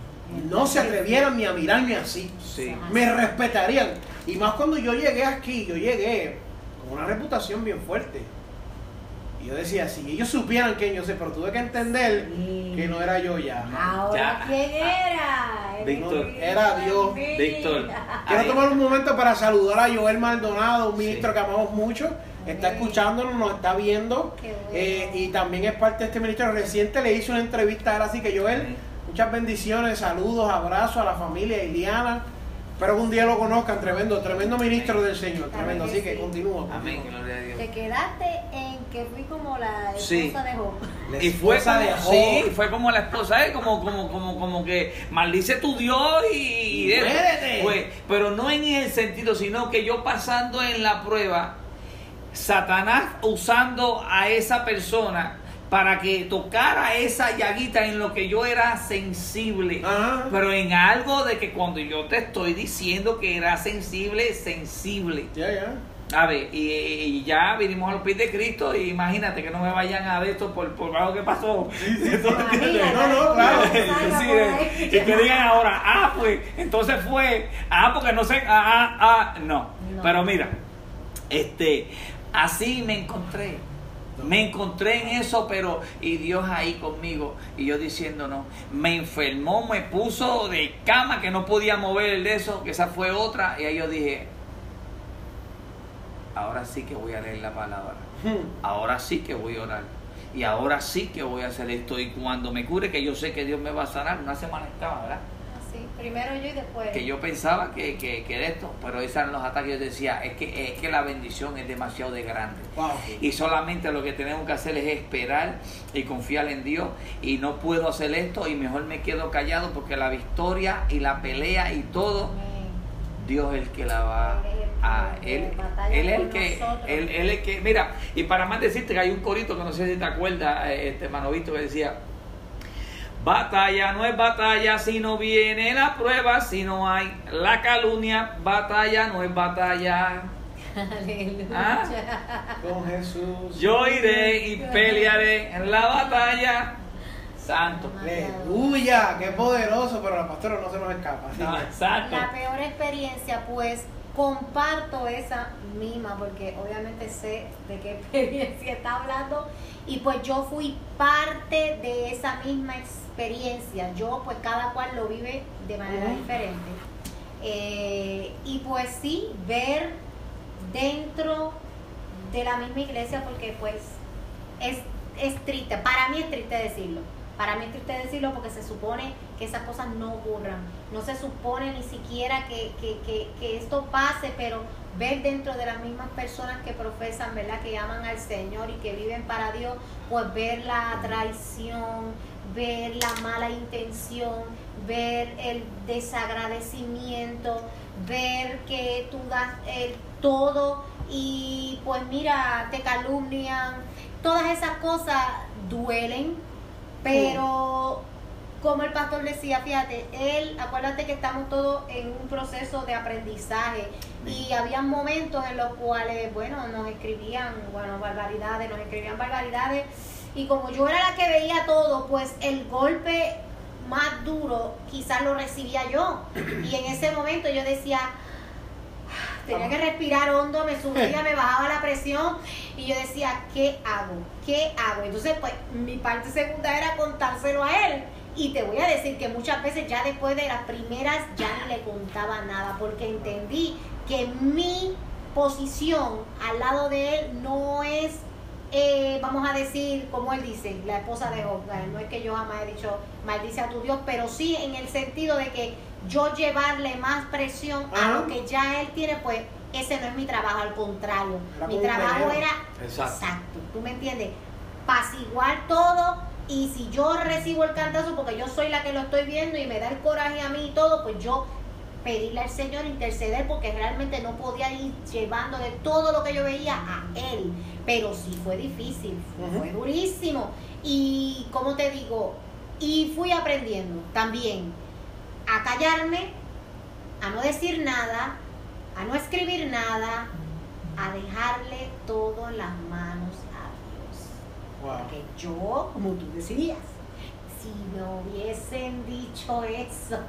no se atrevieran ni a mirarme así, sí, me respetarían. Y más cuando yo llegué aquí, yo llegué una reputación bien fuerte. Y yo decía, si ellos supieran quién yo sé, pero tuve que entender sí, que no era yo ya. Ahora, ya. ¿Quién era? Víctor. No, era Dios. Víctor. Quiero tomar un momento para saludar a Joel Maldonado, un ministro sí, que amamos mucho. Está escuchándonos, nos está viendo. Bueno. Eh, y también es parte de este ministro. Reciente le hice una entrevista a él, así que Joel, sí, muchas bendiciones, saludos, abrazos a la familia Iliana. Espero que un día lo conozcan, tremendo, tremendo ministro del Señor, tremendo. Así que sí. continúa. Amén, gloria a Dios. Te quedaste en que fui como la esposa Sí. de Job. La Y fue esposa como, de Job. sí, fue como la esposa, ¿eh? como, como, como, como que maldice tu Dios y, y eso. Muérete. Pues, pero no en el sentido, sino que yo pasando en la prueba, Satanás usando a esa persona para que tocara esa llaguita en lo que yo era sensible. Ajá. Pero en algo de que cuando yo te estoy diciendo que era sensible, sensible. Ya, ya. A ver, y, y ya vinimos a los pies de Cristo y imagínate que no me vayan a ver esto por, por algo que pasó. Imagínate, No, no, claro. que salga Sí, por eh, ahí. y que digan ahora, ah, pues, entonces fue, ah, porque no sé, ah, ah, ah, no. No. Pero mira, este, así me encontré. Me encontré en eso, pero y Dios ahí conmigo y yo diciendo no, me enfermó, me puso de cama que no podía mover el de eso, que esa fue otra, y ahí yo dije, ahora sí que voy a leer la palabra, ahora sí que voy a orar y ahora sí que voy a hacer esto, y cuando me cure, que yo sé que Dios me va a sanar, una semana estaba, ¿verdad? Sí, primero yo y después. Que yo pensaba que, que, que de esto, pero esos eran los ataques. Yo decía, es que, es que la bendición es demasiado de grande. Wow. Y solamente lo que tenemos que hacer es esperar y confiar en Dios. Y no puedo hacer esto y mejor me quedo callado porque la victoria y la pelea y todo, Amén. Dios es el que la va a... Él, él es el que... Él, él es el que... Mira, y para más decirte que hay un corito que no sé si te acuerdas, este hermano Víctor, que decía... Batalla no es batalla si no viene la prueba, si no hay la calumnia. Batalla no es batalla. Aleluya. ¿Ah? Con Jesús. Yo iré y pelearé en la batalla. Santo. Aleluya, qué poderoso, pero la pastora no se nos escapa. Así No, que- exacto. La peor experiencia, pues comparto esa misma, porque obviamente sé de qué experiencia está hablando, y pues yo fui parte de esa misma experiencia. Yo, pues cada cual lo vive de manera Ujú. diferente. Eh, y pues sí, ver dentro de la misma iglesia, porque pues es, es triste, para mí es triste decirlo. Para mí es triste decirlo porque se supone que esas cosas no ocurran. No se supone ni siquiera que, que, que, que esto pase, pero ver dentro de las mismas personas que profesan, ¿verdad? Que aman al Señor y que viven para Dios, pues ver la traición, ver la mala intención, ver el desagradecimiento, ver que tú das el todo y pues mira, te calumnian. Todas esas cosas duelen. Pero como el pastor decía, fíjate, él, acuérdate que estamos todos en un proceso de aprendizaje y había momentos en los cuales, bueno, nos escribían, bueno, barbaridades, nos escribían barbaridades y como yo era la que veía todo, pues el golpe más duro quizás lo recibía yo y en ese momento yo decía, tenía que respirar hondo, me subía, me bajaba la presión y yo decía, ¿qué hago? ¿Qué hago? Entonces, pues, mi parte segunda era contárselo a él. Y te voy a decir que muchas veces ya después de las primeras ya ni le contaba nada porque entendí que mi posición al lado de él no es, eh, vamos a decir, como él dice, la esposa de Job. No es que yo jamás he dicho maldice a tu Dios, pero sí en el sentido de que yo llevarle más presión a Ajá. lo que ya él tiene, pues ese no es mi trabajo, al contrario. Era Mi como un trabajo veneno. era, Exacto. exacto, ¿tú me entiendes? Apaciguar todo, y si yo recibo el cantazo porque yo soy la que lo estoy viendo y me da el coraje a mí y todo, pues yo pedirle al Señor interceder porque realmente no podía ir llevando de todo lo que yo veía a Él. Pero sí fue difícil, Ujú. fue durísimo. Y como te digo, y fui aprendiendo también a callarme, a no decir nada, a no escribir nada, a dejarle todo en las manos a Dios. Wow. Porque yo, como tú decías, si me hubiesen dicho eso,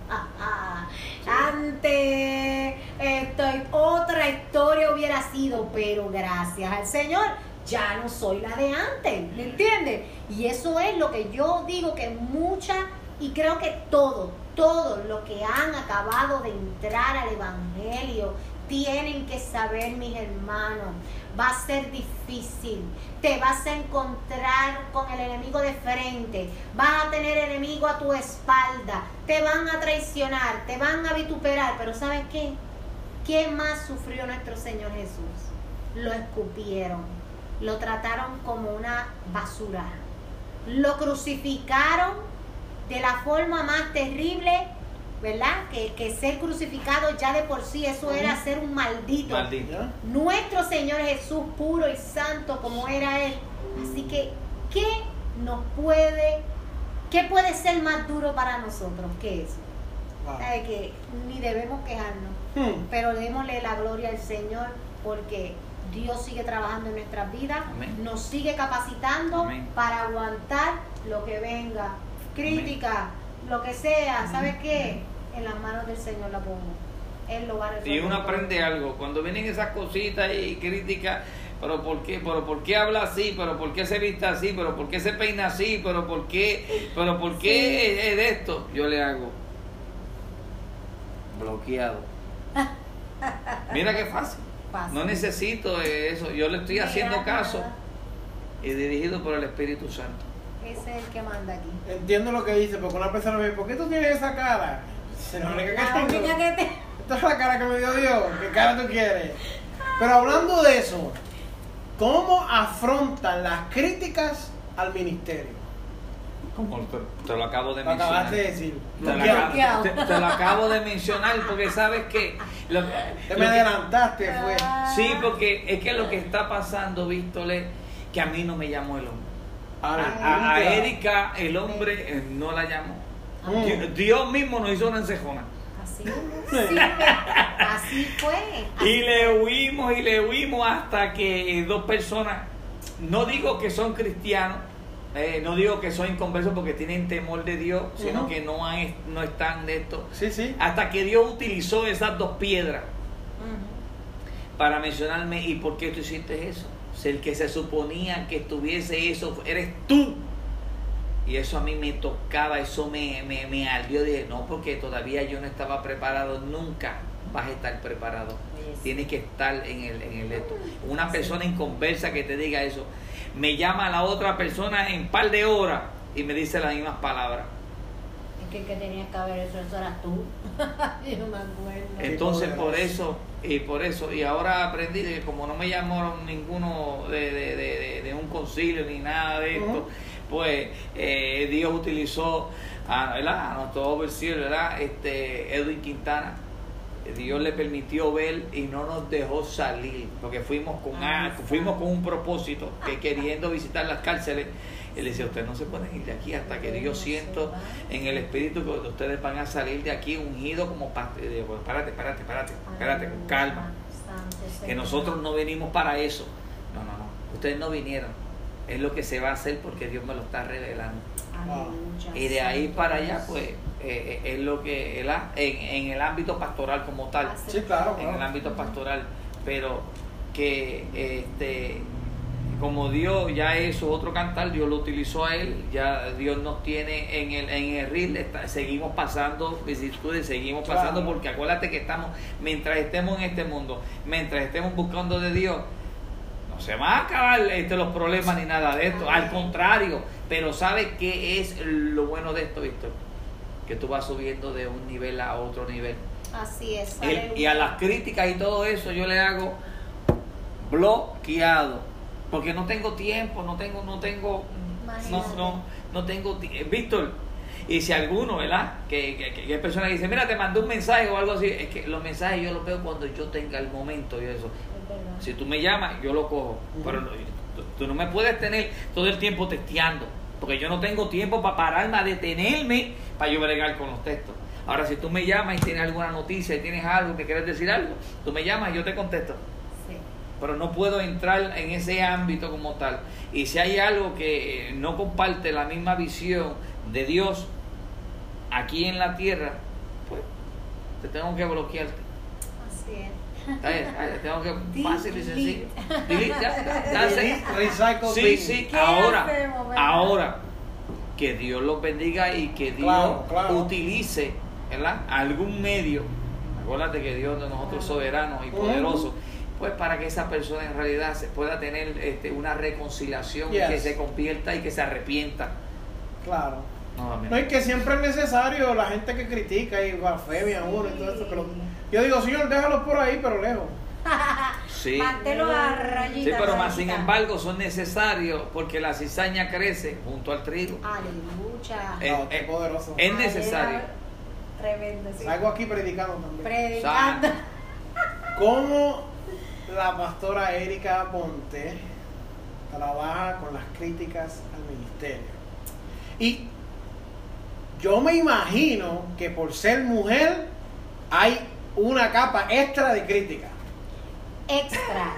antes, estoy, otra historia hubiera sido, pero gracias al Señor, ya no soy la de antes, ¿me entiendes? Y eso es lo que yo digo que mucha, y creo que todo, todos los que han acabado de entrar al Evangelio, tienen que saber, mis hermanos, va a ser difícil. Te vas a encontrar con el enemigo de frente. Vas a tener enemigo a tu espalda. Te van a traicionar, te van a vituperar. Pero ¿sabes qué? ¿Qué más sufrió nuestro Señor Jesús? Lo escupieron. Lo trataron como una basura. Lo crucificaron de la forma más terrible, ¿verdad? Que, que ser crucificado ya de por sí, eso era ser un maldito. Maldito. Nuestro Señor Jesús, puro y santo como era Él. Así que, ¿qué nos puede, qué puede ser más duro para nosotros que eso? Wow. ¿Sabe? Que ni debemos quejarnos, Hmm. pero démosle la gloria al Señor porque Dios sigue trabajando en nuestras vidas, Amén. nos sigue capacitando Amén. para aguantar lo que venga, crítica, lo que sea. ¿Sabes qué? En las manos del Señor la pongo. Él lo va a resolver. Y uno aprende algo. Cuando vienen esas cositas y críticas, pero ¿por qué? ¿Pero por qué habla así? ¿Pero por qué se viste así? ¿Pero por qué se peina así? ¿Pero por qué? ¿Pero por qué Sí. es, es de esto? Yo le hago bloqueado. Mira qué fácil. Fácil. No necesito eso. Yo le estoy Mira, haciendo caso nada. y dirigido por el Espíritu Santo. Ese es el que manda aquí. Entiendo lo que dice, porque una persona me dice, ¿por qué tú tienes esa cara? Se nos única que La tengo. única que te... Esta es la cara que me dio Dios. ¿Qué cara tú quieres? Pero hablando de eso, ¿cómo afrontan las críticas al ministerio? Como te, te lo acabo de Lo mencionar. acabaste de decir. Te lo, Bloqueado. acabo, te- te lo acabo de mencionar porque sabes que lo, Te lo me que- adelantaste, fue. sí, porque es que lo que está pasando, Víctor, es que a mí no me llamó el hombre. A, a- a Erika, el hombre, eh, no la llamó. Mm. Dios, Dios mismo nos hizo una encejona. Así, sí, así fue. Y le huimos y le huimos hasta que dos personas, no digo que son cristianos, eh, no digo que son inconversos porque tienen temor de Dios, sino Ujú. que no, han, no están de esto. Sí, sí. Hasta que Dios utilizó esas dos piedras Ujú. para mencionarme, ¿y por qué tú hiciste eso? Si el que se suponía que estuviese eso eres tú. Y eso a mí me tocaba, eso me, me, me ardió. Dije, no, porque todavía yo no estaba preparado. Nunca vas a estar preparado. Yes. Tienes que estar en el, en el esto. Una persona inconversa que te diga eso, me llama a la otra persona en un par de horas y me dice las mismas palabras. Es que el que tenías que haber eso, eso eras tú. Yo no me acuerdo. Entonces por poderoso. eso, y por eso, y ahora aprendí que como no me llamaron ninguno de, de, de, de, de un concilio ni nada de esto, Ujú. pues eh, Dios utilizó a, ¿verdad? a nuestro overseer, ¿verdad? Este, Edwin Quintana. Dios le permitió ver y no nos dejó salir, porque fuimos con, Ah, ah, fuimos con un propósito, que queriendo visitar las cárceles, él decía, ustedes no se pueden ir de aquí hasta que Dios siento en el espíritu que ustedes van a salir de aquí ungidos como parte de, bueno, espérate, espérate, espérate, espérate, con calma, que nosotros no venimos para eso, no, no, no, ustedes no vinieron, es lo que se va a hacer porque Dios me lo está revelando. Y de ahí para allá, pues, eh, eh, es lo que, ¿verdad? En, en el ámbito pastoral como tal, Sí, claro, en el claro. ámbito pastoral, pero que, este, como Dios, ya eso es otro cantar, Dios lo utilizó a él, ya Dios nos tiene en el, en el reel, está- seguimos pasando vicisitudes, seguimos pasando, Claro. porque acuérdate que estamos, mientras estemos en este mundo, mientras estemos buscando de Dios, no se van a acabar este, los problemas ni nada de esto, al contrario, pero ¿sabes qué es lo bueno de esto, Víctor? Que tú vas subiendo de un nivel a otro nivel. Así es. El- y aleluya. a las críticas y todo eso yo le hago bloqueado, porque no tengo tiempo, no tengo, no tengo, no, Imagínate. no, no tengo tiempo. Víctor, y si alguno, ¿verdad? Que, que, que, que hay personas que dicen, mira, te mandé un mensaje o algo así, es que los mensajes yo los veo cuando yo tenga el momento y eso. Es verdad. Si tú me llamas, yo lo cojo, Ujú. pero no- tú, tú no me puedes tener todo el tiempo testeando, porque yo no tengo tiempo para pararme a detenerme para yo bregar con los textos. Ahora, si tú me llamas y tienes alguna noticia y tienes algo que quieres decir algo, tú me llamas y yo te contesto. Sí. Pero no puedo entrar en ese ámbito como tal. Y si hay algo que eh, no comparte la misma visión de Dios aquí en la tierra, pues te tengo que bloquearte. Así es. Está bien, está bien, tengo que fácil y Delete. sencillo. Delete, ya, ya, ya sé. Recycle Sí, bin. sí, ¿Qué ahora, hacemos, verdad? ahora, que Dios los bendiga y que Dios Claro, claro. utilice, ¿verdad? Algún medio, Acuérdate que Dios de nosotros es soberano y poderoso. Pues para que esa persona en realidad se pueda tener este, una reconciliación, Yes. que se convierta y que se arrepienta. Claro. Nuevamente. No, y que siempre es necesario la gente que critica y blasfemia a uno y todo eso. Que lo- yo digo, Señor, déjalo por ahí, pero lejos. Sí. Manténlo a rayita. Sí, pero más rayita. sin embargo son necesarios porque la cizaña crece junto al trigo. Aleluya. Eh, No, qué eh, poderoso. Es necesario. Tremendo, sí. Salgo aquí predicando también. Predicando. ¿Cómo la pastora Erika Ponte trabaja con las críticas al ministerio? Y yo me imagino que por ser mujer hay una capa extra de crítica. Extra,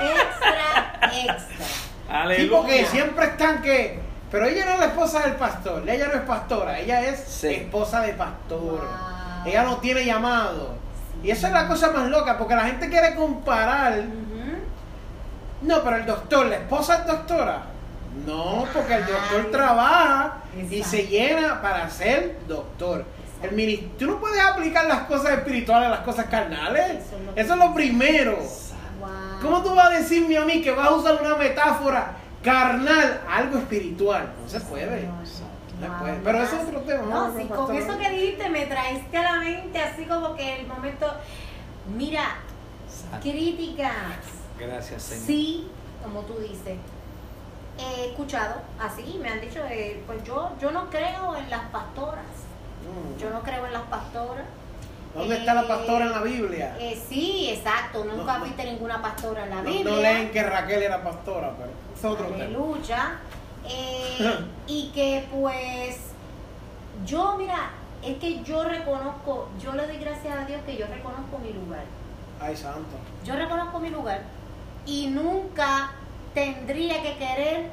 extra, extra. Aleluya. Sí, porque siempre están que... Pero ella no es la esposa del pastor, ella no es pastora, ella es Sí. esposa de pastor. Wow. Ella no tiene llamado. Y esa es la cosa más loca, porque la gente quiere comparar. Ujú. No, pero el doctor, la esposa es doctora. No, porque el doctor Ay. trabaja y Exacto. se llena para ser doctor. El mini- Tú no puedes aplicar las cosas espirituales a las cosas carnales. Eso es lo Eso es lo primero. Wow. ¿Cómo tú vas a decirme a mí que vas a usar una metáfora carnal a algo espiritual? No se puede. No, No se wow. puede. Pero eso es otro tema. No, vamos sí, a con pasar. eso que dijiste me traiste a la mente así como que el momento. Mira, críticas. Gracias, Señor. Sí, como tú dices. He escuchado así, me han dicho, eh, pues yo, yo no creo en las pastoras. Mm. Yo no creo en las pastoras. ¿Dónde está la Eh, pastora en la Biblia? Eh, sí, exacto. Nunca No, no. viste ninguna pastora en la No, Biblia. no leen que Raquel era pastora, pero es otro tema. Aleluya. Eh, y que pues yo, mira, es que yo reconozco, yo le doy gracias a Dios que yo reconozco mi lugar. Ay, santo. Yo reconozco mi lugar y nunca tendría que querer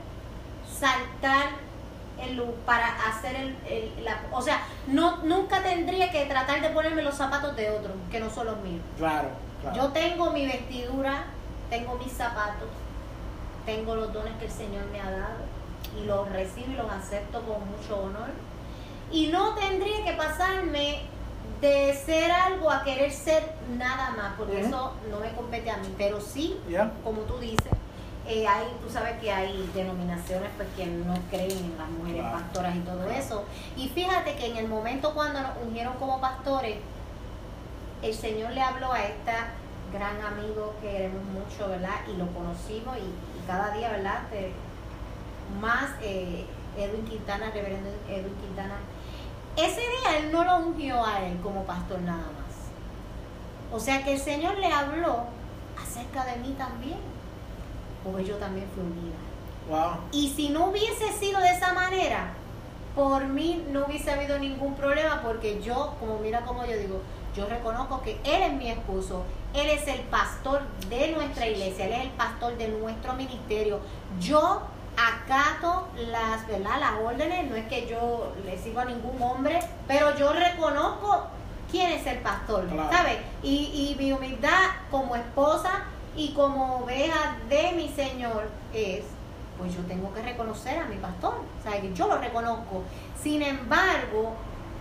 saltar el lu- para hacer el, el- la, o sea, no nunca tendría que tratar de ponerme los zapatos de otros que no son los míos. Claro, claro. Yo tengo mi vestidura, tengo mis zapatos, tengo los dones que el Señor me ha dado y los recibo y los acepto con mucho honor. Y no tendría que pasarme de ser algo a querer ser nada más, porque Ujú. eso no me compete a mí. Pero sí, Ya. como tú dices, eh, hay, tú sabes que hay denominaciones pues que no creen en las mujeres Claro. pastoras y todo Claro. eso. Y fíjate que en el momento cuando nos ungieron como pastores, el Señor le habló a esta gran amigo que queremos mucho, ¿verdad? Y lo conocimos y, y cada día, ¿verdad? Te- más eh, Edwin Quintana, reverendo Edwin Quintana. Ese día él no lo ungió a él como pastor nada más. O sea que el Señor le habló acerca de mí también, porque yo también fui ungida. Wow. Y si no hubiese sido de esa manera, por mí no hubiese habido ningún problema, porque yo, como mira como yo digo, yo reconozco que Él es mi esposo, Él es el pastor de nuestra iglesia, Él es el pastor de nuestro ministerio. Yo acato las, ¿verdad? Las órdenes, no es que yo le sigo a ningún hombre, pero yo reconozco quién es el pastor, Claro. ¿sabes? Y, y mi humildad como esposa y como oveja de mi Señor es, pues yo tengo que reconocer a mi pastor, o sea, que yo lo reconozco. Sin embargo,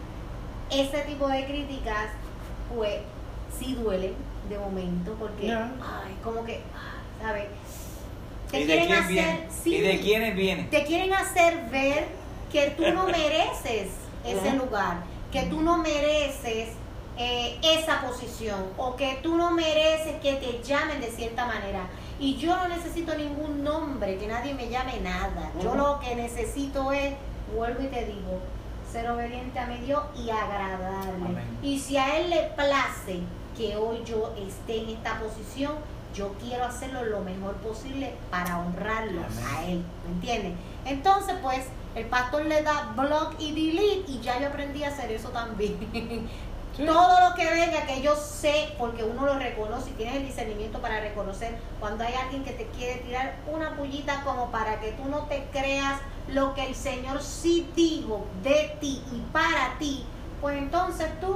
ese tipo de críticas, pues, sí duelen de momento, porque, Ya. ay, como que, ah, ¿sabes? Te ¿Y de quieren quién hacer, viene? sí, ¿Y de quiénes vienen? te quieren hacer ver que tú no mereces ese Ujú. lugar, que tú no mereces eh, esa posición, o que tú no mereces que te llamen de cierta manera. Y yo no necesito ningún nombre, que nadie me llame nada. Yo Ujú. lo que necesito es, vuelvo y te digo, ser obediente a mi Dios y agradarle. Amén. Y si a Él le place que hoy yo esté en esta posición, yo quiero hacerlo lo mejor posible para honrarlo Amén. a Él, ¿me entiendes? Entonces, pues, el pastor le da block y delete y ya yo aprendí a hacer eso también. Sí. Todo lo que venga, que yo sé, porque uno lo reconoce y tienes el discernimiento para reconocer cuando hay alguien que te quiere tirar una pullita como para que tú no te creas lo que el Señor sí dijo de ti y para ti, pues entonces tú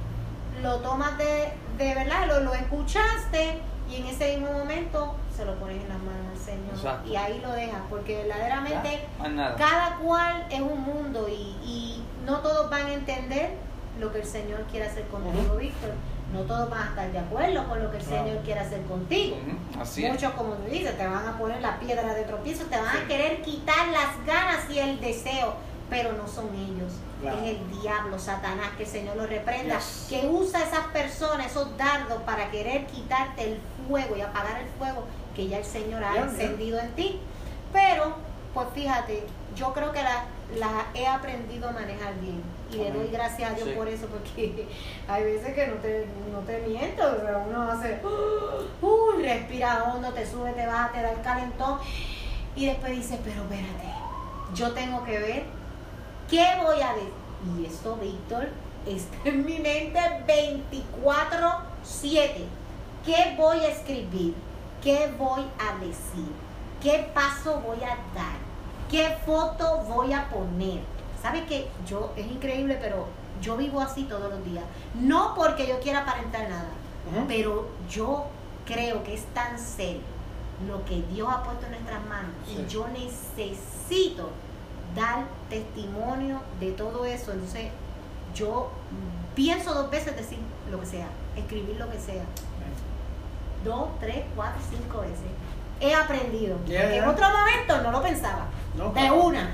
lo tomas de, de verdad, lo, lo escuchaste y en ese mismo momento se lo pones en las manos al Señor. Exacto. Y ahí lo dejas, porque verdaderamente Ya, más nada. cada cual es un mundo y, y no todos van a entender lo que el Señor quiere hacer contigo, uh-huh. Víctor. No todos van a estar de acuerdo con lo que el claro. Señor quiere hacer contigo. Uh-huh. Así Muchos, es. como tú dices, te van a poner la piedra de tropiezo, te van sí. a querer quitar las ganas y el deseo, pero no son ellos. Claro. Es el diablo, Satanás, que el Señor lo reprenda, yes. que usa a esas personas, esos dardos, para querer quitarte el fuego y apagar el fuego que ya el Señor ha yeah, encendido yeah. en ti. Pero, pues fíjate, yo creo que la, la he aprendido a manejar bien. Y le doy gracias a Dios sí. por eso, porque hay veces que no te, no te miento, o sea, uno hace, uh, uh, respira hondo, te sube, te baja, te da el calentón, y después dices, pero espérate, yo tengo que ver qué voy a decir. Y esto, Víctor, está en mi mente veinticuatro siete. ¿Qué voy a escribir? ¿Qué voy a decir? ¿Qué paso voy a dar? ¿Qué foto voy a poner? ¿Sabes qué? Yo, es increíble, pero yo vivo así todos los días. No porque yo quiera aparentar nada, uh-huh. pero yo creo que es tan serio lo que Dios ha puesto en nuestras manos. Sí. Y yo necesito dar testimonio de todo eso. Entonces, yo pienso dos veces decir lo que sea, escribir lo que sea. Uh-huh. Dos, tres, cuatro, cinco veces. He aprendido. Yeah, porque yeah. en otro momento no lo pensaba. No, de claro. una.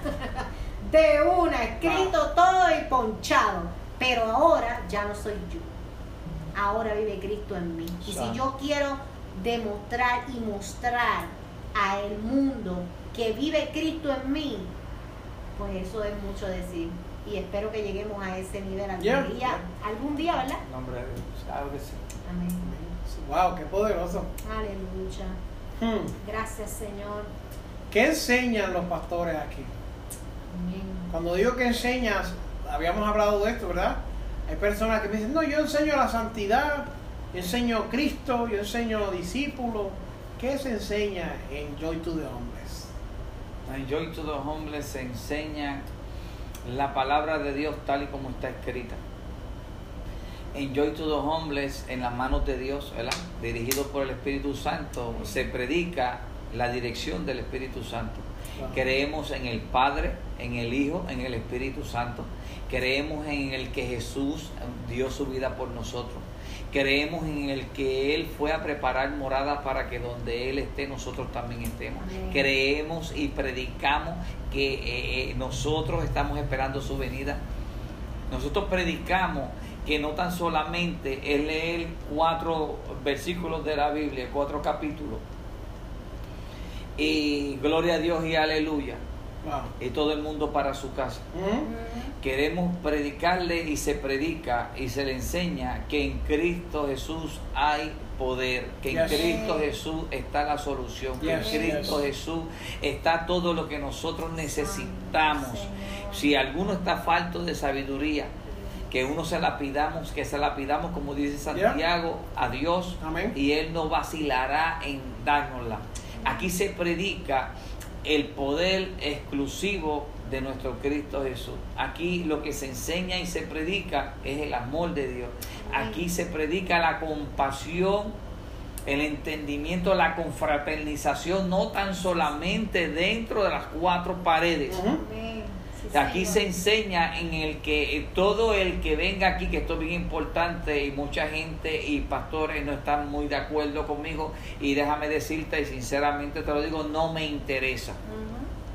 De una, escrito ah. todo y ponchado. Pero ahora ya no soy yo. Ahora vive Cristo en mí. Y si yo quiero demostrar y mostrar al mundo que vive Cristo en mí, pues eso es mucho decir. Y espero que lleguemos a ese nivel algún yeah. día. Algún día, ¿verdad? Nombre de Dios. Claro que sí. Amén. Wow, qué poderoso. Aleluya. Hmm. Gracias, Señor. ¿Qué enseñan los pastores aquí? Amén. Cuando digo que enseñas, habíamos hablado de esto, ¿verdad? Hay personas que me dicen, no, yo enseño la santidad, yo enseño Cristo, yo enseño discípulos. ¿Qué se enseña en Joy to the Homeless? En Joy to the Homeless se enseña la palabra de Dios tal y como está escrita. En Joy to the Homeless, en las manos de Dios, ¿verdad? Dirigido por el Espíritu Santo, se predica la dirección del Espíritu Santo. Wow. Creemos en el Padre, en el Hijo, en el Espíritu Santo. Creemos en el que Jesús dio su vida por nosotros. Creemos en el que Él fue a preparar morada para que donde Él esté, nosotros también estemos. Amén. Creemos y predicamos que eh, nosotros estamos esperando su venida. Nosotros predicamos que no tan solamente es leer cuatro versículos de la Biblia, cuatro capítulos, y gloria a Dios y aleluya, wow. y todo el mundo para su casa. Uh-huh. Queremos predicarle y se predica y se le enseña que en Cristo Jesús hay poder, que yes. en Cristo Jesús está la solución, yes. que en Cristo yes. Jesús está todo lo que nosotros necesitamos. Si alguno está falto de sabiduría, que uno se la pidamos, que se la pidamos, como dice Santiago, yeah. a Dios, Amén. Y Él no vacilará en dárnosla. Aquí se predica el poder exclusivo de nuestro Cristo Jesús. Aquí lo que se enseña y se predica es el amor de Dios. Aquí se predica la compasión, el entendimiento, la confraternización, no tan solamente dentro de las cuatro paredes. Uh-huh. Aquí se enseña en el que todo el que venga aquí, que esto es bien importante y mucha gente y pastores no están muy de acuerdo conmigo, y déjame decirte y sinceramente te lo digo, no me interesa. Uh-huh.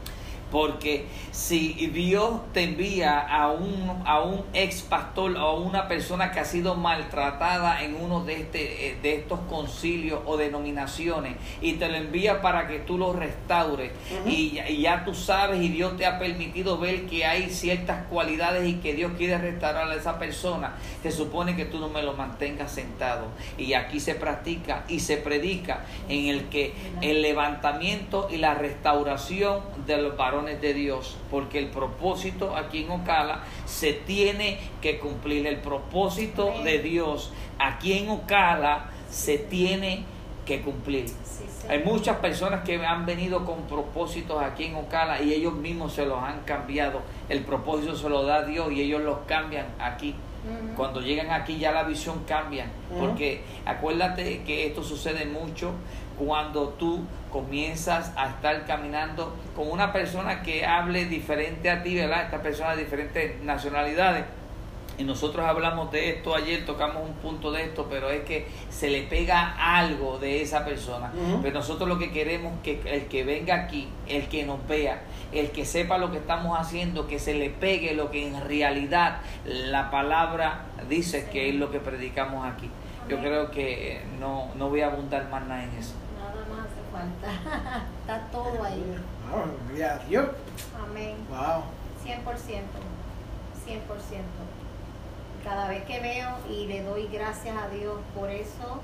Porque si Dios te envía a un, a un ex pastor o a una persona que ha sido maltratada en uno de, este, de estos concilios o denominaciones y te lo envía para que tú lo restaures, uh-huh. y, y ya tú sabes y Dios te ha permitido ver que hay ciertas cualidades y que Dios quiere restaurar a esa persona, se supone que tú no me lo mantengas sentado. Y aquí se practica y se predica en el que el levantamiento y la restauración de los varones de Dios, porque el propósito aquí en Ocala se tiene que cumplir. El propósito de Dios aquí en Ocala se tiene que cumplir. Sí, sí. Hay muchas personas que han venido con propósitos aquí en Ocala y ellos mismos se los han cambiado. El propósito se lo da Dios y ellos los cambian aquí. Uh-huh. Cuando llegan aquí ya la visión cambia, uh-huh. porque acuérdate que esto sucede mucho cuando tú comienzas a estar caminando con una persona que hable diferente a ti, ¿verdad? Esta persona de diferentes nacionalidades. Y nosotros hablamos de esto ayer, tocamos un punto de esto, pero es que se le pega algo de esa persona. Uh-huh. Pero nosotros lo que queremos es que el que venga aquí, el que nos vea, el que sepa lo que estamos haciendo, que se le pegue lo que en realidad la palabra dice que es lo que predicamos aquí. Yo creo que no, no voy a abundar más nada en eso. Nada más hace falta. Está todo ahí. Wow, gloria a Dios. Amén. Wow. cien por ciento. cien por ciento. Cada vez que veo y le doy gracias a Dios por eso,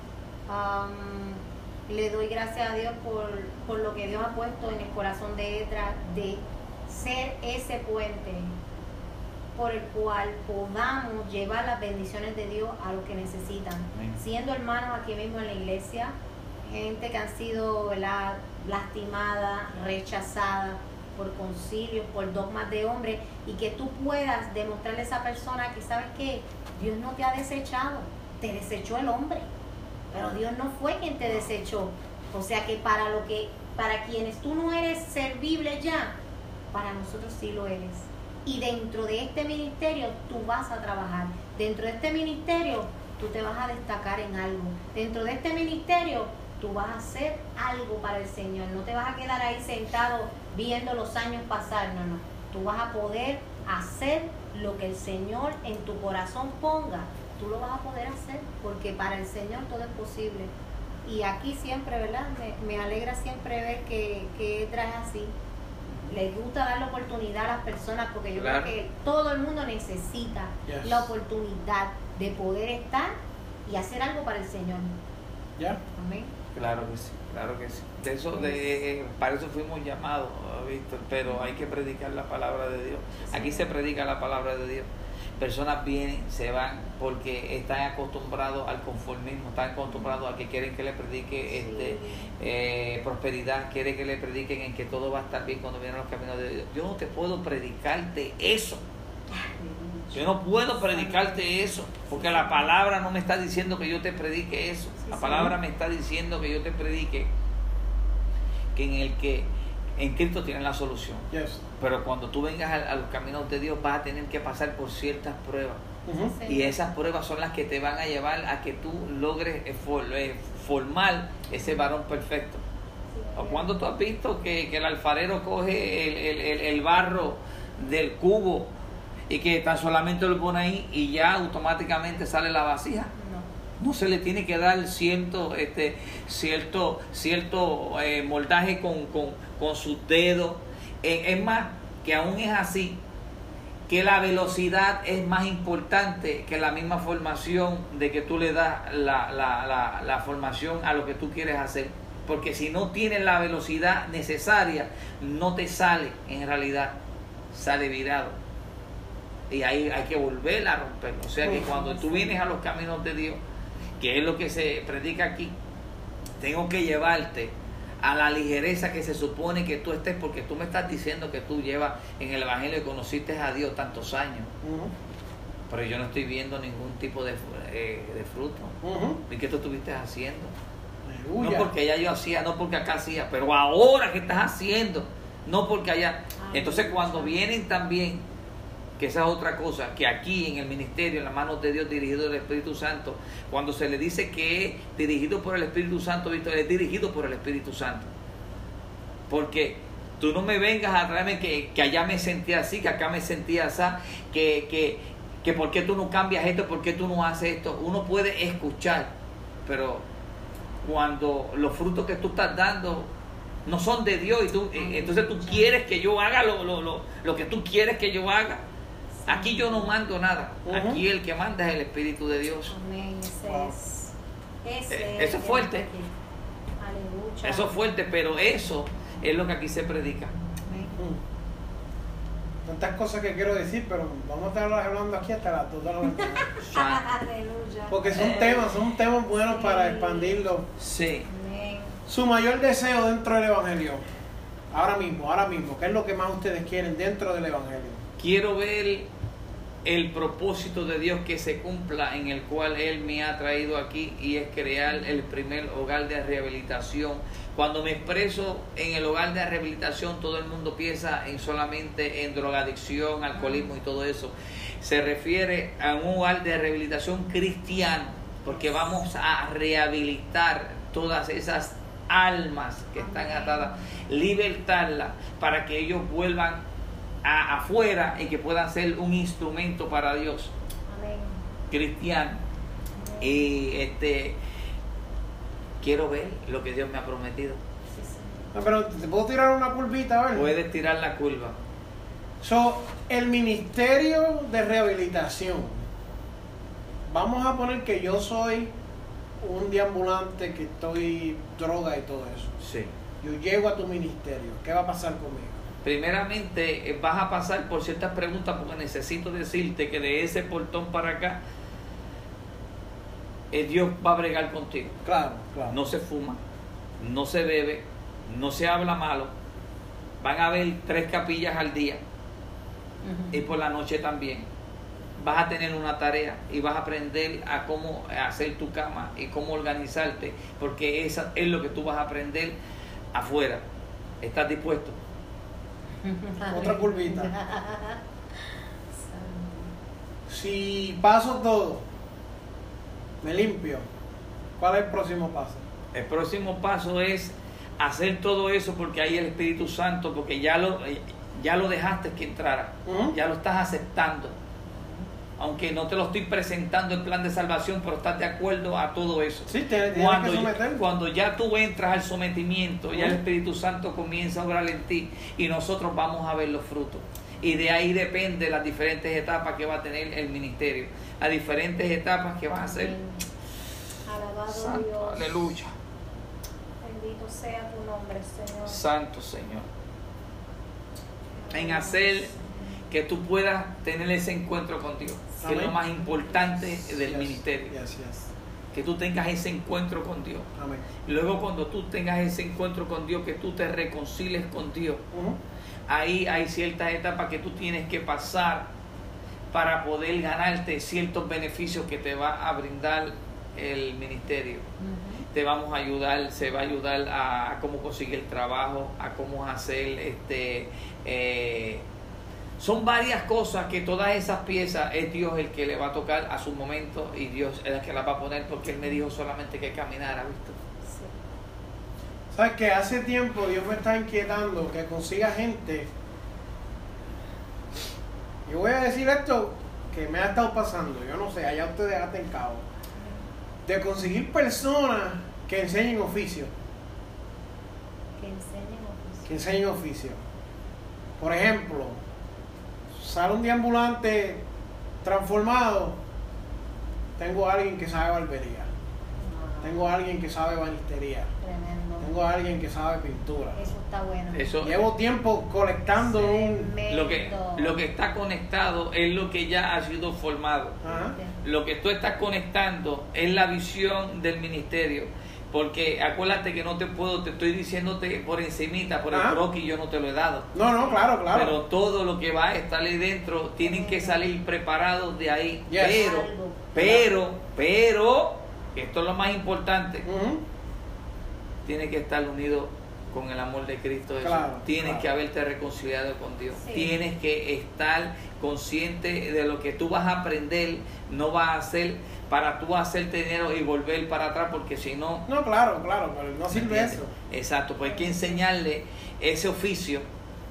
um, le doy gracias a Dios por, por lo que Dios ha puesto en el corazón de Edra, de ser ese puente por el cual podamos llevar las bendiciones de Dios a los que necesitan. Amén. Siendo hermanos aquí mismo en la iglesia, gente que han sido, ¿verdad?, lastimada, rechazada por concilios, por dogmas de hombres, y que tú puedas demostrarle a esa persona que sabes que Dios no te ha desechado, te desechó el hombre, pero Dios no fue quien te desechó. O sea que para lo que, para quienes tú no eres servible ya, para nosotros sí lo eres. Y dentro de este ministerio tú vas a trabajar. Dentro de este ministerio tú te vas a destacar en algo. Dentro de este ministerio tú vas a hacer algo para el Señor. No te vas a quedar ahí sentado viendo los años pasar. No, no. Tú vas a poder hacer lo que el Señor en tu corazón ponga. Tú lo vas a poder hacer porque para el Señor todo es posible. Y aquí siempre, ¿verdad? Me, me alegra siempre ver que, que traes así. Les gusta dar la oportunidad a las personas porque yo claro. creo que todo el mundo necesita yes. la oportunidad de poder estar y hacer algo para el Señor. ¿Ya? Yeah. Amén. Claro que sí, claro que sí. De eso, de, eh, para eso fuimos llamados, Víctor, pero hay que predicar la palabra de Dios. Aquí se predica la palabra de Dios. Personas vienen, se van porque están acostumbrados al conformismo, están acostumbrados a que quieren que le predique este, eh, prosperidad, quieren que le prediquen en que todo va a estar bien cuando vienen los caminos de Dios. Yo no te puedo predicarte eso. Yo no puedo predicarte eso, porque la palabra no me está diciendo que yo te predique eso. La palabra me está diciendo que yo te predique que en el que en Cristo tienes la solución. Yes. Pero cuando tú vengas a, a los caminos de Dios vas a tener que pasar por ciertas pruebas. Uh-huh. Y esas pruebas son las que te van a llevar a que tú logres for, eh, formar ese varón perfecto. ¿O cuando tú has visto que, que el alfarero coge el, el, el, el barro del cubo y que tan solamente lo pone ahí y ya automáticamente sale la vasija? No se le tiene que dar cierto, este, cierto, cierto eh, moldaje con, con, con sus dedos. Eh, es más, que aún es así, que la velocidad es más importante que la misma formación de que tú le das la, la, la, la formación a lo que tú quieres hacer. Porque si no tienes la velocidad necesaria, no te sale en realidad, sale virado. Y ahí hay que volver a romperlo. O sea que cuando tú vienes a los caminos de Dios, que es lo que se predica aquí, tengo que llevarte a la ligereza que se supone que tú estés, porque tú me estás diciendo que tú llevas en el Evangelio y conociste a Dios tantos años, uh-huh. pero yo no estoy viendo ningún tipo de, eh, de fruto. Uh-huh. ¿Y qué tú estuviste haciendo? Aleluya. No porque allá yo hacía, no porque acá hacía, pero ahora que estás haciendo, no porque allá. Entonces cuando vienen también, que esa es otra cosa, que aquí en el ministerio, en las manos de Dios, dirigido del Espíritu Santo, cuando se le dice que es dirigido por el Espíritu Santo, Víctor, es dirigido por el Espíritu Santo. Porque tú no me vengas a traerme que, que allá me sentía así, que acá me sentía así, que, que, que por qué tú no cambias esto, por qué tú no haces esto. Uno puede escuchar, pero cuando los frutos que tú estás dando no son de Dios, y tú, entonces tú quieres que yo haga lo, lo, lo, lo que tú quieres que yo haga. Aquí yo no mando nada. Uh-huh. Aquí el que manda es el Espíritu de Dios. Amén. Ese wow. es. Ese eh, eso es fuerte. Aleluya. Eso es fuerte, pero eso es lo que aquí se predica. Uh-huh. Tantas cosas que quiero decir, pero vamos a estar hablando aquí hasta las dos de la mañana. Aleluya. Porque son eh, temas, son temas buenos sí. para expandirlo. Sí. Amén. Su mayor deseo dentro del Evangelio. Ahora mismo, ahora mismo. ¿Qué es lo que más ustedes quieren dentro del Evangelio? Quiero ver el propósito de Dios que se cumpla, en el cual Él me ha traído aquí, y es crear el primer hogar de rehabilitación. Cuando me expreso en el hogar de rehabilitación, todo el mundo piensa en solamente en drogadicción, alcoholismo y todo eso. se refiere a un hogar de rehabilitación cristiano, porque vamos a rehabilitar todas esas almas que están atadas, libertarlas para que ellos vuelvan a, afuera y que puedan ser un instrumento para Dios. Amén. Cristiano. Amén. Y este quiero ver lo que Dios me ha prometido. Sí, sí. No, pero te puedo tirar una curvita, ¿verdad? Puedes tirar la curva. So, el Ministerio de Rehabilitación. Vamos a poner que yo soy un deambulante que estoy droga y todo eso. Sí. Yo llego a tu ministerio. ¿Qué va a pasar conmigo? Primeramente eh, vas a pasar por ciertas preguntas, porque necesito decirte que de ese portón para acá eh, Dios va a bregar contigo. Claro, claro. No se fuma, no se bebe, no se habla malo. Van a haber tres capillas al día y por la noche también. Vas a tener una tarea y vas a aprender a cómo hacer tu cama y cómo organizarte, porque eso es lo que tú vas a aprender afuera. ¿Estás dispuesto? Otra curvita. Si paso todo, me limpio, ¿cuál es el próximo paso? El próximo paso es hacer todo eso, porque ahí el Espíritu Santo, porque ya lo, ya lo dejaste que entrara, Uh-huh. ya lo estás aceptando. Aunque no te lo estoy presentando en plan de salvación, pero estás de acuerdo a todo eso. Sí, tienes que Cuando, someter. cuando ya tú entras al sometimiento, ya el Espíritu Santo comienza a obrar en ti y nosotros vamos a ver los frutos. Y de ahí depende las diferentes etapas que va a tener el ministerio, las diferentes etapas que vas a hacer. Alabado Santo, Dios. aleluya. Bendito sea tu nombre, Señor. Santo Señor. En hacer que tú puedas tener ese encuentro con Dios, que es lo más importante del Yes, ministerio. yes, yes. Que tú tengas ese encuentro con Dios. Amén. Luego cuando tú tengas ese encuentro con Dios, que tú te reconcilies con Dios, Uh-huh. ahí hay ciertas etapas que tú tienes que pasar para poder ganarte ciertos beneficios que te va a brindar el ministerio. Ujú. Te vamos a ayudar, se va a ayudar a, a cómo conseguir trabajo, a cómo hacer este eh, son varias cosas que todas esas piezas es Dios el que le va a tocar a su momento, y Dios es el que las va a poner, porque Él me dijo solamente que caminara, ¿visto? Sí. ¿Sabes que hace tiempo Dios me está inquietando que consiga gente? Yo voy a decir esto que me ha estado pasando, yo no sé, allá ustedes aten cabo. De conseguir personas que enseñen oficio, Que enseñen oficio. que enseñen oficio. Por ejemplo, sale un deambulante transformado, tengo a alguien que sabe barbería, Ah, tengo a alguien que sabe banistería, Tremendo. tengo a alguien que sabe pintura. Eso está bueno. Eso, Llevo tiempo colectando un... Tremendo. lo que, lo que está conectado es lo que ya ha sido formado. Ajá. Lo que tú estás conectando es la visión del ministerio. Porque acuérdate que no te puedo, te estoy diciéndote por encimita, por el Ajá. croquis yo no te lo he dado. No, no, claro, claro. Pero todo lo que va a estar ahí dentro tienen que salir preparados de ahí. Yes. Pero, Algo. pero, pero, esto es lo más importante, Ujú. tiene que estar unido con el amor de Cristo Jesús. Claro, Tienes claro. que haberte reconciliado con Dios. Sí. Tienes que estar consciente de lo que tú vas a aprender, no vas a hacer para tú hacerte dinero y volver para atrás, porque si no, No, claro, claro, pero no sirve ¿entiendes? eso. Exacto, pues hay que enseñarle ese oficio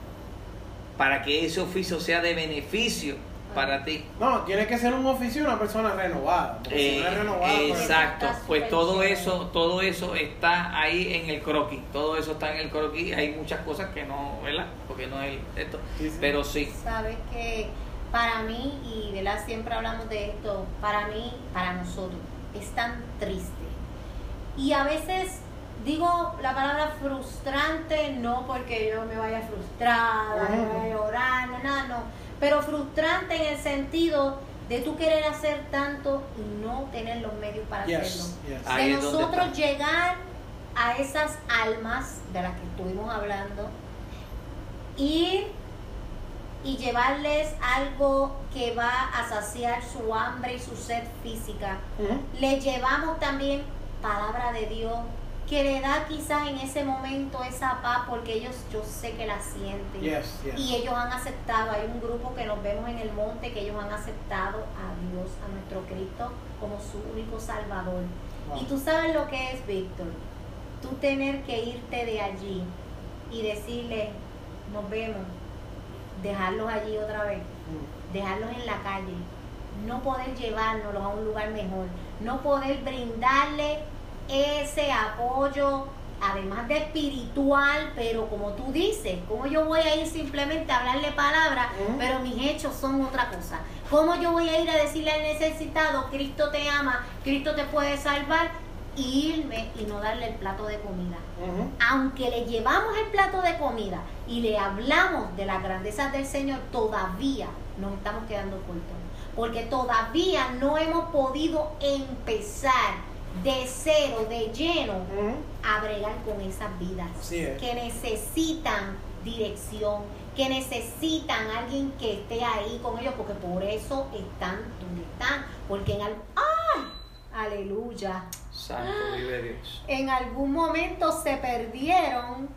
para que ese oficio sea de beneficio para ti. No, tiene que ser un oficio de una persona renovada. Porque si no Eh, es renovada, pues- exacto, Está pues súper todo chévere. eso, todo eso está ahí en el croquis, todo eso está en el croquis. Hay muchas cosas que no, ¿verdad? Porque no es esto, Sí, sí. pero sí. Sabes que para mí, y ¿verdad? Siempre hablamos de esto, para mí, para nosotros, es tan triste. Y a veces digo la palabra frustrante, no porque yo me vaya frustrada, me vaya a llorar, no, nada, no. Pero frustrante en el sentido de tú querer hacer tanto y no tener los medios para Yes, hacerlo. yes. Ahí De es donde nosotros está. llegar a esas almas de las que estuvimos hablando, ir y llevarles algo que va a saciar su hambre y su sed física. Ujú. Le llevamos también palabra de Dios, que le da quizás en ese momento esa paz, porque ellos yo sé que la sienten. Yes, yes. Y ellos han aceptado, hay un grupo que nos vemos en el monte, que ellos han aceptado a Dios, a nuestro Cristo, como su único Salvador. Wow. Y tú sabes lo que es, Víctor, tú tener que irte de allí y decirle, nos vemos, dejarlos allí otra vez, Mm. dejarlos en la calle, no poder llevárnoslos a un lugar mejor, no poder brindarle ese apoyo, además de espiritual, pero como tú dices, ¿cómo yo voy a ir simplemente a hablarle palabras, Ujú. pero mis hechos son otra cosa? ¿Cómo yo voy a ir a decirle al necesitado, Cristo te ama, Cristo te puede salvar, y irme y no darle el plato de comida? Ujú. Aunque le llevamos el plato de comida y le hablamos de las grandezas del Señor, todavía nos estamos quedando cortos, porque todavía no hemos podido empezar de cero, de lleno, Ujú. a bregar con esas vidas Así es. que necesitan dirección, que necesitan alguien que esté ahí con ellos, porque por eso están donde están, porque en algún ¡ay! Aleluya. Santo vive Dios. En algún momento se perdieron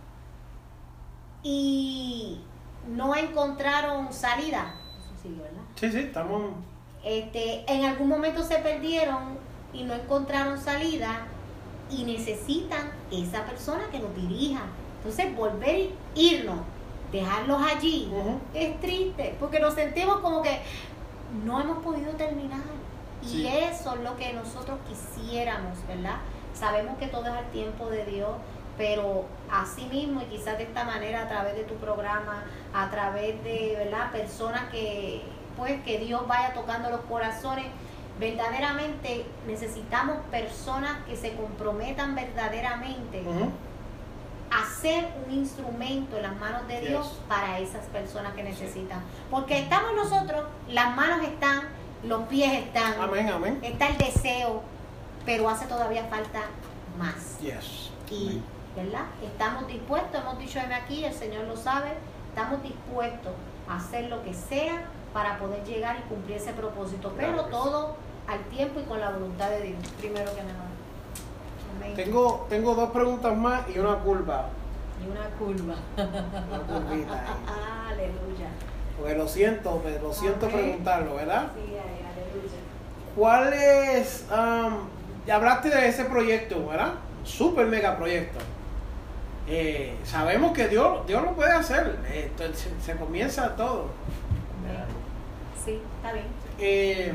y no encontraron salida. Eso sí, ¿verdad? Sí, sí, estamos. Este, en algún momento se perdieron y no encontraron salida y necesitan esa persona que nos dirija. Entonces, volver a irnos, dejarlos allí, Ujú. es triste, porque nos sentimos como que no hemos podido terminar. Y Sí. eso es lo que nosotros quisiéramos, ¿verdad? Sabemos que todo es al tiempo de Dios, pero así mismo, y quizás de esta manera, a través de tu programa, a través de, ¿verdad?, personas que, pues, que Dios vaya tocando los corazones, verdaderamente necesitamos personas que se comprometan verdaderamente Ujú. a ser un instrumento en las manos de Dios Yes. para esas personas que necesitan. Porque estamos nosotros, las manos están, los pies están, Amén, amén. está el deseo, pero hace todavía falta más. Yes. Y, Amén. ¿verdad? Estamos dispuestos, hemos dicho heme aquí, el Señor lo sabe, estamos dispuestos a hacer lo que sea para poder llegar y cumplir ese propósito, pero Claro que sí. todo al tiempo y con la voluntad de Dios, primero que nada. Amén. Tengo, tengo dos preguntas más y una curva. Y una curva. Una curvita ahí. Aleluya. Porque lo siento, pero lo siento Amén. preguntarlo, ¿verdad? Sí, aleluya. ¿Cuál es? um, ya hablaste de ese proyecto, ¿verdad? Super mega proyecto. Eh, sabemos que Dios, Dios lo puede hacer. Eh, entonces, se, se comienza todo. Sí, está bien. Eh,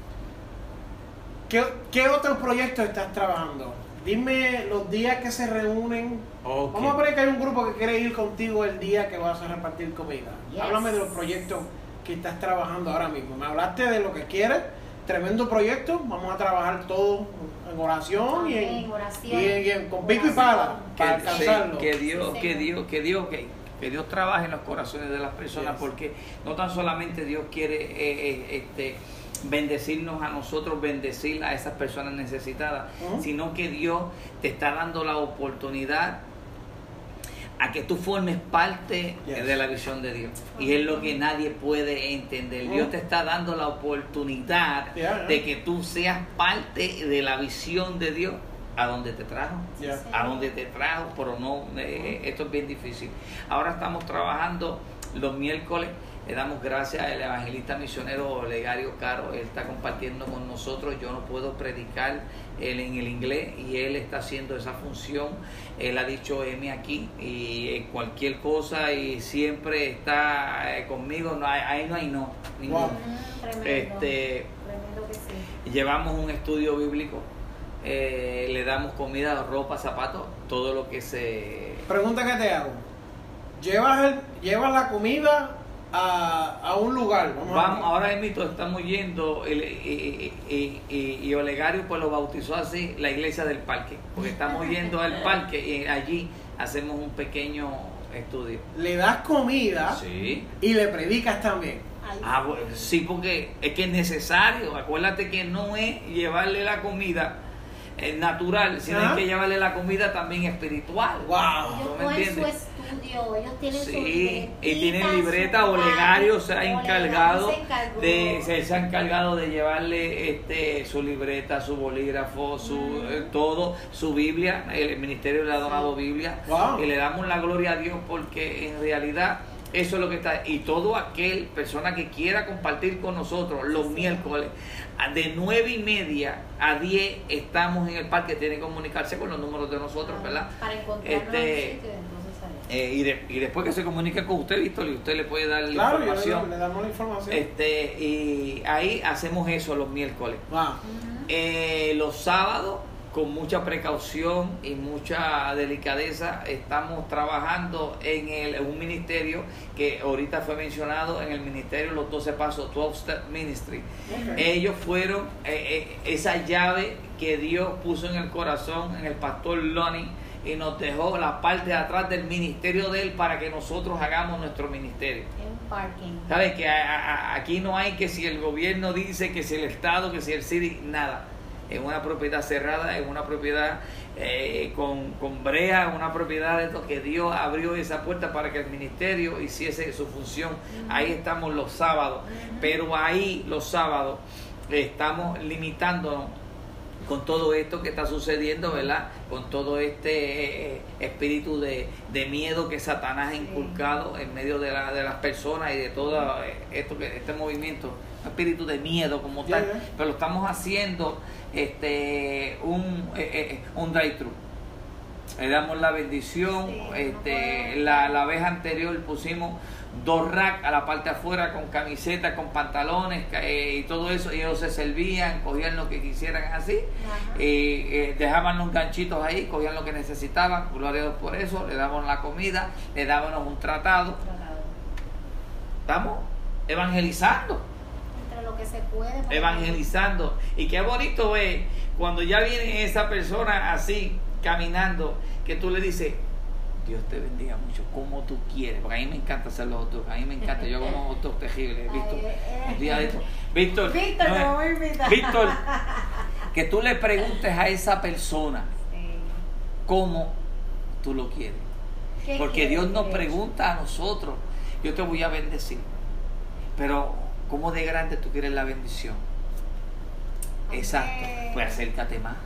¿qué, ¿Qué otros proyectos estás trabajando? Dime los días que se reúnen. Ok. Vamos a ver que hay un grupo que quiere ir contigo el día que vas a repartir comida. Yes. Háblame de los proyectos que estás trabajando ahora mismo. Me hablaste de lo que quieres. Tremendo proyecto. Vamos a trabajar todo en oración, y en, Amén, oración. y en- y en- con pico y pala Que, para sí, alcanzarlo. que Dios, Sí, que Señor. Dios, que Dios, que, que Dios trabaje en los corazones de las personas, Yes. porque no tan solamente Dios quiere eh, eh, este, bendecirnos a nosotros, bendecir a esas personas necesitadas, Ujú. sino que Dios te está dando la oportunidad a que tú formes parte Yes. de la visión de Dios. Y es lo que nadie puede entender. Ujú. Dios te está dando la oportunidad Yeah, yeah. de que tú seas parte de la visión de Dios a donde te trajo. Ya. A donde te trajo, pero no, eh, esto es bien difícil. Ahora estamos trabajando los miércoles. Le damos gracias al evangelista misionero Olegario Caro. Él está compartiendo con nosotros. Yo no puedo predicar él en el inglés y él está haciendo esa función. Él ha dicho heme aquí y eh, cualquier cosa y siempre está eh, conmigo. No hay, ahí no hay no. ninguno. Wow. Mm, tremendo. Este, Tremendo que sí. Llevamos un estudio bíblico. Eh, le damos comida, ropa, zapatos, todo lo que se... Pregunta que te hago. ¿Llevas, el, llevas la comida a, a un lugar? Vamos, Vamos, a, ahora mismo estamos yendo el- y, y, y, y Olegario pues lo bautizó así, la iglesia del parque, porque estamos yendo al parque y allí hacemos un pequeño estudio. Le das comida Sí. y le predicas también. Ay, Ah, bueno, sí, porque es que es necesario. Acuérdate que no es llevarle la comida eh, natural, sino Ajá. hay que llevarle la comida también espiritual. Wow. Ellos ¿Tú me cogen su entiendes? estudio, ellos tienen su Sí, libretita, y tienen su libreta. plan. Olegario se ha Olegario encargado se encargó. de se, se ha encargado de llevarle este su libreta, su bolígrafo, su Mm. eh, todo, su Biblia. El ministerio le ha donado Biblia Wow. y le damos la gloria a Dios porque en realidad eso es lo que está. Y todo aquel persona que quiera compartir con nosotros los Sí. miércoles a- de nueve y media a diez estamos en el parque. Tiene que comunicarse con los números de nosotros, ¿verdad? Para encontrarnos Este, en el sitio, entonces ahí. Eh, y, de- y después que se comunique con usted, Víctor, y usted le puede dar la Claro, yo le, información. le damos la información. Este, y ahí hacemos eso los miércoles. Wow. Ujú. Eh, los sábados, con mucha precaución y mucha delicadeza, estamos trabajando en, el, en un ministerio que ahorita fue mencionado, en el ministerio Los doce Pasos, doce Step Ministry. Ok. Ellos fueron eh, eh, esa llave que Dios puso en el corazón, en el pastor Lonnie, y nos dejó la parte de atrás del ministerio de él para que nosotros hagamos nuestro ministerio. En un parking. ¿Sabes? Que a- a- aquí no hay que si el gobierno dice, que si el Estado, que si el City, nada. Es una propiedad cerrada, es una propiedad eh, con, con brea, una propiedad de esto que Dios abrió esa puerta para que el ministerio hiciese su función. Ahí estamos los sábados, pero ahí los sábados estamos limitándonos con todo esto que está sucediendo, ¿verdad? Con todo este eh, espíritu de, de miedo que Satanás ha inculcado en medio de, la, de las personas y de todo eh, esto que este movimiento, un espíritu de miedo como Yeah, tal, yeah. pero lo estamos haciendo este un eh, eh, un drive-thru. Le damos la bendición. Sí, no este puedo. la, la vez anterior pusimos dos racks a la parte de afuera con camisetas, con pantalones eh, y todo eso, y ellos se servían, cogían lo que quisieran así, Ajá. y eh, dejaban los ganchitos ahí, cogían lo que necesitaban, gloria a Dios por eso, le daban la comida, le dábamos un tratado. Tratado. Estamos evangelizando, Entre lo que se puede. porque- evangelizando, y qué bonito es cuando ya viene esa persona así, caminando, que tú le dices: Dios te bendiga mucho, como tú quieres, porque a mí me encanta hacer los hot dogs, a mí me encanta, yo como hot dogs tejibles, Víctor, Ay, eh. un día de esto. Víctor, Víctor, no te es- voy a invitar. Víctor, que tú le preguntes a esa persona Sí. cómo tú lo quieres, ¿Qué porque quieres, Dios nos de hecho? pregunta a nosotros: yo te voy a bendecir, pero ¿cómo de grande tú quieres la bendición? Amén. Exacto, pues acércate más.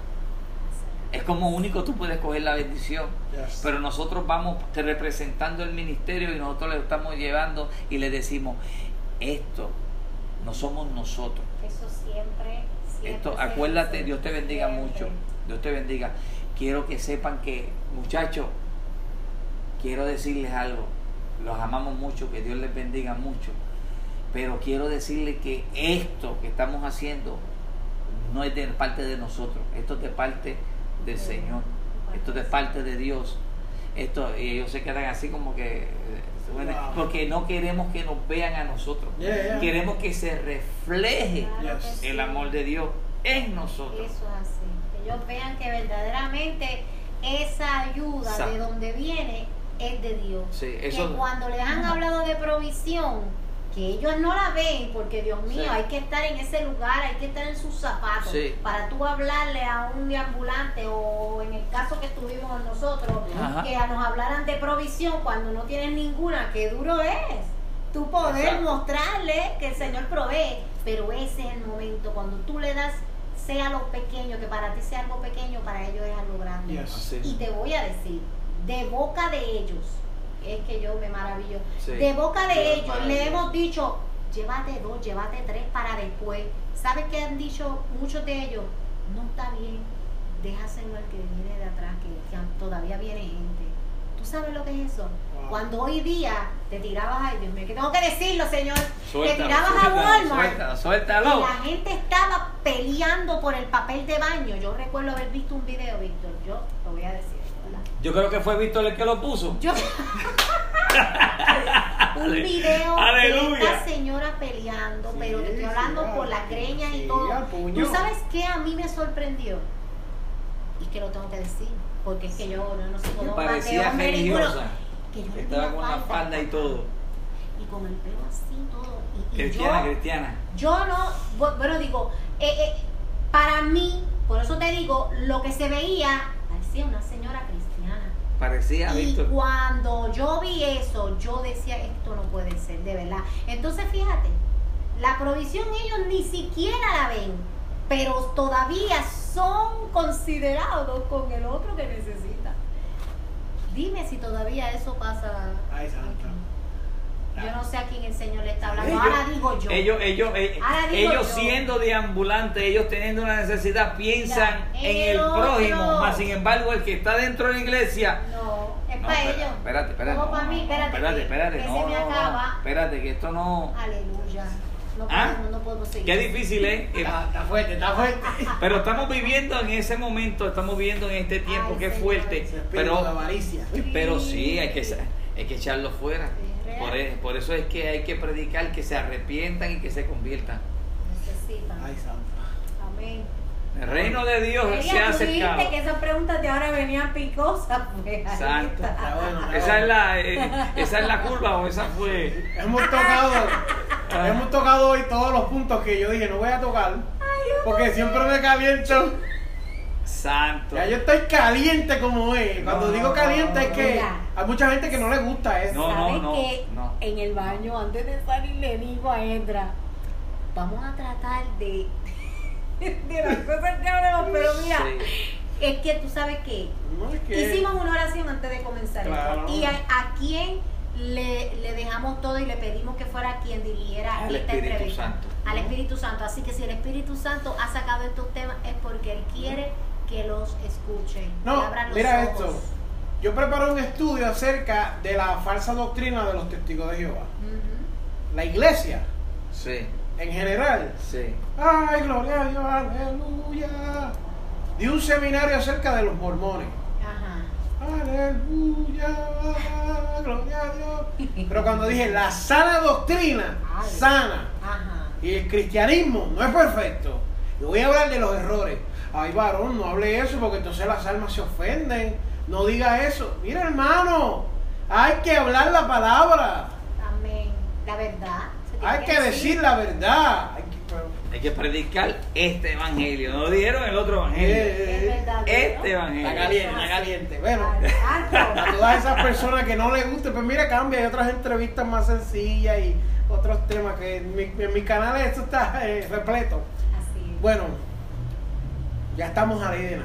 Es como único tú puedes coger la bendición. Yes. Pero nosotros vamos te representando el ministerio y nosotros le estamos llevando y le decimos: esto no somos nosotros. Eso siempre, siempre. Esto, siempre, acuérdate, Dios te bendiga siempre. mucho. Dios te bendiga. Quiero que sepan que, muchachos, quiero decirles algo. Los amamos mucho, que Dios les bendiga mucho. Pero quiero decirles que esto que estamos haciendo no es de parte de nosotros. Esto es de parte del Sí. Señor. Esto es de parte de Dios. Esto, y ellos se quedan así como que eh, bueno, Wow. porque no queremos que nos vean a nosotros. Yeah, yeah. Queremos que se refleje Claro que Yes. sí. el amor de Dios en nosotros. Eso es así. Que ellos vean que verdaderamente esa ayuda Exacto. de donde viene es de Dios. Sí, Que eso. cuando les han hablado de provisión, que ellos no la ven, porque Dios mío, Sí. hay que estar en ese lugar, hay que estar en sus zapatos, Sí. para tú hablarle a un ambulante, o en el caso que estuvimos nosotros, Ajá. que nos hablaran de provisión cuando no tienen ninguna, qué duro es tú poder Exacto. mostrarle que el Señor provee, pero ese es el momento, cuando tú le das, sea lo pequeño, que para ti sea algo pequeño, para ellos es algo grande. Yes. Así. Y te voy a decir, de boca de ellos, es que yo me maravillo, Sí. de boca de Dios ellos le maravilloso. hemos dicho: llévate dos, llévate tres para después. ¿Sabes qué han dicho muchos de ellos? No está bien, déjaselo al que viene de atrás, que, que todavía viene gente. ¿Tú sabes lo que es eso? Wow. Cuando hoy día te tirabas, ay Dios mío, que tengo que decirlo, Señor, te Suéltalo, tirabas a suéltalo, Walmart suéltalo, y suéltalo. la gente estaba peleando por el papel de baño. Yo recuerdo haber visto un video, Víctor, yo lo voy a decir, ¿verdad? Yo creo que fue Víctor el que lo puso. Yo un video de Aleluya. esta señora peleando, Sí, pero te estoy hablando sí, por las greñas sí, y todo. al puño. ¿Tú sabes qué a mí me sorprendió? Y que lo tengo que decir, porque es que yo no, no sé Me cómo parecía religiosa. que yo le Estaba vi con la falda y todo. y con el pelo así todo. Y, y Cristiana, yo, cristiana. yo no, bu- bueno, digo, eh, eh, para mí, por eso te te digo, lo que se veía, parecía una señora cristiana. Parecía, Y Víctor. cuando yo vi eso, yo decía, esto no puede ser, de verdad. Entonces, fíjate, la provisión ellos ni siquiera la ven, pero todavía son considerados con el otro que necesita. Dime si todavía eso pasa. Ay, santa. Yo no sé a quién el Señor le está hablando. Ellos- Ahora digo yo. Ellos, ellos, eh, Ahora digo ellos yo. siendo deambulantes, ellos teniendo una necesidad, piensan Ya, en el el prójimo, otro. más sin embargo el que está dentro de la iglesia. No, es No, para espera- ellos. Espérate, espérate. Todo no, para mí, no, espérate. espérate, que- espérate, que no, se me no, no, acaba. espérate, que esto no. Aleluya. No ¿Ah? podemos, no podemos seguir. Qué difícil es. eh, Está, está fuerte, está fuerte. Pero estamos viviendo en ese momento, estamos viviendo en este tiempo Ay, que es Señor. fuerte. Ese espíritu Pero de avaricia. Pero sí, hay que, hay que echarlo fuera. Sí, real. Por, e- por eso es que hay que predicar que se arrepientan y que se conviertan. Necesitan. Ay, santa. Amén. El reino de Dios se Ella, ha tú dijiste acercado. que esas preguntas de ahora venían picosas. Pues, ahí Santo. está. Está bueno, está ¿Esa es, bueno. la, eh, ¿Esa es la curva o esa fue? Hemos tocado, hemos tocado hoy todos los puntos que yo dije no voy a tocar. Porque siempre me caliento. Santo. Ya yo estoy caliente como es. Cuando No, digo caliente es que mira. hay mucha gente que no le gusta eso. No, no, ¿Sabes no, que no. en el baño, antes de salir, le digo a Edra, vamos a tratar de, de las cosas que hablemos, pero mira, Sí. es que tú sabes que No, es que- hicimos una oración antes de comenzar Claro. esto, y a, a quién le, le dejamos todo y le pedimos que fuera quien dirigiera Al esta Espíritu entrevista. Santo. Al Espíritu Santo. Así que si el Espíritu Santo ha sacado estos temas es porque Él quiere que los escuchen, que No, abran los mira ojos. esto. Yo preparé un estudio acerca de la falsa doctrina de los testigos de Jehová. Ujú. La iglesia, Sí, en general. sí. Ay, gloria a Dios, aleluya. De un seminario acerca de los mormones. Ajá. Aleluya, gloria a Dios. Pero cuando dije la sana doctrina, Ay. sana, Ajá. y el cristianismo no es perfecto, y voy a hablar de los errores. Ay, varón, no hable eso porque entonces las almas se ofenden. No diga eso. Mira, hermano, hay que hablar la palabra. Amén. La verdad. se tiene Hay que decir la verdad. Hay que, pero- Hay que predicar este evangelio. No dijeron el otro evangelio. Eh, Es verdad. Este evangelio. Está caliente, está caliente. Bueno, Exacto. a todas esas personas que no les guste, pues mira, cambia. Hay otras entrevistas más sencillas y otros temas que en mi, en mi canal esto está eh, repleto. Así es. Bueno, ya estamos a la idea.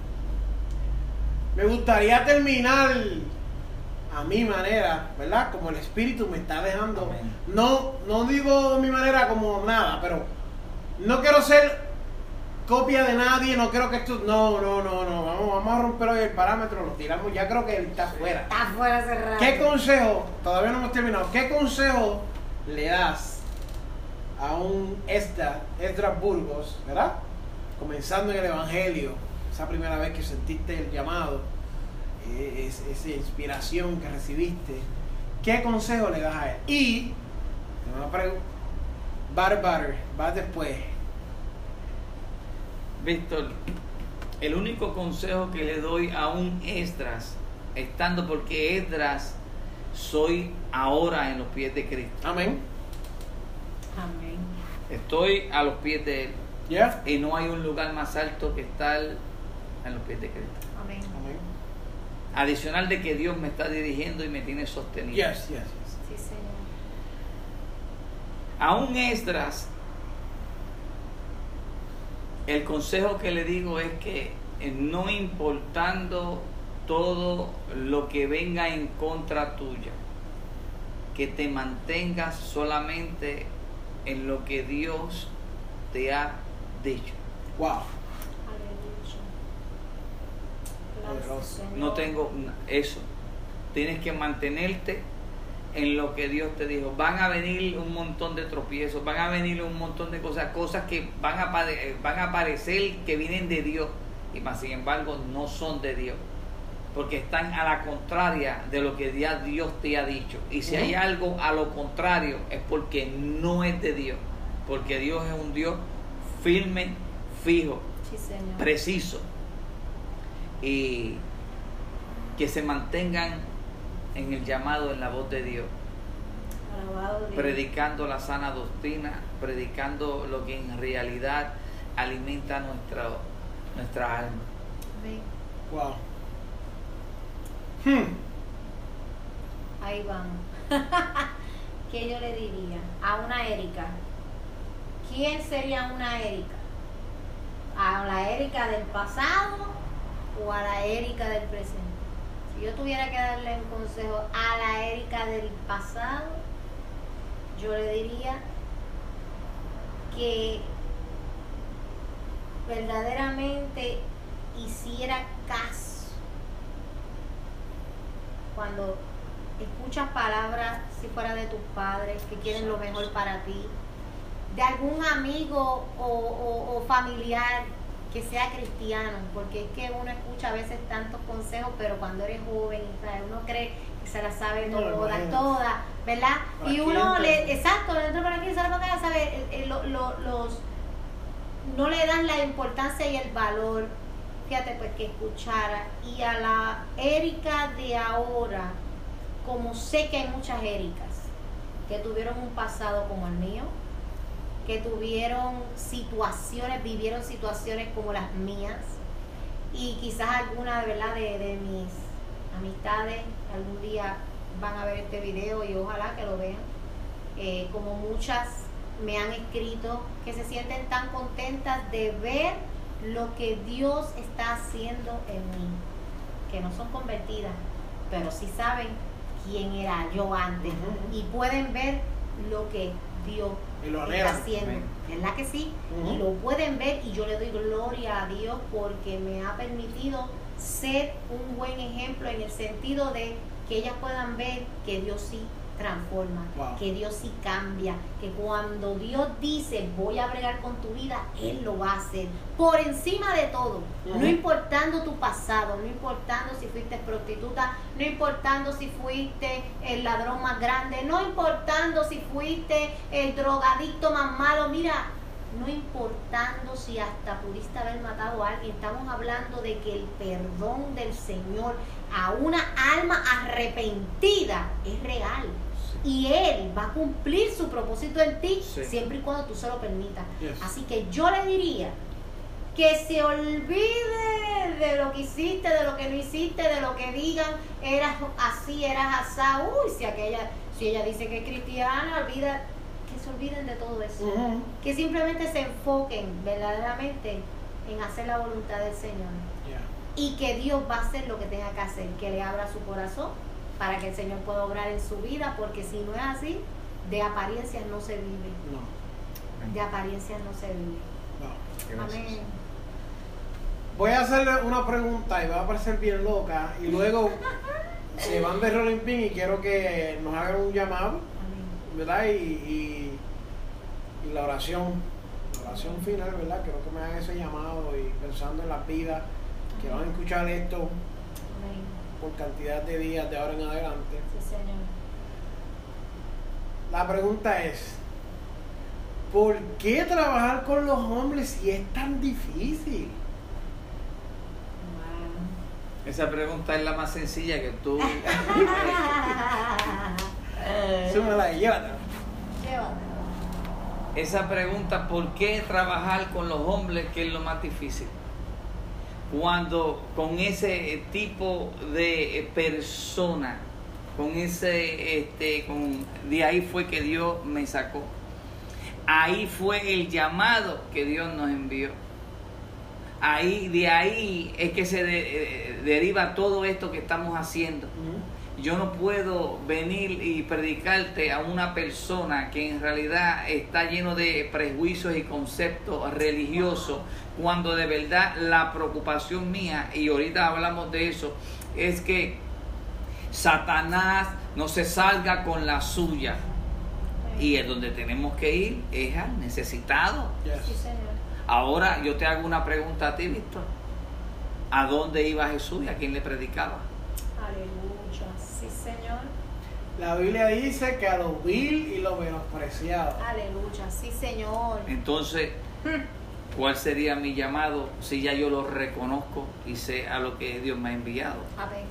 Me gustaría terminar a mi manera, ¿verdad? Como el Espíritu me está dejando. Amén. No, no digo de mi manera como nada, pero no quiero ser copia de nadie, no creo que esto. No, no, no, no. Vamos, vamos a romper hoy el parámetro, lo tiramos. Ya creo que él está fuera. Está fuera cerrado. ¿Qué consejo? Todavía no hemos terminado. ¿Qué consejo le das a un Esdras, Esdras Burgos, ¿verdad? Comenzando en el Evangelio, esa primera vez que sentiste el llamado, eh, es- esa inspiración que recibiste. ¿Qué consejo le das a él? Y, te van a preguntar, butter, butter, va después. Víctor, el único consejo que le doy a un Esdras, estando porque Esdras soy ahora en los pies de Cristo. Amén. Amén. Estoy a los pies de Él ¿Ya? y no hay un lugar más alto que estar en los pies de Cristo. Amén. Amén. Adicional de que Dios me está dirigiendo y me tiene sostenido. Yes, yes, yes. Sí, Señor. A un Esdras, el consejo que le digo es que eh, no importando todo lo que venga en contra tuya, que te mantengas solamente en lo que Dios te ha dicho. Wow. Aleluya. Gracias, Poderoso. Señor. No tengo eso. Tienes que mantenerte en lo que Dios te dijo. Van a venir un montón de tropiezos, van a venir un montón de cosas, cosas que van a, pare- van a parecer que vienen de Dios, y más sin embargo no son de Dios, porque están a la contraria de lo que ya Dios te ha dicho. Y si hay algo a lo contrario es porque no es de Dios, porque Dios es un Dios firme, fijo, Sí, Señor. preciso, y que se mantengan en el llamado, en la voz de Dios, Alabado Dios. predicando la sana doctrina, predicando lo que en realidad alimenta nuestro, nuestra alma. Amén. Wow. Hmm. Ahí vamos. ¿Qué yo le diría a una Erika? ¿Quién sería una Erika? ¿A la Erika del pasado o a la Erika del presente? Si yo tuviera que darle un consejo a la Erika del pasado, yo le diría que verdaderamente hiciera caso cuando escuchas palabras, si fuera de tus padres, que quieren lo mejor para ti, de algún amigo o, o, o familiar que sea cristiano, porque es que uno escucha a veces tantos consejos, pero cuando eres joven, ¿sabes? Uno cree que se la sabe No, toda, imagínate. toda, ¿verdad? ¿Para Y uno quién, le, pues? exacto, dentro para aquí, sale para acá, ¿sabes? Eh, eh, lo- lo- los, no le dan la importancia y el valor, fíjate, pues que escuchara. Y a la Erika de ahora, como sé que hay muchas Ericas que tuvieron un pasado como el mío, que tuvieron situaciones, vivieron situaciones como las mías, y quizás alguna de verdad de, de mis amistades algún día van a ver este video y ojalá que lo vean, eh, como muchas me han escrito que se sienten tan contentas de ver lo que Dios está haciendo en mí, que no son convertidas, pero sí saben quién era yo antes, Ujú. y pueden ver lo que Dios Y lo está anhelan. haciendo, Amén. ¿verdad que sí? Ujú. Y lo pueden ver, y yo le doy gloria a Dios porque me ha permitido ser un buen ejemplo en el sentido de que ellas puedan ver que Dios sí transforma, Wow. que Dios sí cambia, que cuando Dios dice voy a bregar con tu vida, Él lo va a hacer por encima de todo, Ujú. no importando tu pasado, no importando si fuiste prostituta, no importando si fuiste el ladrón más grande, no importando si fuiste el drogadicto más malo, mira, no importando si hasta pudiste haber matado a alguien, estamos hablando de que el perdón del Señor a una alma arrepentida es real. Y Él va a cumplir su propósito en ti, Sí. siempre y cuando tú se lo permitas. Yes. Así que yo le diría que se olvide de lo que hiciste, de lo que no hiciste, de lo que digan, eras así, eras asá. Uy, si aquella, si ella dice que es cristiana, olvida, que se olviden de todo eso. Ujú. Que simplemente se enfoquen verdaderamente en hacer la voluntad del Señor. Yeah. Y que Dios va a hacer lo que tenga que hacer, que le abra su corazón para que el Señor pueda obrar en su vida, porque si no es así, de apariencias no se vive, No. de apariencias no se vive. No. Gracias. Amén. Voy a hacerle una pregunta y va a parecer bien loca. Y luego se van de Rolling Pin y quiero que nos hagan un llamado, Amén. ¿verdad? Y, y, y la oración, la oración final, ¿verdad? Quiero que me hagan ese llamado y pensando en las vidas que van a escuchar esto Amén. por cantidad de días de ahora en adelante. Sí, Señor. La pregunta es, ¿por qué trabajar con los hombres si es tan difícil? Wow. Esa pregunta es la más sencilla que tú. Súmala y llévatela. Llévatelo. Esa pregunta, ¿por qué trabajar con los hombres, que es lo más difícil? Cuando con ese tipo de persona, con ese, este, con, de ahí fue que Dios me sacó. Ahí fue el llamado que Dios nos envió. Ahí, de ahí es que se de- eh, deriva todo esto que estamos haciendo. Yo no puedo venir y predicarte a una persona que en realidad está lleno de prejuicios y conceptos religiosos, cuando de verdad la preocupación mía, y ahorita hablamos de eso, es que Satanás no se salga con la suya. Y es donde tenemos que ir, es al necesitado. Sí, Yes. Señor. Ahora yo te hago una pregunta a ti, Víctor. ¿A dónde iba Jesús y a quién le predicaba? Aleluya. Sí, Señor. La Biblia dice que a los vil y los menospreciados. Aleluya. Sí, Señor. Entonces, ¿cuál sería mi llamado si ya yo lo reconozco y sé a lo que Dios me ha enviado? Amén.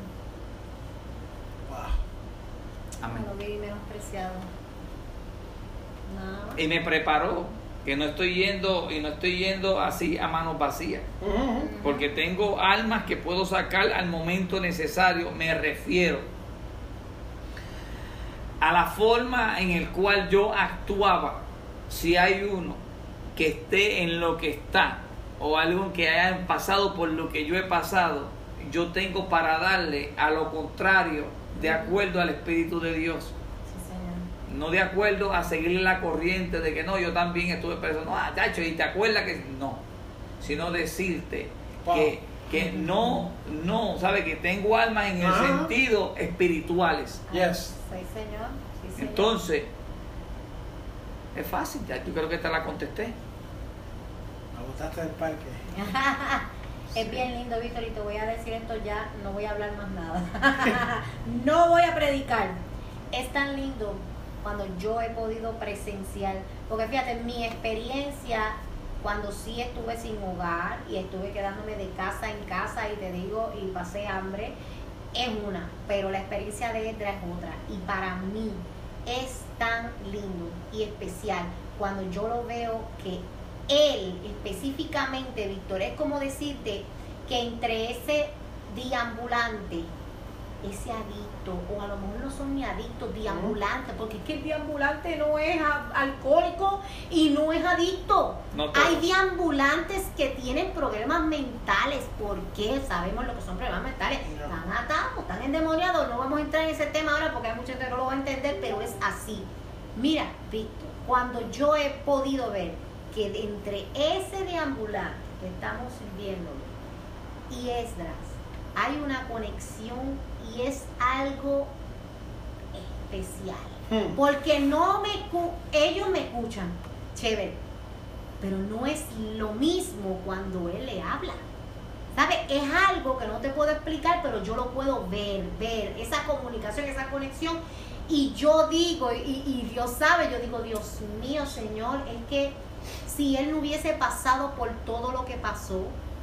Wow. Amén. No lo vi menospreciado. No. Y me preparó que no estoy yendo y no estoy yendo así a manos vacías, porque tengo almas que puedo sacar al momento necesario. Me refiero a la forma en el cual yo actuaba. Si hay uno que esté en lo que está, o algo que hayan pasado por lo que yo he pasado, yo tengo para darle a lo contrario, de acuerdo al Espíritu de Dios. No de acuerdo a seguirle la corriente de que no, yo también estuve preso. No, ah, chacho, y te acuerdas que no. Sino decirte wow. que, que no, no, ¿sabes? Que tengo almas en el uh-huh. sentido espirituales. Yes. Sí, señor. Sí, señor. Entonces, es fácil, ya yo creo que te la contesté. Me botaste del parque. Es bien lindo, Víctor, y te voy a decir esto ya, no voy a hablar más nada. No voy a predicar. Es tan lindo cuando yo he podido presenciar, porque fíjate, mi experiencia cuando sí estuve sin hogar y estuve quedándome de casa en casa y te digo, y pasé hambre, es una, pero la experiencia de Esdras es otra, y para mí es tan lindo y especial cuando yo lo veo que él específicamente, Víctor, es como decirte que entre ese deambulante, ese adicto, o a lo mejor no son ni adictos, deambulantes, porque es que el deambulante no es a, alcohólico y no es adicto. No hay deambulantes que tienen problemas mentales, porque sabemos lo que son problemas mentales. No. Están atados, están endemoniados. No vamos a entrar en ese tema ahora porque hay mucha gente que no lo va a entender, pero es así. Mira, Víctor, cuando yo he podido ver que entre ese deambulante que estamos sirviendo y Esdras hay una conexión y es algo especial. Hmm. Porque no me ellos me escuchan, chévere, pero no es lo mismo cuando él le habla. ¿Sabes? Es algo que no te puedo explicar, pero yo lo puedo ver, ver esa comunicación, esa conexión. Y yo digo, y, y Dios sabe, yo digo, Dios mío, Señor, es que si él no hubiese pasado por todo lo que pasó,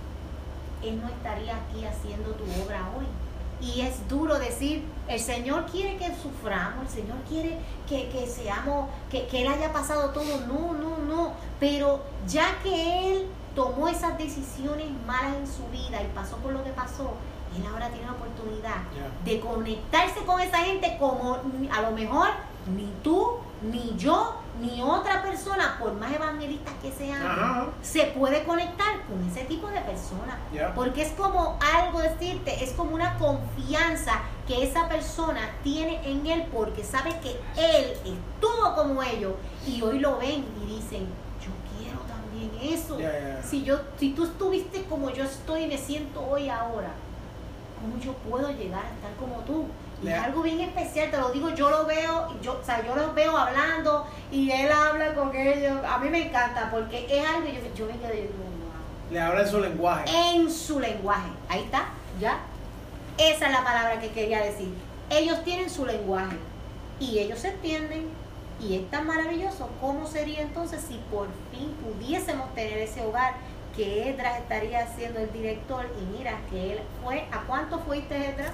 él no estaría aquí haciendo tu obra hoy. Y es duro decir, el Señor quiere que suframos, el Señor quiere que, que seamos, que, que Él haya pasado todo. No, no, no. Pero ya que Él tomó esas decisiones malas en su vida y pasó por lo que pasó, Él ahora tiene la oportunidad yeah. de conectarse con esa gente como a lo mejor ni tú, ni yo, ni otra persona, por más evangelistas que sean, uh-huh. se puede conectar con ese tipo de personas. Yeah. Porque es como algo decirte, es como una confianza que esa persona tiene en él, porque sabe que él estuvo como ellos y hoy lo ven y dicen, yo quiero también eso. Yeah, yeah. Si yo, si tú estuviste como yo estoy y me siento hoy ahora, ¿cómo yo puedo llegar a estar como tú? Y yeah. es algo bien especial, te lo digo, yo lo veo, yo, o sea, yo los veo hablando y él habla con ellos. A mí me encanta porque es algo, yo, yo me quedo y digo, wow. Le habla en su lenguaje. En su lenguaje, ahí está, ya. Esa es la palabra que quería decir. Ellos tienen su lenguaje y ellos se entienden y es tan maravilloso. ¿Cómo sería entonces si por fin pudiésemos tener ese hogar? Que Esdras estaría siendo el director y mira que él fue, ¿a cuánto fuiste, Esdras?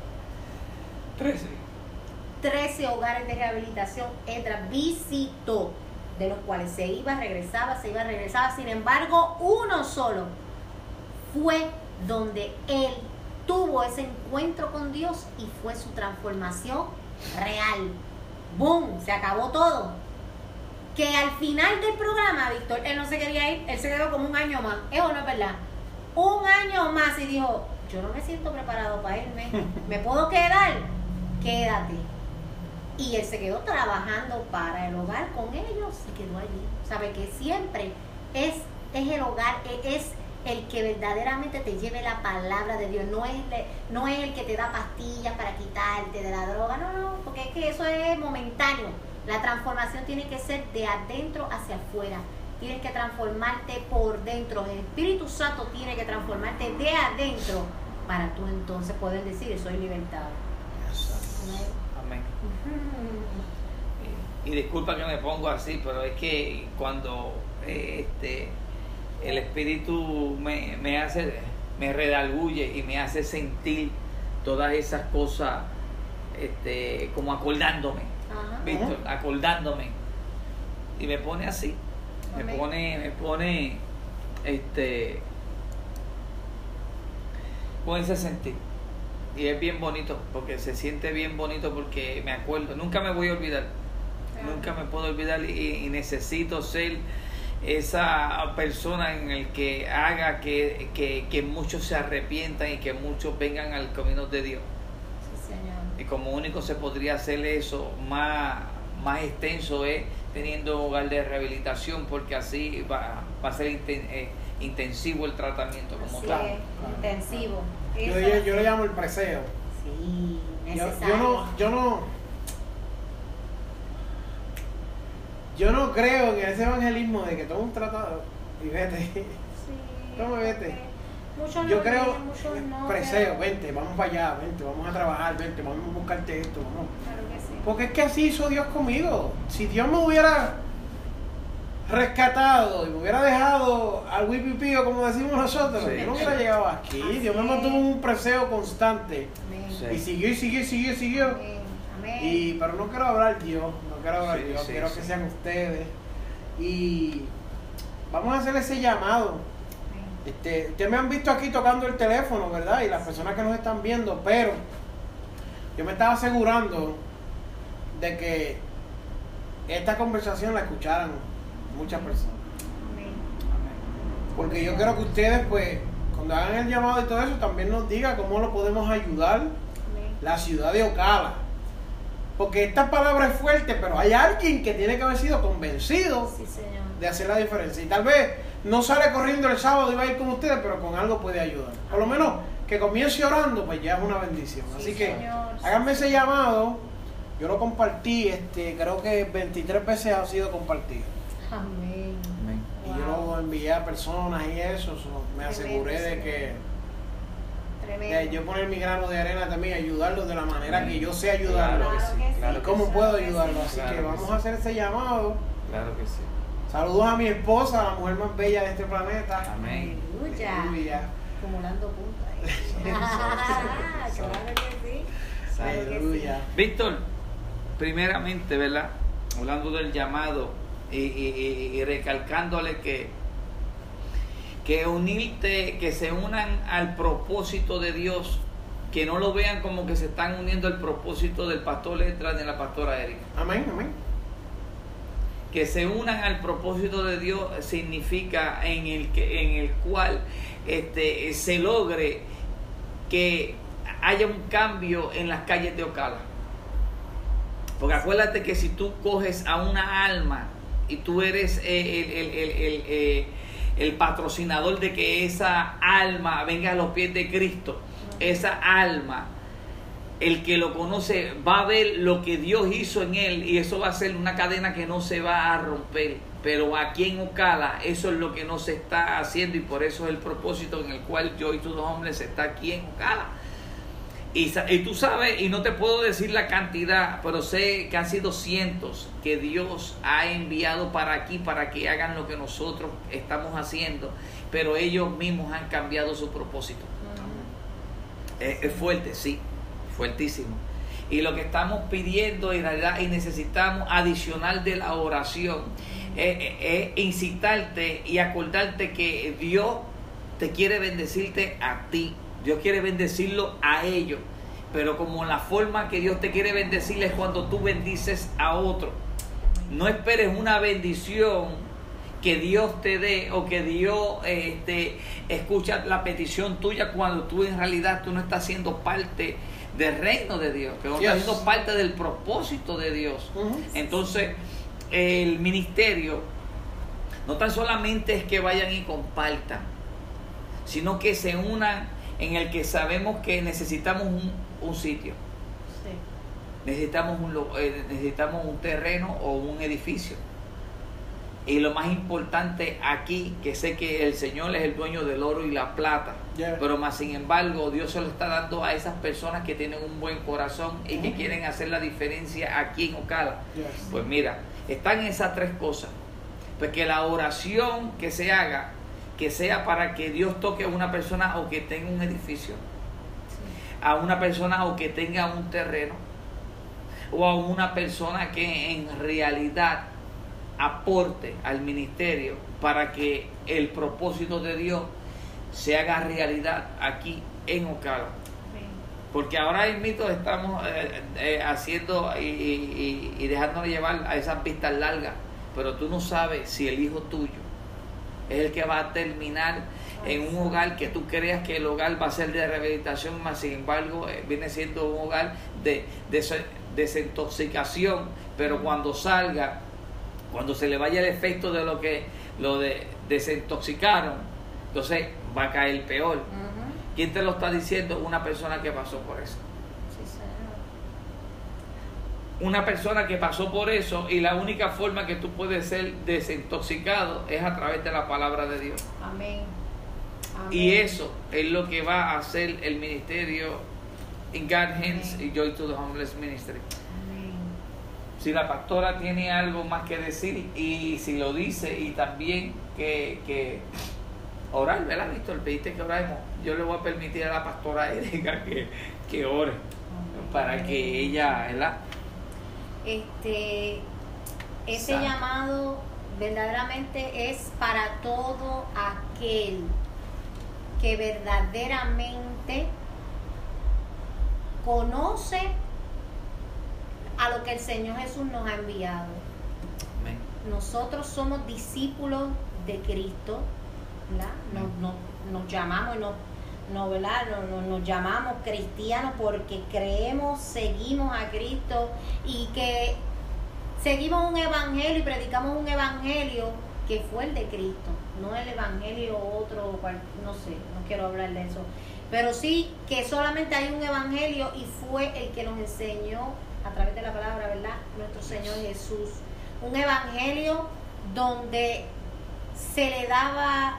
Trece. Trece hogares de rehabilitación Esdras visitó, de los cuales se iba, regresaba, se iba, regresaba. Sin embargo, uno solo fue donde él tuvo ese encuentro con Dios y fue su transformación real. ¡Boom! Se acabó todo. Que al final del programa, Víctor, él no se quería ir, él se quedó como un año más. ¿Es o no es verdad? Un año más y dijo, yo no me siento preparado para irme, ¿me puedo quedar? Quédate. Y él se quedó trabajando para el hogar con ellos y quedó allí. Sabe que siempre es, es el hogar, es el que verdaderamente te lleve la palabra de Dios. No es, no es el que te da pastillas para quitarte de la droga, no, no, porque es que eso es momentáneo. La transformación tiene que ser de adentro hacia afuera. Tienes que transformarte por dentro. El Espíritu Santo tiene que transformarte de adentro para tú entonces poder decir, soy libertado. Amén. Y, y disculpa que me pongo así, pero es que cuando eh, este el Espíritu me, me hace, me redarguye y me hace sentir todas esas cosas, este, como acordándome. Ajá. Víctor, acordándome, y me pone así, me Amén. pone, me pone, este, con ese sentir. Y es bien bonito, porque se siente bien bonito, porque me acuerdo, nunca me voy a olvidar, Claro. nunca me puedo olvidar, y, y necesito ser esa persona en el que haga que, que, que muchos se arrepientan y que muchos vengan al camino de Dios. Sí, Señor. Y como único se podría hacer eso más, más extenso es teniendo hogar de rehabilitación, porque así va, va a ser inten, eh, intensivo el tratamiento como Así tal. es, intensivo. Yo, Eso- yo, yo le llamo el preseo. Sí, Yo, necesario. yo no, yo no, yo no creo en ese evangelismo de que todo un tratado y vete. Sí, ¿Cómo vete? Muchos Yo no creo ven, muchos en no, preseo, pero- vente, vamos para allá, vente, vamos a trabajar, vente, vamos a buscarte esto, vamos. Claro que sí. Porque es que así hizo Dios conmigo. Si Dios me hubiera rescatado y me hubiera dejado al wipipío, como decimos nosotros, Sí. yo no hubiera llegado aquí. Así Dios me es. mantuvo en un preseo constante. Amén. Sí. Y siguió y siguió y siguió y siguió. Amén. Amén. Y, pero no quiero hablar yo, no quiero hablar Sí, yo, sí, quiero sí. que sean ustedes. Y vamos a hacer ese llamado. Amén. Este, ustedes me han visto aquí tocando el teléfono, ¿verdad? Y las personas que nos están viendo, pero yo me estaba asegurando de que esta conversación la escucharan muchas personas. Amén. Porque yo quiero que ustedes, pues, cuando hagan el llamado y todo eso, también nos digan cómo lo podemos ayudar Amén. la ciudad de Ocala. Porque esta palabra es fuerte, pero hay alguien que tiene que haber sido convencido Sí, Señor. de hacer la diferencia. Y tal vez no sale corriendo el sábado y va a ir con ustedes, pero con algo puede ayudar. Por lo menos que comience orando, pues ya es una bendición. Sí, Así que Señor. háganme ese llamado. Yo lo compartí, este, creo que veintitrés veces ha sido compartido. Amén. Amén. Y yo Wow. lo envié a personas y eso, so, me aseguré Tremendo, de que Tremendo. de yo poner mi grano de arena también, ayudarlos de la manera Amén. que yo sé ayudarlos. Claro que sí, Claro que claro sí. ¿Y cómo Claro puedo que ayudarlos? sí. Así Claro que que vamos sí. a hacer ese llamado. Claro que sí. Saludos a mi esposa, la mujer más bella de este planeta. Amén. Aleluya. Aleluya. Acumulando puntas. Ah, claro que sí. Claro que sí. Aleluya. Víctor, primeramente, ¿verdad? Hablando del llamado y, y- y- y recalcándole que, que unirte, que se unan al propósito de Dios, que no lo vean como que se están uniendo al propósito del pastor Letra ni de la pastora Erika. Amén, amén. Que se unan al propósito de Dios significa en el que en el cual este se logre que haya un cambio en las calles de Ocala. Porque acuérdate que si tú coges a una alma y tú eres eh, el, el- el- el, eh, el patrocinador de que esa alma venga a los pies de Cristo, esa alma, el que lo conoce va a ver lo que Dios hizo en él, y eso va a ser una cadena que no se va a romper. Pero aquí en Ocala eso es lo que no se está haciendo, y por eso es el propósito en el cual yo y tus dos hombres está aquí en Ocala. Y, sa- y tú sabes, y no te puedo decir la cantidad, pero sé que han sido cientos que Dios ha enviado para aquí para que hagan lo que nosotros estamos haciendo, pero ellos mismos han cambiado su propósito. Es, es fuerte, sí, fuertísimo. Y lo que estamos pidiendo en realidad y necesitamos adicional de la oración es, es- es incitarte y acordarte que Dios te quiere bendecirte a ti. Dios quiere bendecirlo a ellos. Pero como la forma que Dios te quiere bendecir es cuando tú bendices a otro. No esperes una bendición que Dios te dé, o que Dios este, escucha la petición tuya cuando tú en realidad tú no estás siendo parte del reino de Dios, que no estás Yes. siendo parte del propósito de Dios. Ujú. Entonces, el ministerio no tan solamente es que vayan y compartan, sino que se unan en el que sabemos que necesitamos un, un sitio, Sí. necesitamos un, lo- eh, necesitamos un terreno o un edificio. Y lo más importante aquí, que sé que el Señor es el dueño del oro y la plata, Yeah. pero más sin embargo Dios se lo está dando a esas personas que tienen un buen corazón y que Ujú. quieren hacer la diferencia aquí en Ocala. Yes. Pues mira, están esas tres cosas. Pues que la oración que se haga, que sea para que Dios toque a una persona o que tenga un edificio, a una persona o que tenga un terreno, o a una persona que en realidad aporte al ministerio para que el propósito de Dios se haga realidad aquí en Ocala. Porque ahora mismo estamos eh, eh, haciendo y, y, y dejándonos llevar a esas vistas largas, pero tú no sabes si el hijo tuyo es el que va a terminar en un hogar que tú creas que el hogar va a ser de rehabilitación, más sin embargo eh, viene siendo un hogar de, de desintoxicación, pero cuando salga, cuando se le vaya el efecto de lo que lo de desintoxicaron, entonces va a caer peor. Uh-huh. ¿Quién te lo está diciendo? Una persona que pasó por eso. Sí, señor. Una persona que pasó por eso, y la única forma que tú puedes ser desintoxicado es a través de la palabra de Dios. Amén. Amén. Y eso es lo que va a hacer el ministerio In God's Hands y Joy to the Homeless Ministry. Amén. Si la pastora tiene algo más que decir, y si lo dice, y también que, que orar, ¿verdad, Víctor? Pediste que oremos. Yo le voy a permitir a la pastora Erika que, que ore, para que ella, ¿verdad? Este, ese Santo. llamado verdaderamente es para todo aquel que verdaderamente conoce a lo que el Señor Jesús nos ha enviado. Amén. Nosotros somos discípulos de Cristo, ¿verdad? Nos, nos, nos llamamos, nos, no, ¿verdad? Nos, nos, nos llamamos cristianos porque creemos, seguimos a Cristo y que seguimos un evangelio y predicamos un evangelio que fue el de Cristo, no el evangelio otro, no sé, no quiero hablar de eso, pero sí que solamente hay un evangelio y fue el que nos enseñó a través de la palabra, ¿verdad? Nuestro Señor Jesús. Un evangelio donde se le daba,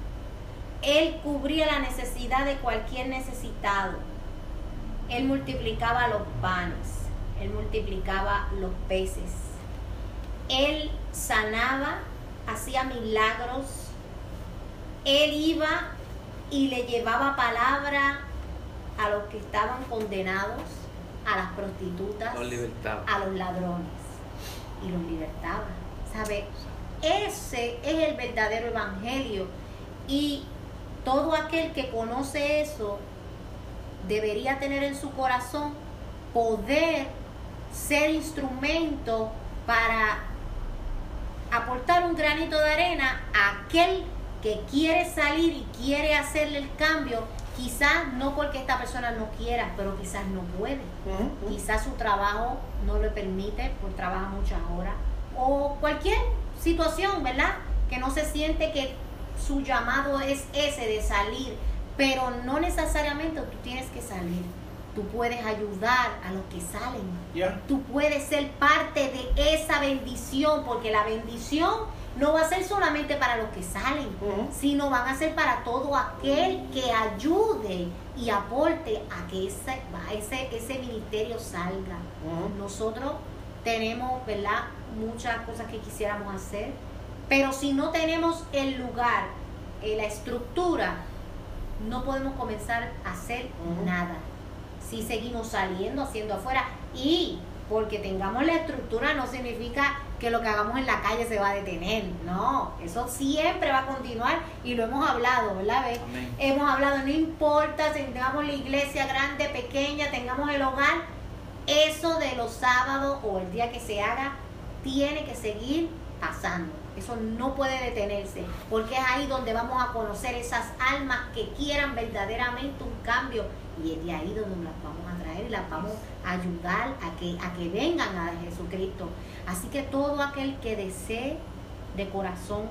Él cubría la necesidad de cualquier necesitado. Él multiplicaba los panes, Él multiplicaba los peces. Él sanaba, hacía milagros. Él iba y le llevaba palabra a los que estaban condenados, a las prostitutas, Los libertaba. a los ladrones, y los libertaba. ¿Sabe? Ese es el verdadero evangelio, y todo aquel que conoce eso debería tener en su corazón poder ser instrumento para aportar un granito de arena a aquel que quiere salir y quiere hacerle el cambio, quizás no porque esta persona no quiera, pero quizás no puede. Uh-huh. Quizás su trabajo no le permite, porque trabaja muchas horas, o cualquier situación, ¿verdad? Que no se siente que su llamado es ese de salir, pero no necesariamente tú tienes que salir. Tú puedes ayudar a los que salen. Yeah. Tú puedes ser parte de esa bendición, porque la bendición no va a ser solamente para los que salen, uh-huh. sino van a ser para todo aquel que ayude y aporte a que ese, ese, ese ministerio salga. Uh-huh. Nosotros tenemos, ¿verdad?, muchas cosas que quisiéramos hacer, pero si no tenemos el lugar, eh, la estructura, no podemos comenzar a hacer uh-huh. nada. Si seguimos saliendo, haciendo afuera, y porque tengamos la estructura no significa que lo que hagamos en la calle se va a detener. No, eso siempre va a continuar, y lo hemos hablado, ¿verdad? Amén. Hemos hablado, no importa si tengamos la iglesia grande, pequeña, tengamos el hogar, eso de los sábados o el día que se haga tiene que seguir pasando. Eso no puede detenerse, porque es ahí donde vamos a conocer esas almas que quieran verdaderamente un cambio, y es de ahí donde las vamos a traer y las vamos a ayudar a que, a que vengan a Jesucristo. Así que todo aquel que desee de corazón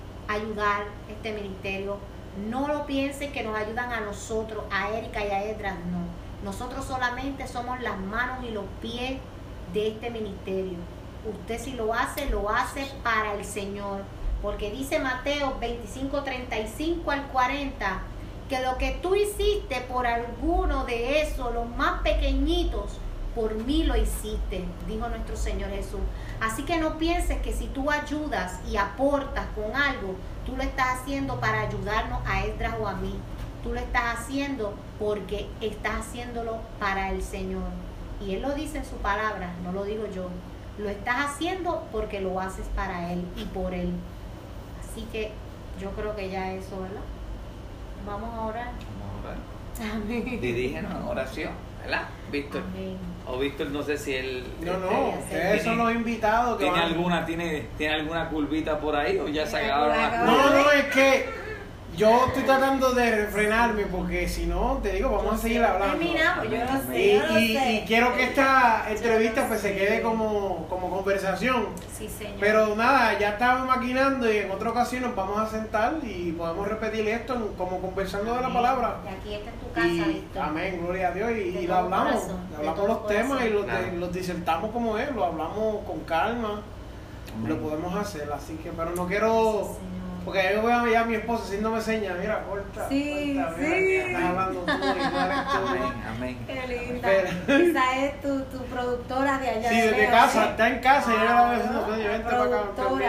ayudar este ministerio, no lo piense que nos ayudan a nosotros, a Erika y a Edras, no. Nosotros solamente somos las manos y los pies de este ministerio. Usted si lo hace, lo hace para el Señor, porque dice Mateo veinticinco, treinta y cinco al cuarenta, que lo que tú hiciste por alguno de esos, los más pequeñitos, por mí lo hiciste, dijo nuestro Señor Jesús. Así que no pienses que si tú ayudas y aportas con algo, tú lo estás haciendo para ayudarnos a Esdras o a mí. Tú lo estás haciendo porque estás haciéndolo para el Señor. Y Él lo dice en su palabra, no lo digo yo. Lo estás haciendo porque lo haces para Él y por Él. Así que yo creo que ya eso, ¿verdad? Vamos a orar. Vamos a orar. Amén. Dirígenos en oración, ¿verdad, Víctor? Amén. O Víctor, no sé si él... No, no, este, ustedes son los invitados que ¿Tiene van. alguna, tiene, ¿Tiene alguna curvita por ahí o ya se Tiene acabaron alguna las curva. curvas? No, no, es que yo estoy tratando de refrenarme porque si no, te digo, vamos a seguir hablando. Terminamos, yo lo sé, Y, yo lo y- sé. y quiero que esta entrevista lo pues se sé. quede como, como conversación. Sí, Señor. Pero nada, ya estamos maquinando y en otra ocasión nos vamos a sentar y podemos repetir esto en- como conversando de la Amén. palabra. Y aquí esta es tu casa, Y, Víctor. amén, gloria a Dios. Y, De y lo todo hablamos, corazón, de hablamos todo los temas corazón. y los, Claro. de- los disertamos como es, lo hablamos con calma, Amén. lo podemos hacer. Así que, pero no quiero, Sí, Señor. porque yo voy a ver a mi esposa haciéndome señas, mira, corta, Sí, corta, mira, sí. que estás hablando tú y no eres tú. Amén, amén. Qué linda. Pero- Esa es tu, tu productora de allá. Sí, de desde Leo, casa, ¿sí? está en casa y yo la vez Ah, diciendo, coño, vente para acá. productora.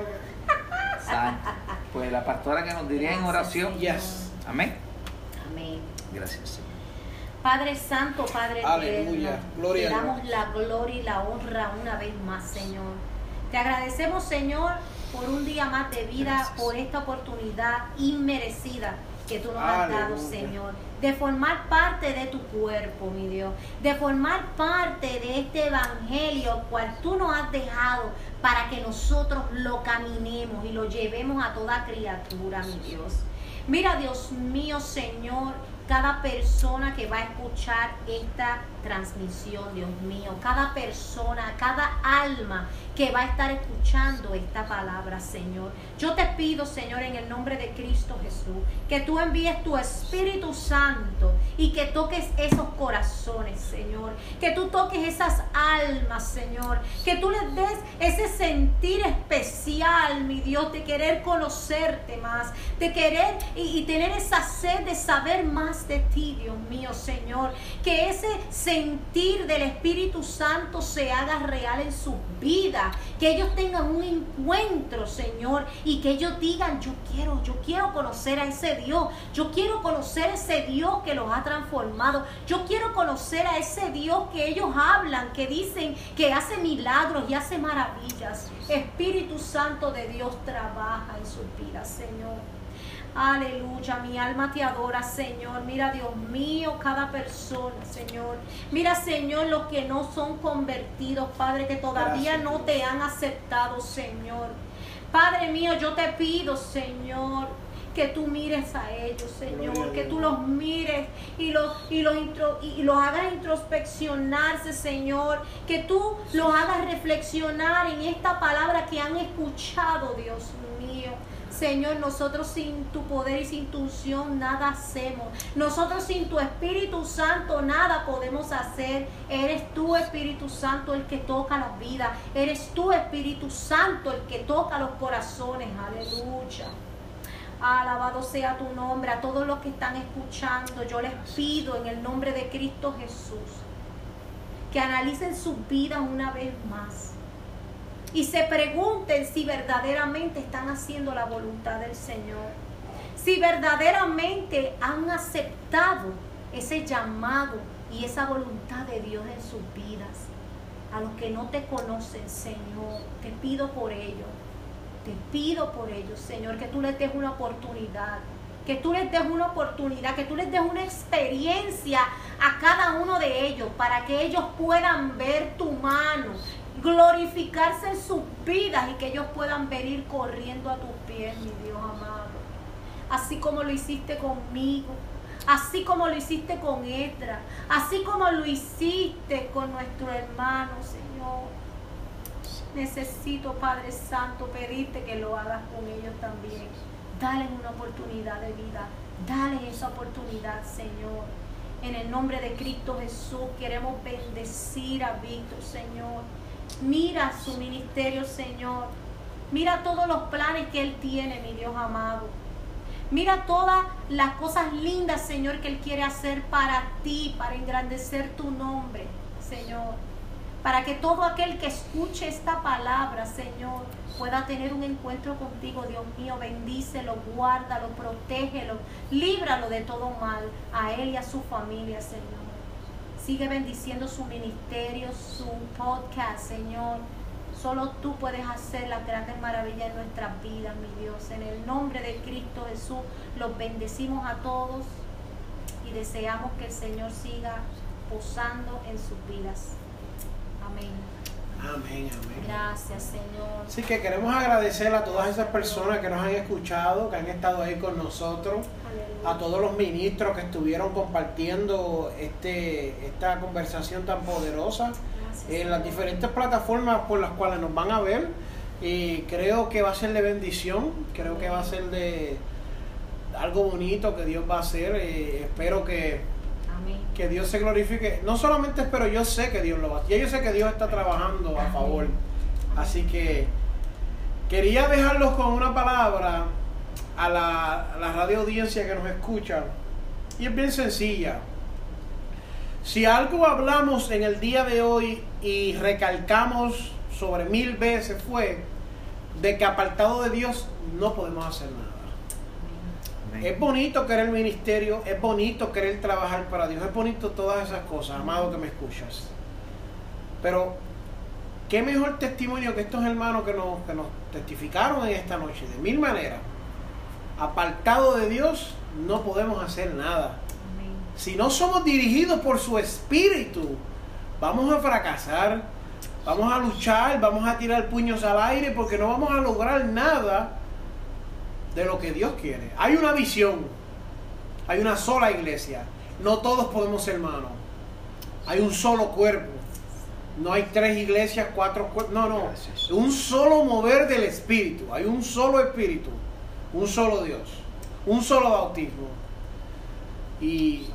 Santo. Pues la pastora que nos diría en oración. Yes. Amén. Amén. Gracias, Señor. Padre Santo, Padre Aleluya. eterno, Gloria te a damos Dios. la gloria y la honra una vez más, Señor. Te agradecemos, Señor, por un día más de vida, Gracias. por esta oportunidad inmerecida que tú nos has dado, Aleluya. Señor, de formar parte de tu cuerpo, mi Dios, de formar parte de este evangelio cual tú nos has dejado para que nosotros lo caminemos y lo llevemos a toda criatura, mi Dios. Mira, Dios mío, Señor, cada persona que va a escuchar esta transmisión, Dios mío, cada persona, cada alma que va a estar escuchando esta palabra, Señor. Yo te pido, Señor, en el nombre de Cristo Jesús, que tú envíes tu Espíritu Santo y que toques esos corazones, Señor, que tú toques esas almas, Señor, que tú les des ese sentir especial, mi Dios, de querer conocerte más, de querer y, y tener esa sed de saber más de ti, Dios mío, Señor, que ese sentir del Espíritu Santo se haga real en sus vidas, que ellos tengan un encuentro, Señor, y que ellos digan, yo quiero, yo quiero conocer a ese Dios, yo quiero conocer a ese Dios que los ha transformado, yo quiero conocer a ese Dios que ellos hablan, que dicen que hace milagros y hace maravillas. Espíritu Santo de Dios trabaja en sus vidas, Señor. Aleluya, mi alma te adora, Señor. Mira, Dios mío, cada persona, Señor. Mira, Señor, los que no son convertidos, Padre, que todavía Gracias, no Dios. te han aceptado, Señor. Padre mío, yo te pido, Señor, que tú mires a ellos, Gloria Señor, a que Dios. tú los mires y los, y los, intro- y los hagas introspeccionarse, Señor, que tú los hagas reflexionar en esta palabra que han escuchado, Dios mío. Señor, nosotros sin tu poder y sin tu unción nada hacemos. Nosotros sin tu Espíritu Santo nada podemos hacer. Eres tú, Espíritu Santo, el que toca la vida. Eres tú, Espíritu Santo, el que toca los corazones. Aleluya. Alabado sea tu nombre. A todos los que están escuchando, yo les pido en el nombre de Cristo Jesús que analicen sus vidas una vez más y se pregunten si verdaderamente están haciendo la voluntad del Señor, si verdaderamente han aceptado ese llamado y esa voluntad de Dios en sus vidas. A los que no te conocen, Señor, te pido por ellos, te pido por ellos, Señor, que tú les des una oportunidad, que tú les des una oportunidad, que tú les des una experiencia a cada uno de ellos para que ellos puedan ver tu mano, glorificarse en sus vidas y que ellos puedan venir corriendo a tus pies, mi Dios amado. Así como lo hiciste conmigo, así como lo hiciste con Esdras, así como lo hiciste con nuestro hermano, Señor. Necesito, Padre Santo, pedirte que lo hagas con ellos también. Dale una oportunidad de vida, dale esa oportunidad, Señor. En el nombre de Cristo Jesús queremos bendecir a Víctor, Señor. Mira su ministerio, Señor. Mira todos los planes que Él tiene, mi Dios amado. Mira todas las cosas lindas, Señor, que Él quiere hacer para ti, para engrandecer tu nombre, Señor. Para que todo aquel que escuche esta palabra, Señor, pueda tener un encuentro contigo, Dios mío. Bendícelo, guárdalo, protégelo, líbralo de todo mal, a Él y a su familia, Señor. Sigue bendiciendo su ministerio, su podcast, Señor. Solo tú puedes hacer las grandes maravillas en nuestras vidas, mi Dios. En el nombre de Cristo Jesús, los bendecimos a todos y deseamos que el Señor siga posando en sus vidas. Amén. Amén, amén. Gracias, Señor. Así que queremos agradecer a todas esas personas que nos han escuchado, que han estado ahí con nosotros, Aleluya. a todos los ministros que estuvieron compartiendo este, esta conversación tan poderosa Gracias, en las Señor. diferentes plataformas por las cuales nos van a ver. Y creo que va a ser de bendición, creo que va a ser de algo bonito que Dios va a hacer. Eh, espero que, Amén. que Dios se glorifique. No solamente espero, yo sé que Dios lo va a hacer. Ya yo sé que Dios está trabajando a favor. Así que quería dejarlos con una palabra a la, a la radio audiencia que nos escucha. Y es bien sencilla. Si algo hablamos en el día de hoy y recalcamos sobre mil veces fue de que apartado de Dios no podemos hacer nada. Es bonito querer ministerio, es bonito querer trabajar para Dios, es bonito todas esas cosas, amado que me escuchas. Pero qué mejor testimonio que estos hermanos que nos, que nos testificaron en esta noche, de mil maneras. Apartado de Dios no podemos hacer nada. Amén. Si no somos dirigidos por su espíritu, vamos a fracasar, vamos a luchar, vamos a tirar puños al aire porque no vamos a lograr nada de lo que Dios quiere. Hay una visión, hay una sola iglesia, no todos podemos ser hermanos, hay un solo cuerpo, no hay tres iglesias, cuatro cuerpos, no, no, un solo mover del espíritu, hay un solo espíritu, un solo Dios, un solo bautismo. Y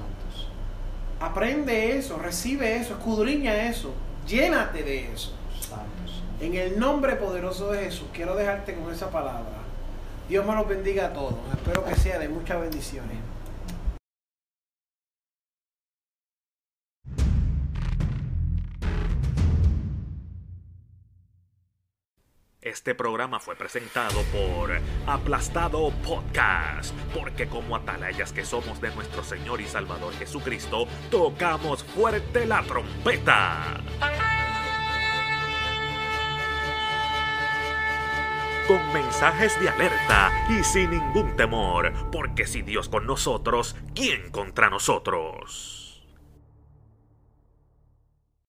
aprende eso, recibe eso, escudriña eso, llénate de eso. En el nombre poderoso de Jesús quiero dejarte con esa palabra. Dios me los bendiga a todos. Espero que sea de muchas bendiciones. Este programa fue presentado por Aplastado Podcast, porque como atalayas que somos de nuestro Señor y Salvador Jesucristo, tocamos fuerte la trompeta. Con mensajes de alerta y sin ningún temor, porque si Dios con nosotros, ¿quién contra nosotros?